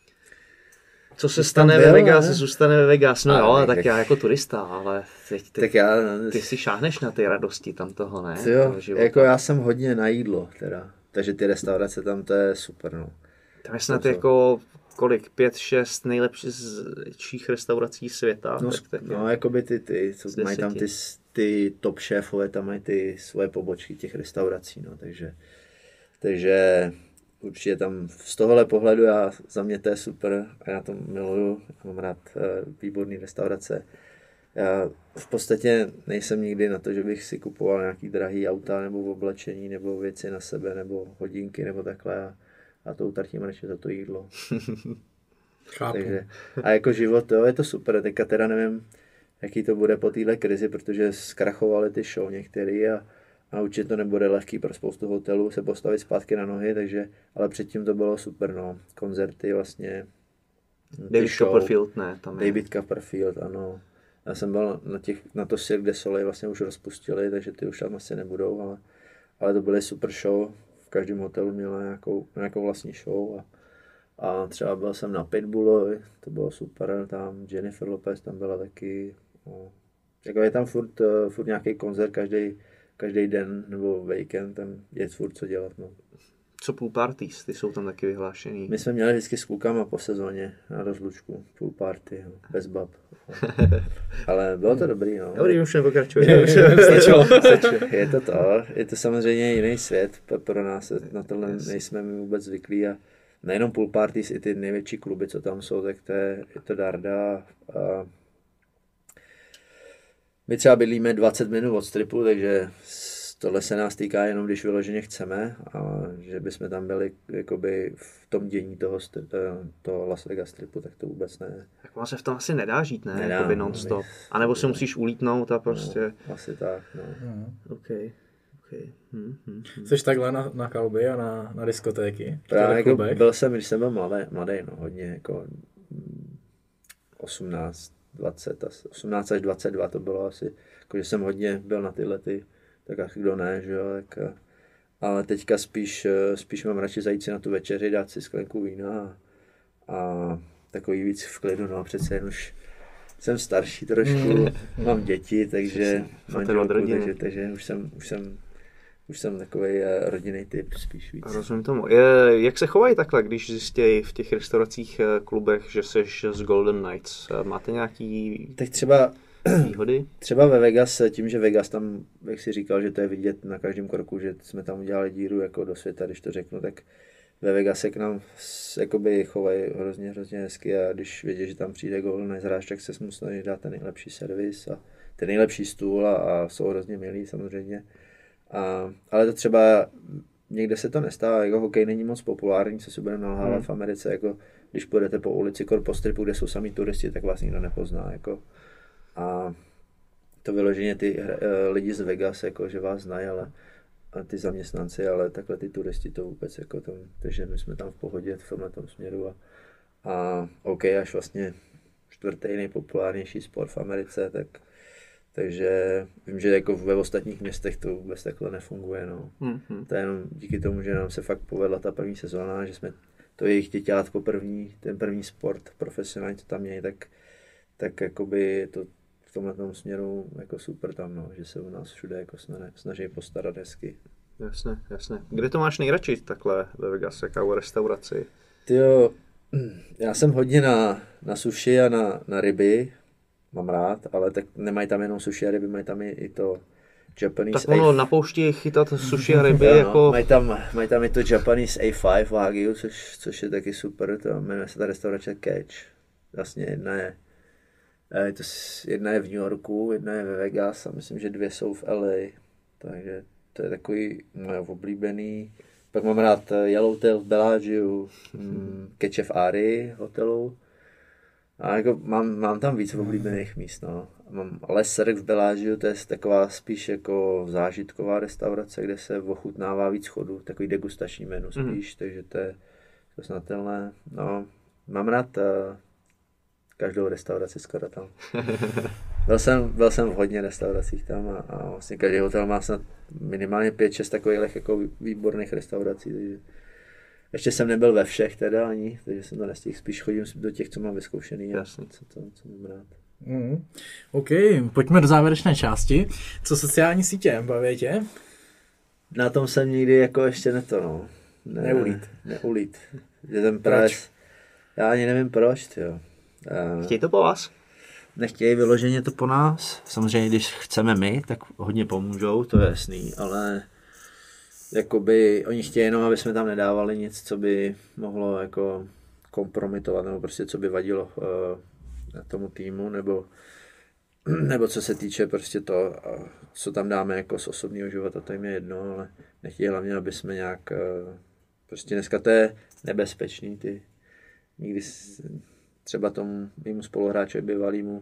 Co se Jsi stane tam ve byl, Vegas, ne? zůstane ve Vegas. No A, jo, tak tak jak... já jako turista, ale teď, ty, tak já, ty si šáhneš na ty radosti tam toho, ne? jo, Toho života. jako já jsem hodně na jídlo, teda. Takže ty restaurace tam, to je super, no. Tam je snad jako kolik, pět, šest nejlepších restaurací světa. No, tak, tak no jakoby ty, ty co mají tam ty, ty top šéfové, tam mají ty svoje pobočky těch restaurací, no, takže, takže určitě tam z tohohle pohledu já, za mě to je super a já to miluju, já mám rád uh, výborný restaurace. Já v podstatě nejsem nikdy na to, že bych si kupoval nějaký drahý auta nebo oblečení nebo věci na sebe nebo hodinky nebo takhle a, a to utratím radši za to jídlo. Chápu. Takže, a jako život, jo, je to super. Teďka teda nevím, jaký to bude po téhle krizi, protože zkrachovaly ty show některý a, a určitě to nebude lehký pro spoustu hotelů se postavit zpátky na nohy, takže, ale předtím to bylo super, no. Koncerty vlastně. David Copperfield, ne? Tam je. David Copperfield, ano. Já jsem byl na, těch, na to Cirque du Soleil vlastně už rozpustili, takže ty už tam asi nebudou, ale, ale to byly super show. V každém hotelu měla nějakou, nějakou vlastní show a, a třeba byl jsem na Pitbullovi, to bylo super, tam Jennifer Lopez tam byla taky. No. Jako je tam furt, furt nějaký koncert každý, každý den nebo víkend, tam je furt co dělat. No. Co pool parties, ty jsou tam taky vyhlášený. My jsme měli vždycky s klukama po sezóně na rozlučku, pool party, no, bez bab. No. Ale bylo to dobrý, no. Dobrý, už nepokračuj. Stačilo. Je to to, je to samozřejmě jiný svět pro nás, na tohle nejsme my vůbec zvyklí a nejenom pool parties, i ty největší kluby, co tam jsou, tak to je, je to darda. A my třeba bydlíme dvacet minut od stripu, takže tohle se nás týká jenom, když vyloženě chceme a že bychom tam byli jakoby v tom dění toho, toho Las Vegas tripu, tak to vůbec ne. Tak ono se v tom asi nedá žít, ne? Nedá, Jakoby no, non-stop. my- A nebo se musíš ulítnout a prostě... No, asi tak, no. OK. Okay. Hm, hm, hm. Jsi takhle na, na kalby a na, na diskotéky? v Právě těchto jako klubech? byl jsem, když jsem byl mladý, mladý no, hodně jako mm, osmnáct, dvacet, asi osmnáct až dvacet dva to bylo asi, jako že jsem hodně byl na tyhle ty, tak asi kdo ne, že jo, tak, a- ale teďka spíš, spíš mám radši zajít si na tu večeři, dát si sklenku vína a, a takový víc v klidu, no přece jen už jsem starší trošku, mám děti, takže Fater od rodiny. takže, takže už jsem, už jsem, už jsem takový rodinný typ spíš víc. Rozumím tomu. Je, jak se chovají takhle, když zjistějí v těch restauracích, eh, klubech, že jsi z Golden Knights? Eh, Máte nějaký Tak třeba výhody? Třeba ve Vegas, tím, že Vegas tam, jak si říkal, že to je vidět na každém kroku, že jsme tam udělali díru jako do světa, když to řeknu, tak ve Vegas se k nám s- jakoby chovají hrozně, hrozně hezky a když vědí, že tam přijde Golden Knights hráč, tak se mu snaží dát ten nejlepší servis a ten nejlepší stůl a, a jsou hrozně milí samozřejmě. A, ale to třeba někde se to nestává, jako hokej není moc populární, co si budeme nalhávat Hmm. v Americe, jako když půjdete po ulici, kor po stripu, kde jsou sami turisti, tak vás nikdo nepozná, jako. A to vyloženě ty eh, lidi z Vegas, jako, že vás znají, ale a ty zaměstnanci, ale takhle ty turisti to vůbec, jako tam, takže my jsme tam v pohodě v tomhle tom směru a, a OK, až vlastně čtvrtý nejpopulárnější sport v Americe, tak takže vím, že jako ve ostatních městech to vůbec takhle nefunguje, no. Mm-hmm. To je jenom díky tomu, že nám se fakt povedla ta první sezóna, že jsme to jejich děťátko první, ten první sport profesionální, co tam měli, tak, tak jakoby je to v tomhle tom směru jako super tam, no, že se u nás všude jako snaží, snaží postarat hezky. Jasně, jasně. Kde to máš nejradši takhle ve Vegas, jakou restauraci? Tyjo, já jsem hodně na, na sushi a na, na ryby, mám rád, ale tak nemají tam jenom sushi a ryby, mají tam i, i to Japanese Tak ono A- na poušti chytat sushi a ryby, Jo, no, jako... mají, tam, mají tam i to Japanese A pět Wagyu, což, což je taky super, to jmenuje se ta restaurace Catch. Vlastně jedna je, je to, s- jedna je v New Yorku, jedna je ve Vegas a myslím, že dvě jsou v L A. Takže to je takový moje oblíbený. Pak mám rád Yellowtail v Bellagio, mm, Catch v Ari hotelu. A jako mám, mám tam víc oblíbených míst, no. Mám Les Cirque v Bellagio, to je taková spíš jako zážitková restaurace, kde se ochutnává víc chodů, takový degustační menu spíš, mm. takže to je to snadné. No, mám rád uh, každou restauraci skoro tam. Byl jsem, byl jsem v hodně restauracích tam a, a vlastně každý hotel má snad minimálně pět šest takových jako výborných restaurací, takže ještě jsem nebyl ve všech teda ani, takže jsem to nestihl, spíš chodím do těch, co mám vyzkoušený a Jasně. co, co, co mám rád. Mm. OK, pojďme do závěrečné části. Co sociální sítě, baví tě? Na tom jsem nikdy jako ještě neto, no. Ne, Neulít. Neulít. Že ten pres, já ani nevím proč, jo. Chtějí to po vás? Nechtějí vyloženě to po nás. Samozřejmě, když chceme my, tak hodně pomůžou, to je jasný, ale jakoby oni chtějí jenom, aby jsme tam nedávali nic, co by mohlo jako kompromitovat, nebo prostě co by vadilo uh, tomu týmu, nebo, nebo co se týče prostě to, uh, co tam dáme jako z osobního života, to jim je jedno, ale nechtějí hlavně, aby jsme nějak, uh, prostě dneska to je nebezpečný, ty nikdy s, třeba tomu mému spoluhráči bývalýmu,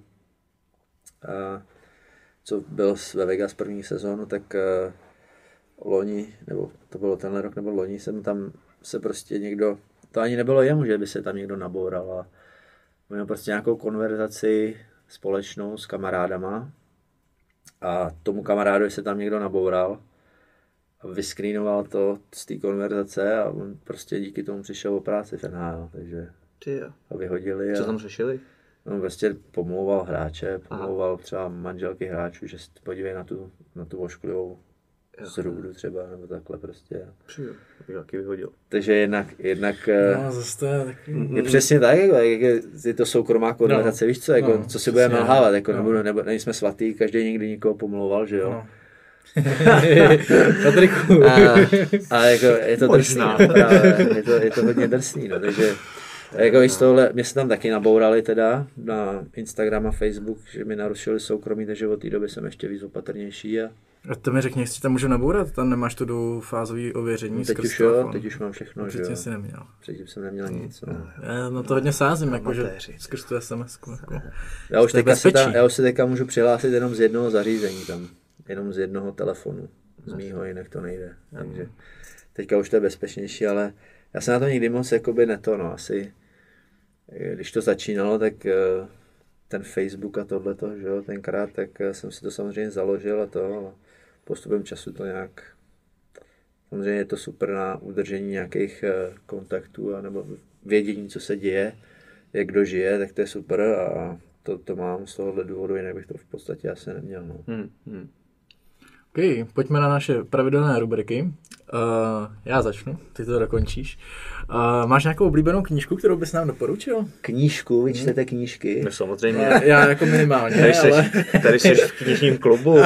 uh, co byl ve Vegas první sezónu, tak uh, loni, nebo to bylo tenhle rok, nebo loni, jsem tam se prostě někdo, to ani nebylo jemu, že by se tam někdo naboural a měl prostě nějakou konverzaci společnou s kamarádama a tomu kamarádovi se tam někdo naboural a vyscreenoval to z té konverzace a on prostě díky tomu přišel o práci v N H L, takže Ty jo. a vyhodili. Co a tam řešili? on prostě pomlouval hráče, pomlouval třeba manželky hráčů, že se podívej na tu, na tu ošklivou zrůdu třeba, nebo takhle prostě. Přijde, bych taky vyhodil. Takže jednak, jednak No, zase to je taky... je přesně tak, jako, jak je to soukromá konverzace, No. víš co, jako, No, co si budeme přesně, nalhávat, jako, no. nebo, nebo nejsme svatý, každý někdy někoho pomlouval, že jo. No. Patriku. A, a jako, je to drsný, Možná. no, právě, je, to, je to hodně drsný, no, takže jako i z tohle, mě se tam taky nabourali teda na Instagram a Facebook, že mi narušili soukromí, takže od té doby jsem ještě víc opatrnější a A to mi řekni, jestli tam můžu nabourat, tam nemáš tu dvoufázové ověření No teď skrz už jo, telefon. teď už mám všechno, že Předtím jo. jsi neměl. Předtím jsem neměl nic, no. Já na to hodně sázím, No, jakože amatéři. skrz tu es em esku. Jako. Já už, To je teďka se bezpečí. tam, já už se teďka můžu přihlásit jenom z jednoho zařízení tam. Jenom z jednoho telefonu. Z mýho, jinak to nejde. Takže teďka už to je bezpečnější, ale já jsem na to nikdy moc jakoby neto, no. Asi, když to začínalo, tak eh, ten Facebook a tohleto, že jo, tenkrát, tak eh, jsem si to samozřejmě založil a to, ale postupem času to nějak, samozřejmě je to super na udržení nějakých eh, kontaktů a nebo vědění, co se děje, jak kdo žije, tak to je super a to, to mám z tohohle důvodu, jinak bych to v podstatě asi neměl, no. Hmm, hmm. OK, pojďme na naše pravidelné rubriky. Uh, já začnu, ty to dokončíš. Uh, máš nějakou oblíbenou knížku, kterou bys nám doporučil? Knížku, vy čtete knížky? No samozřejmě. Já, já jako minimálně, Tady jsi, ale... tady jsi v knižním klubu.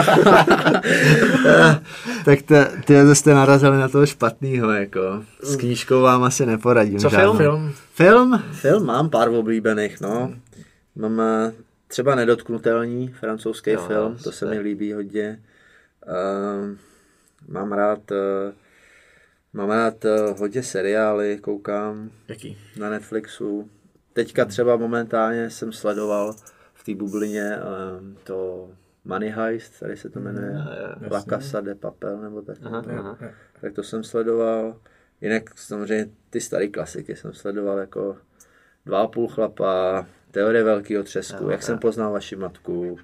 Tak to, ty jste narazili na toho špatného, jako. S knížkou vám asi neporadím. Co žádnou. film? Film? Film mám pár oblíbených, no. Mám eh, třeba Nedotknutelný, francouzský Jo, film, to super. se mi líbí hodně. Uh, mám rád, uh, mám rád uh, hodně seriály, koukám Jaký? na Netflixu. Teďka třeba momentálně jsem sledoval v té bublině um, to Money Heist, tady se to jmenuje, jo, La Casa de Papel, nebo tak. Aha, no. aha. Tak to jsem sledoval. Jinak samozřejmě ty staré klasiky jsem sledoval jako Dva a půl chlapa, Teorie velkého třesku, Jo, Jak jo. jsem poznal vaši matku, uh,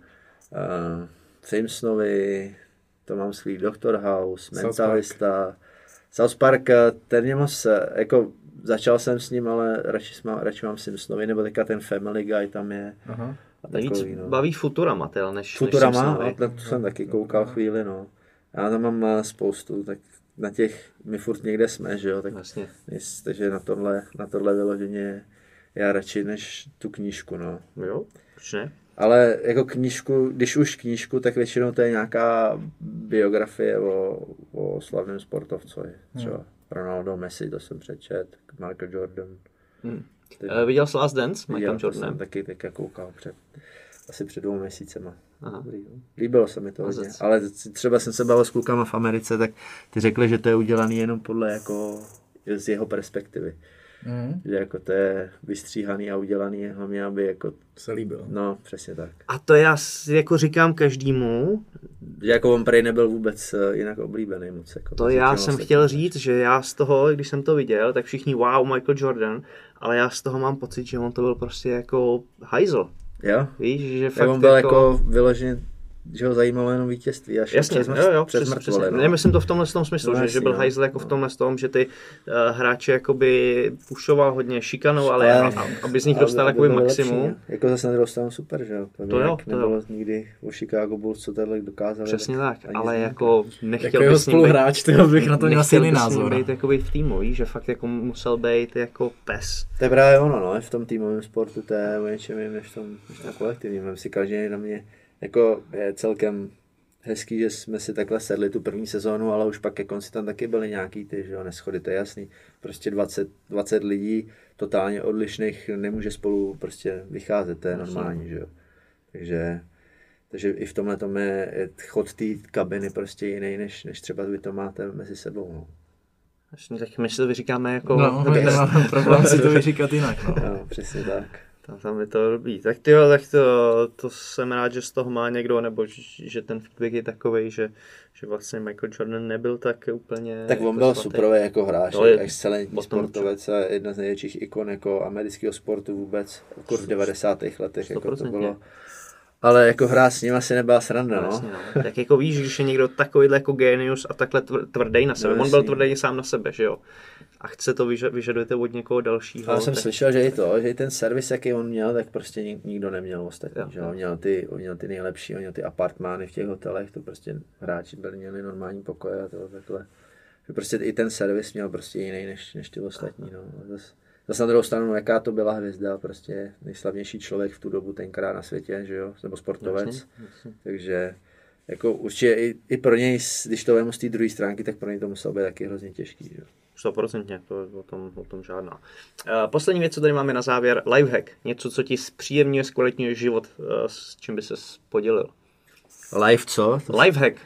Simpsonovi, to mám svý Doktor House, South Mentalista. South Park, eh, ten mě moc, eh, jako začal jsem s ním, ale radši, mám, radši mám Simpsonovi, nebo teďka ten Family Guy tam je. Aha. A Víc takový, no. baví Futurama, tel, než Futurama, než a Simpsonovi. na to jsem taky koukal chvíli, no. Já tam mám eh, spoustu, tak na těch my furt někde jsme, že jo, tak Vlastně. nic, takže na tohle, na tohle vyloženě já radši než tu knížku, no. Jo, proč ne? Ale jako knížku, když už knížku, tak většinou to je nějaká biografie o, o slavném sportovcovi. Třeba Ronaldo, Messi, to jsem přečet, Michael Jordan. Hmm. Teď- Uh, viděl jsi Last Dance s viděl, Michaelem to Jordanem? jsem taky teďka koukal před, asi před dvou měsícema. Aha. Dobrý, no. Líbilo se mi to hodně. Mazec. Ale třeba jsem se bavil s klukama v Americe, tak ty řekli, že to je udělané jenom podle jako z jeho perspektivy. Mhm. Že jako to je vystříhaný a udělaný hlavně, aby jako, Se líbilo. no přesně tak. A to já s- jako říkám každému, Že jako on prej nebyl vůbec eh, jinak oblíbený moc. Jako to mezi já těma jsem ostatními. chtěl říct, že já z toho, když jsem to viděl, tak všichni wow, Michael Jordan, ale já z toho mám pocit, že on to byl prostě jako hajzl. Jo? Víš, že Tak fakt on byl jako vyloženě, že ho zajímalo jenom vítězství. Až Jasně, přes, jo, jo, přes přes, mrtvole, přesně. no. Nemyslím to v tomhle tom smyslu, No, že, že jasně, byl no. hajzl jako v No. tomhle tom, že ty uh, hráče jakoby pušoval hodně šikanou, ale Ale- a, a, aby z nich Ale dostal aby jakoby byli maximum. lepší, no. Jako zase na druhou stranu super, že jo. To, To jo, jinak to nebylo jo. nikdy o Chicago Bulls, co tady dokázali. Přesně tak, ani ale z- jako nechtěl Jako jeho by s ním být, spoluhráč, tyho bych na to měl nechtěl silný by s ním názor. být jakoby v týmu, víš, že fakt jako musel být jako pes. To je právě ono, no, v tom týmovém sportu to je o něčem jiném než v tom, než v tom kolektivním. Vem si každý na mě, jako je celkem hezký, že jsme si takhle sedli tu první sezónu, ale už pak ke konci tam taky byly nějaký ty, že jo, neschody, to je jasný. Prostě dvacet, dvacet lidí totálně odlišných nemůže spolu prostě vycházet, to je normální, že jo. Takže, takže i v tomhle tom je, je chod té kabiny prostě jiný, než, než třeba vy to máte mezi sebou, no. Vlastně, tak my si to vyříkáme jako... No, nemám problém si to vyříkat jinak. No. No, přesně tak. Tam, tam je to dobrý. Tak ty jo, tak to, to jsem rád, že z toho má někdo, nebo že, že ten feedback je takovej, že, že vlastně Michael Jordan nebyl tak úplně... Tak on jako byl svatý. super jako hráč, To je excelentní o tom sportovec a jedna z největších ikon jako amerického sportu vůbec, jako v devadesátých letech, jako to stoprocentně. bylo. Ale jako hrát s ním asi nebyla sranda, no. Jasně, no. Tak jako víš, když je někdo takovýhle jako genius a takhle tvr- tvrdý na sebe, No, on byl jasně. tvrdý sám na sebe, že jo. A chce to, vyža- vyžadujete od někoho dalšího. Ale jsem tak... slyšel, že i to, že i ten servis, jaký on měl, tak prostě nik- nikdo neměl ostatní, Jo, že jo. on měl ty, on měl ty nejlepší, on měl ty apartmány v těch hotelech, to prostě hráči byli, měli normální pokoje a to takhle. Že prostě i ten servis měl prostě jiný než, než ty ostatní, no. Zas, zas na druhou stranu, jaká to byla hvězda, prostě nejslavnější člověk v tu dobu tenkrát na světě, že jo, nebo sportovec. Jasně, jasně. Takže jako určitě i, i pro něj, když to vemu z té druhé stránky, tak pro něj to muselo být taky hrozně těžký. Že? Stoprocentně, to o tom, o tom žádná. Uh, poslední věc, co tady máme na závěr, lifehack. Něco, co ti zpříjemňuje, zkvalitňuje život, uh, s čím by ses podělil. Live co? To Lifehack.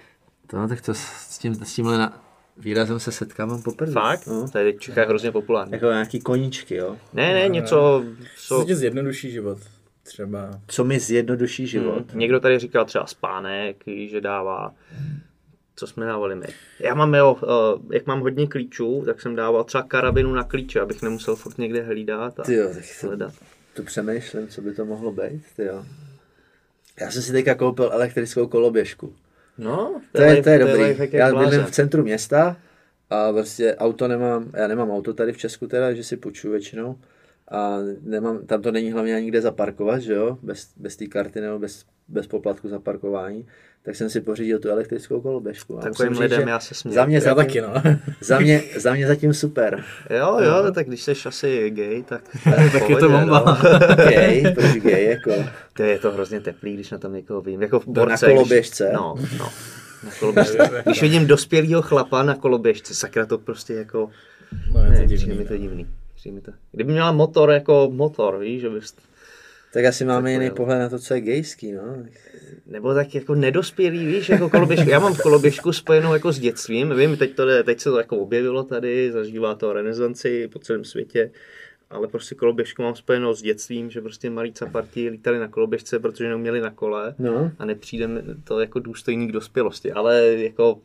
To, tak to s, tím, s tímhle na, výrazem se setkávám poprvé. Fakt? No. To je v Čechách hrozně populární. Jako nějaký koníčky, jo? Ne, ne, něco, Co co... ti zjednoduší život? Třeba. Co mi zjednoduší život. Hmm. Někdo tady říkal třeba spánek, že dává... Co jsme dávali my? Já mám, jo, uh, jak mám hodně klíčů, tak jsem dával třeba karabinu na klíče, abych nemusel furt někde hlídat a Tyjo, tak to, hledat. to přemýšlím, co by to mohlo být, tyjo. Já jsem si teďka koupil elektrickou koloběžku. No, To je, to je dobrý. lifehack jak Já bydlím blázen. v centru města a prostě auto nemám, já nemám auto tady v Česku teda, že si půjčuju většinou a nemám, tam to není hlavně ani kde zaparkovat, že jo, bez, bez té karty nebo bez, bez poplatku za parkování, tak jsem si pořídil tu elektrickou koloběžku. A Takovým musím říct, lidem že já se směju. Za mě, Já zatím, taky, no. za, mě, za mě zatím super. Jo, jo, tak když jsi asi gay, tak... Tak je to bomba. Gay, proč gay, jako. To je to hrozně teplý, když na tom někoho vím. Jako v na borce. koloběžce? Když, no, no. Na koloběžce. Když vidím dospělého chlapa na koloběžce, sakra to prostě jako... No, je to Ne, divný. přijde mi to divný. Přijde mi to. Kdyby měla motor jako motor, víš, že bys... Tak asi máme jiný jo. pohled na to, co je gayský, no. Nebo tak jako nedospělý, víš, jako koloběžku. Já mám koloběžku spojenou jako s dětstvím, vím, teď, to, jde- teď se to jako objevilo tady, zažívá to renesanci po celém světě, ale prostě koloběžku mám spojenou s dětstvím, že prostě malí caparti lítali na koloběžce, protože neuměli na kole No. a nepřijde mi to jako důstojník dospělosti, ale jako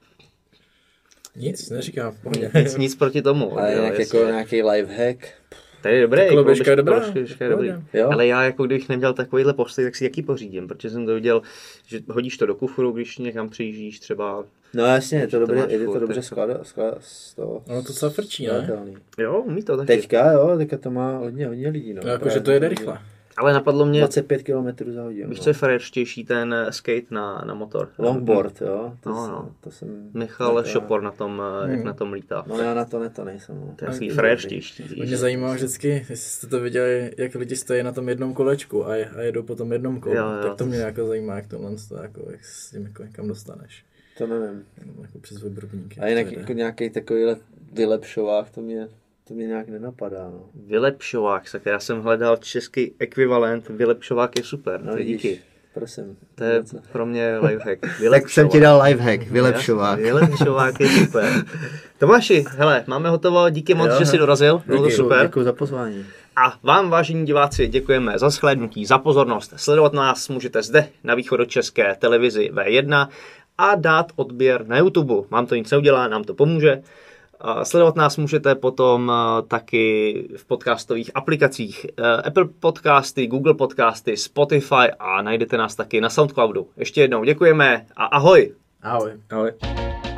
Nic, neříkám, v pohodě. nic, nic proti tomu. Ale jo, jinak jasně. jako nějaký lifehack. Tady je dobré, koloběžka je dobrá, koloběžka je dobrý. jo. Ale já jako kdybych neměl takovýhle postoj, tak si jaký pořídím, protože jsem to viděl, že hodíš to do kufru, když někam přijíždíš třeba. No jasně, je to, to dobře, máš je to furt, dobře jako. sklada, sklada, z toho. Ono to celé frčí, ne? skladatelný. Jo, umí to taky. Teďka jo, teďka to má hodně, hodně lidí. No. No, jakože to jede rychle. Ale napadlo mě, dvacet pět kilometrů za hodinu. víš, no. co je frajerštější, ten skate na, na motor. Longboard, jo. To, No, jsem, no. to jsem... Michal to- Šopor na tom, jak na tom lítá. No já na to ne, to nejsem. No. To je takový frajerštější. víš. Mě zajímá vždycky, jestli jste to viděli, jak lidi stojí na tom jednom kolečku a, a jedou po tom jednom kole. Jo, jo. Tak to mě jako zajímá, jak tohle to, jako, jak s tím jako někam dostaneš. To nevím. Jako přes vybrubníky. A jinak to jde. jako nějaký takovýhle vylepšovák, to mě, to mě nějak nenapadá. No. Vylepšovák, tak já jsem hledal český ekvivalent, vylepšovák je super, No, to je vidíš, díky. prosím. To je pro mě lifehack. Tak jsem ti dal lifehack, vylepšovák. Vylepšovák je super. Tomáši, hele, máme hotovo, díky moc, Jo, že jsi dorazil, bylo to Děkuju, super. Děkuji za pozvání. A vám, vážení diváci, děkujeme za shlédnutí, za pozornost. Sledovat nás můžete zde na východočeské televizi V jedna a dát odběr na YouTube. Vám to nic neudělá, nám to pomůže. A sledovat nás můžete potom eh, taky v podcastových aplikacích eh, Apple Podcasty, Google Podcasty, Spotify a najdete nás taky na Soundcloudu. Ještě jednou děkujeme a ahoj! Ahoj. Ahoj.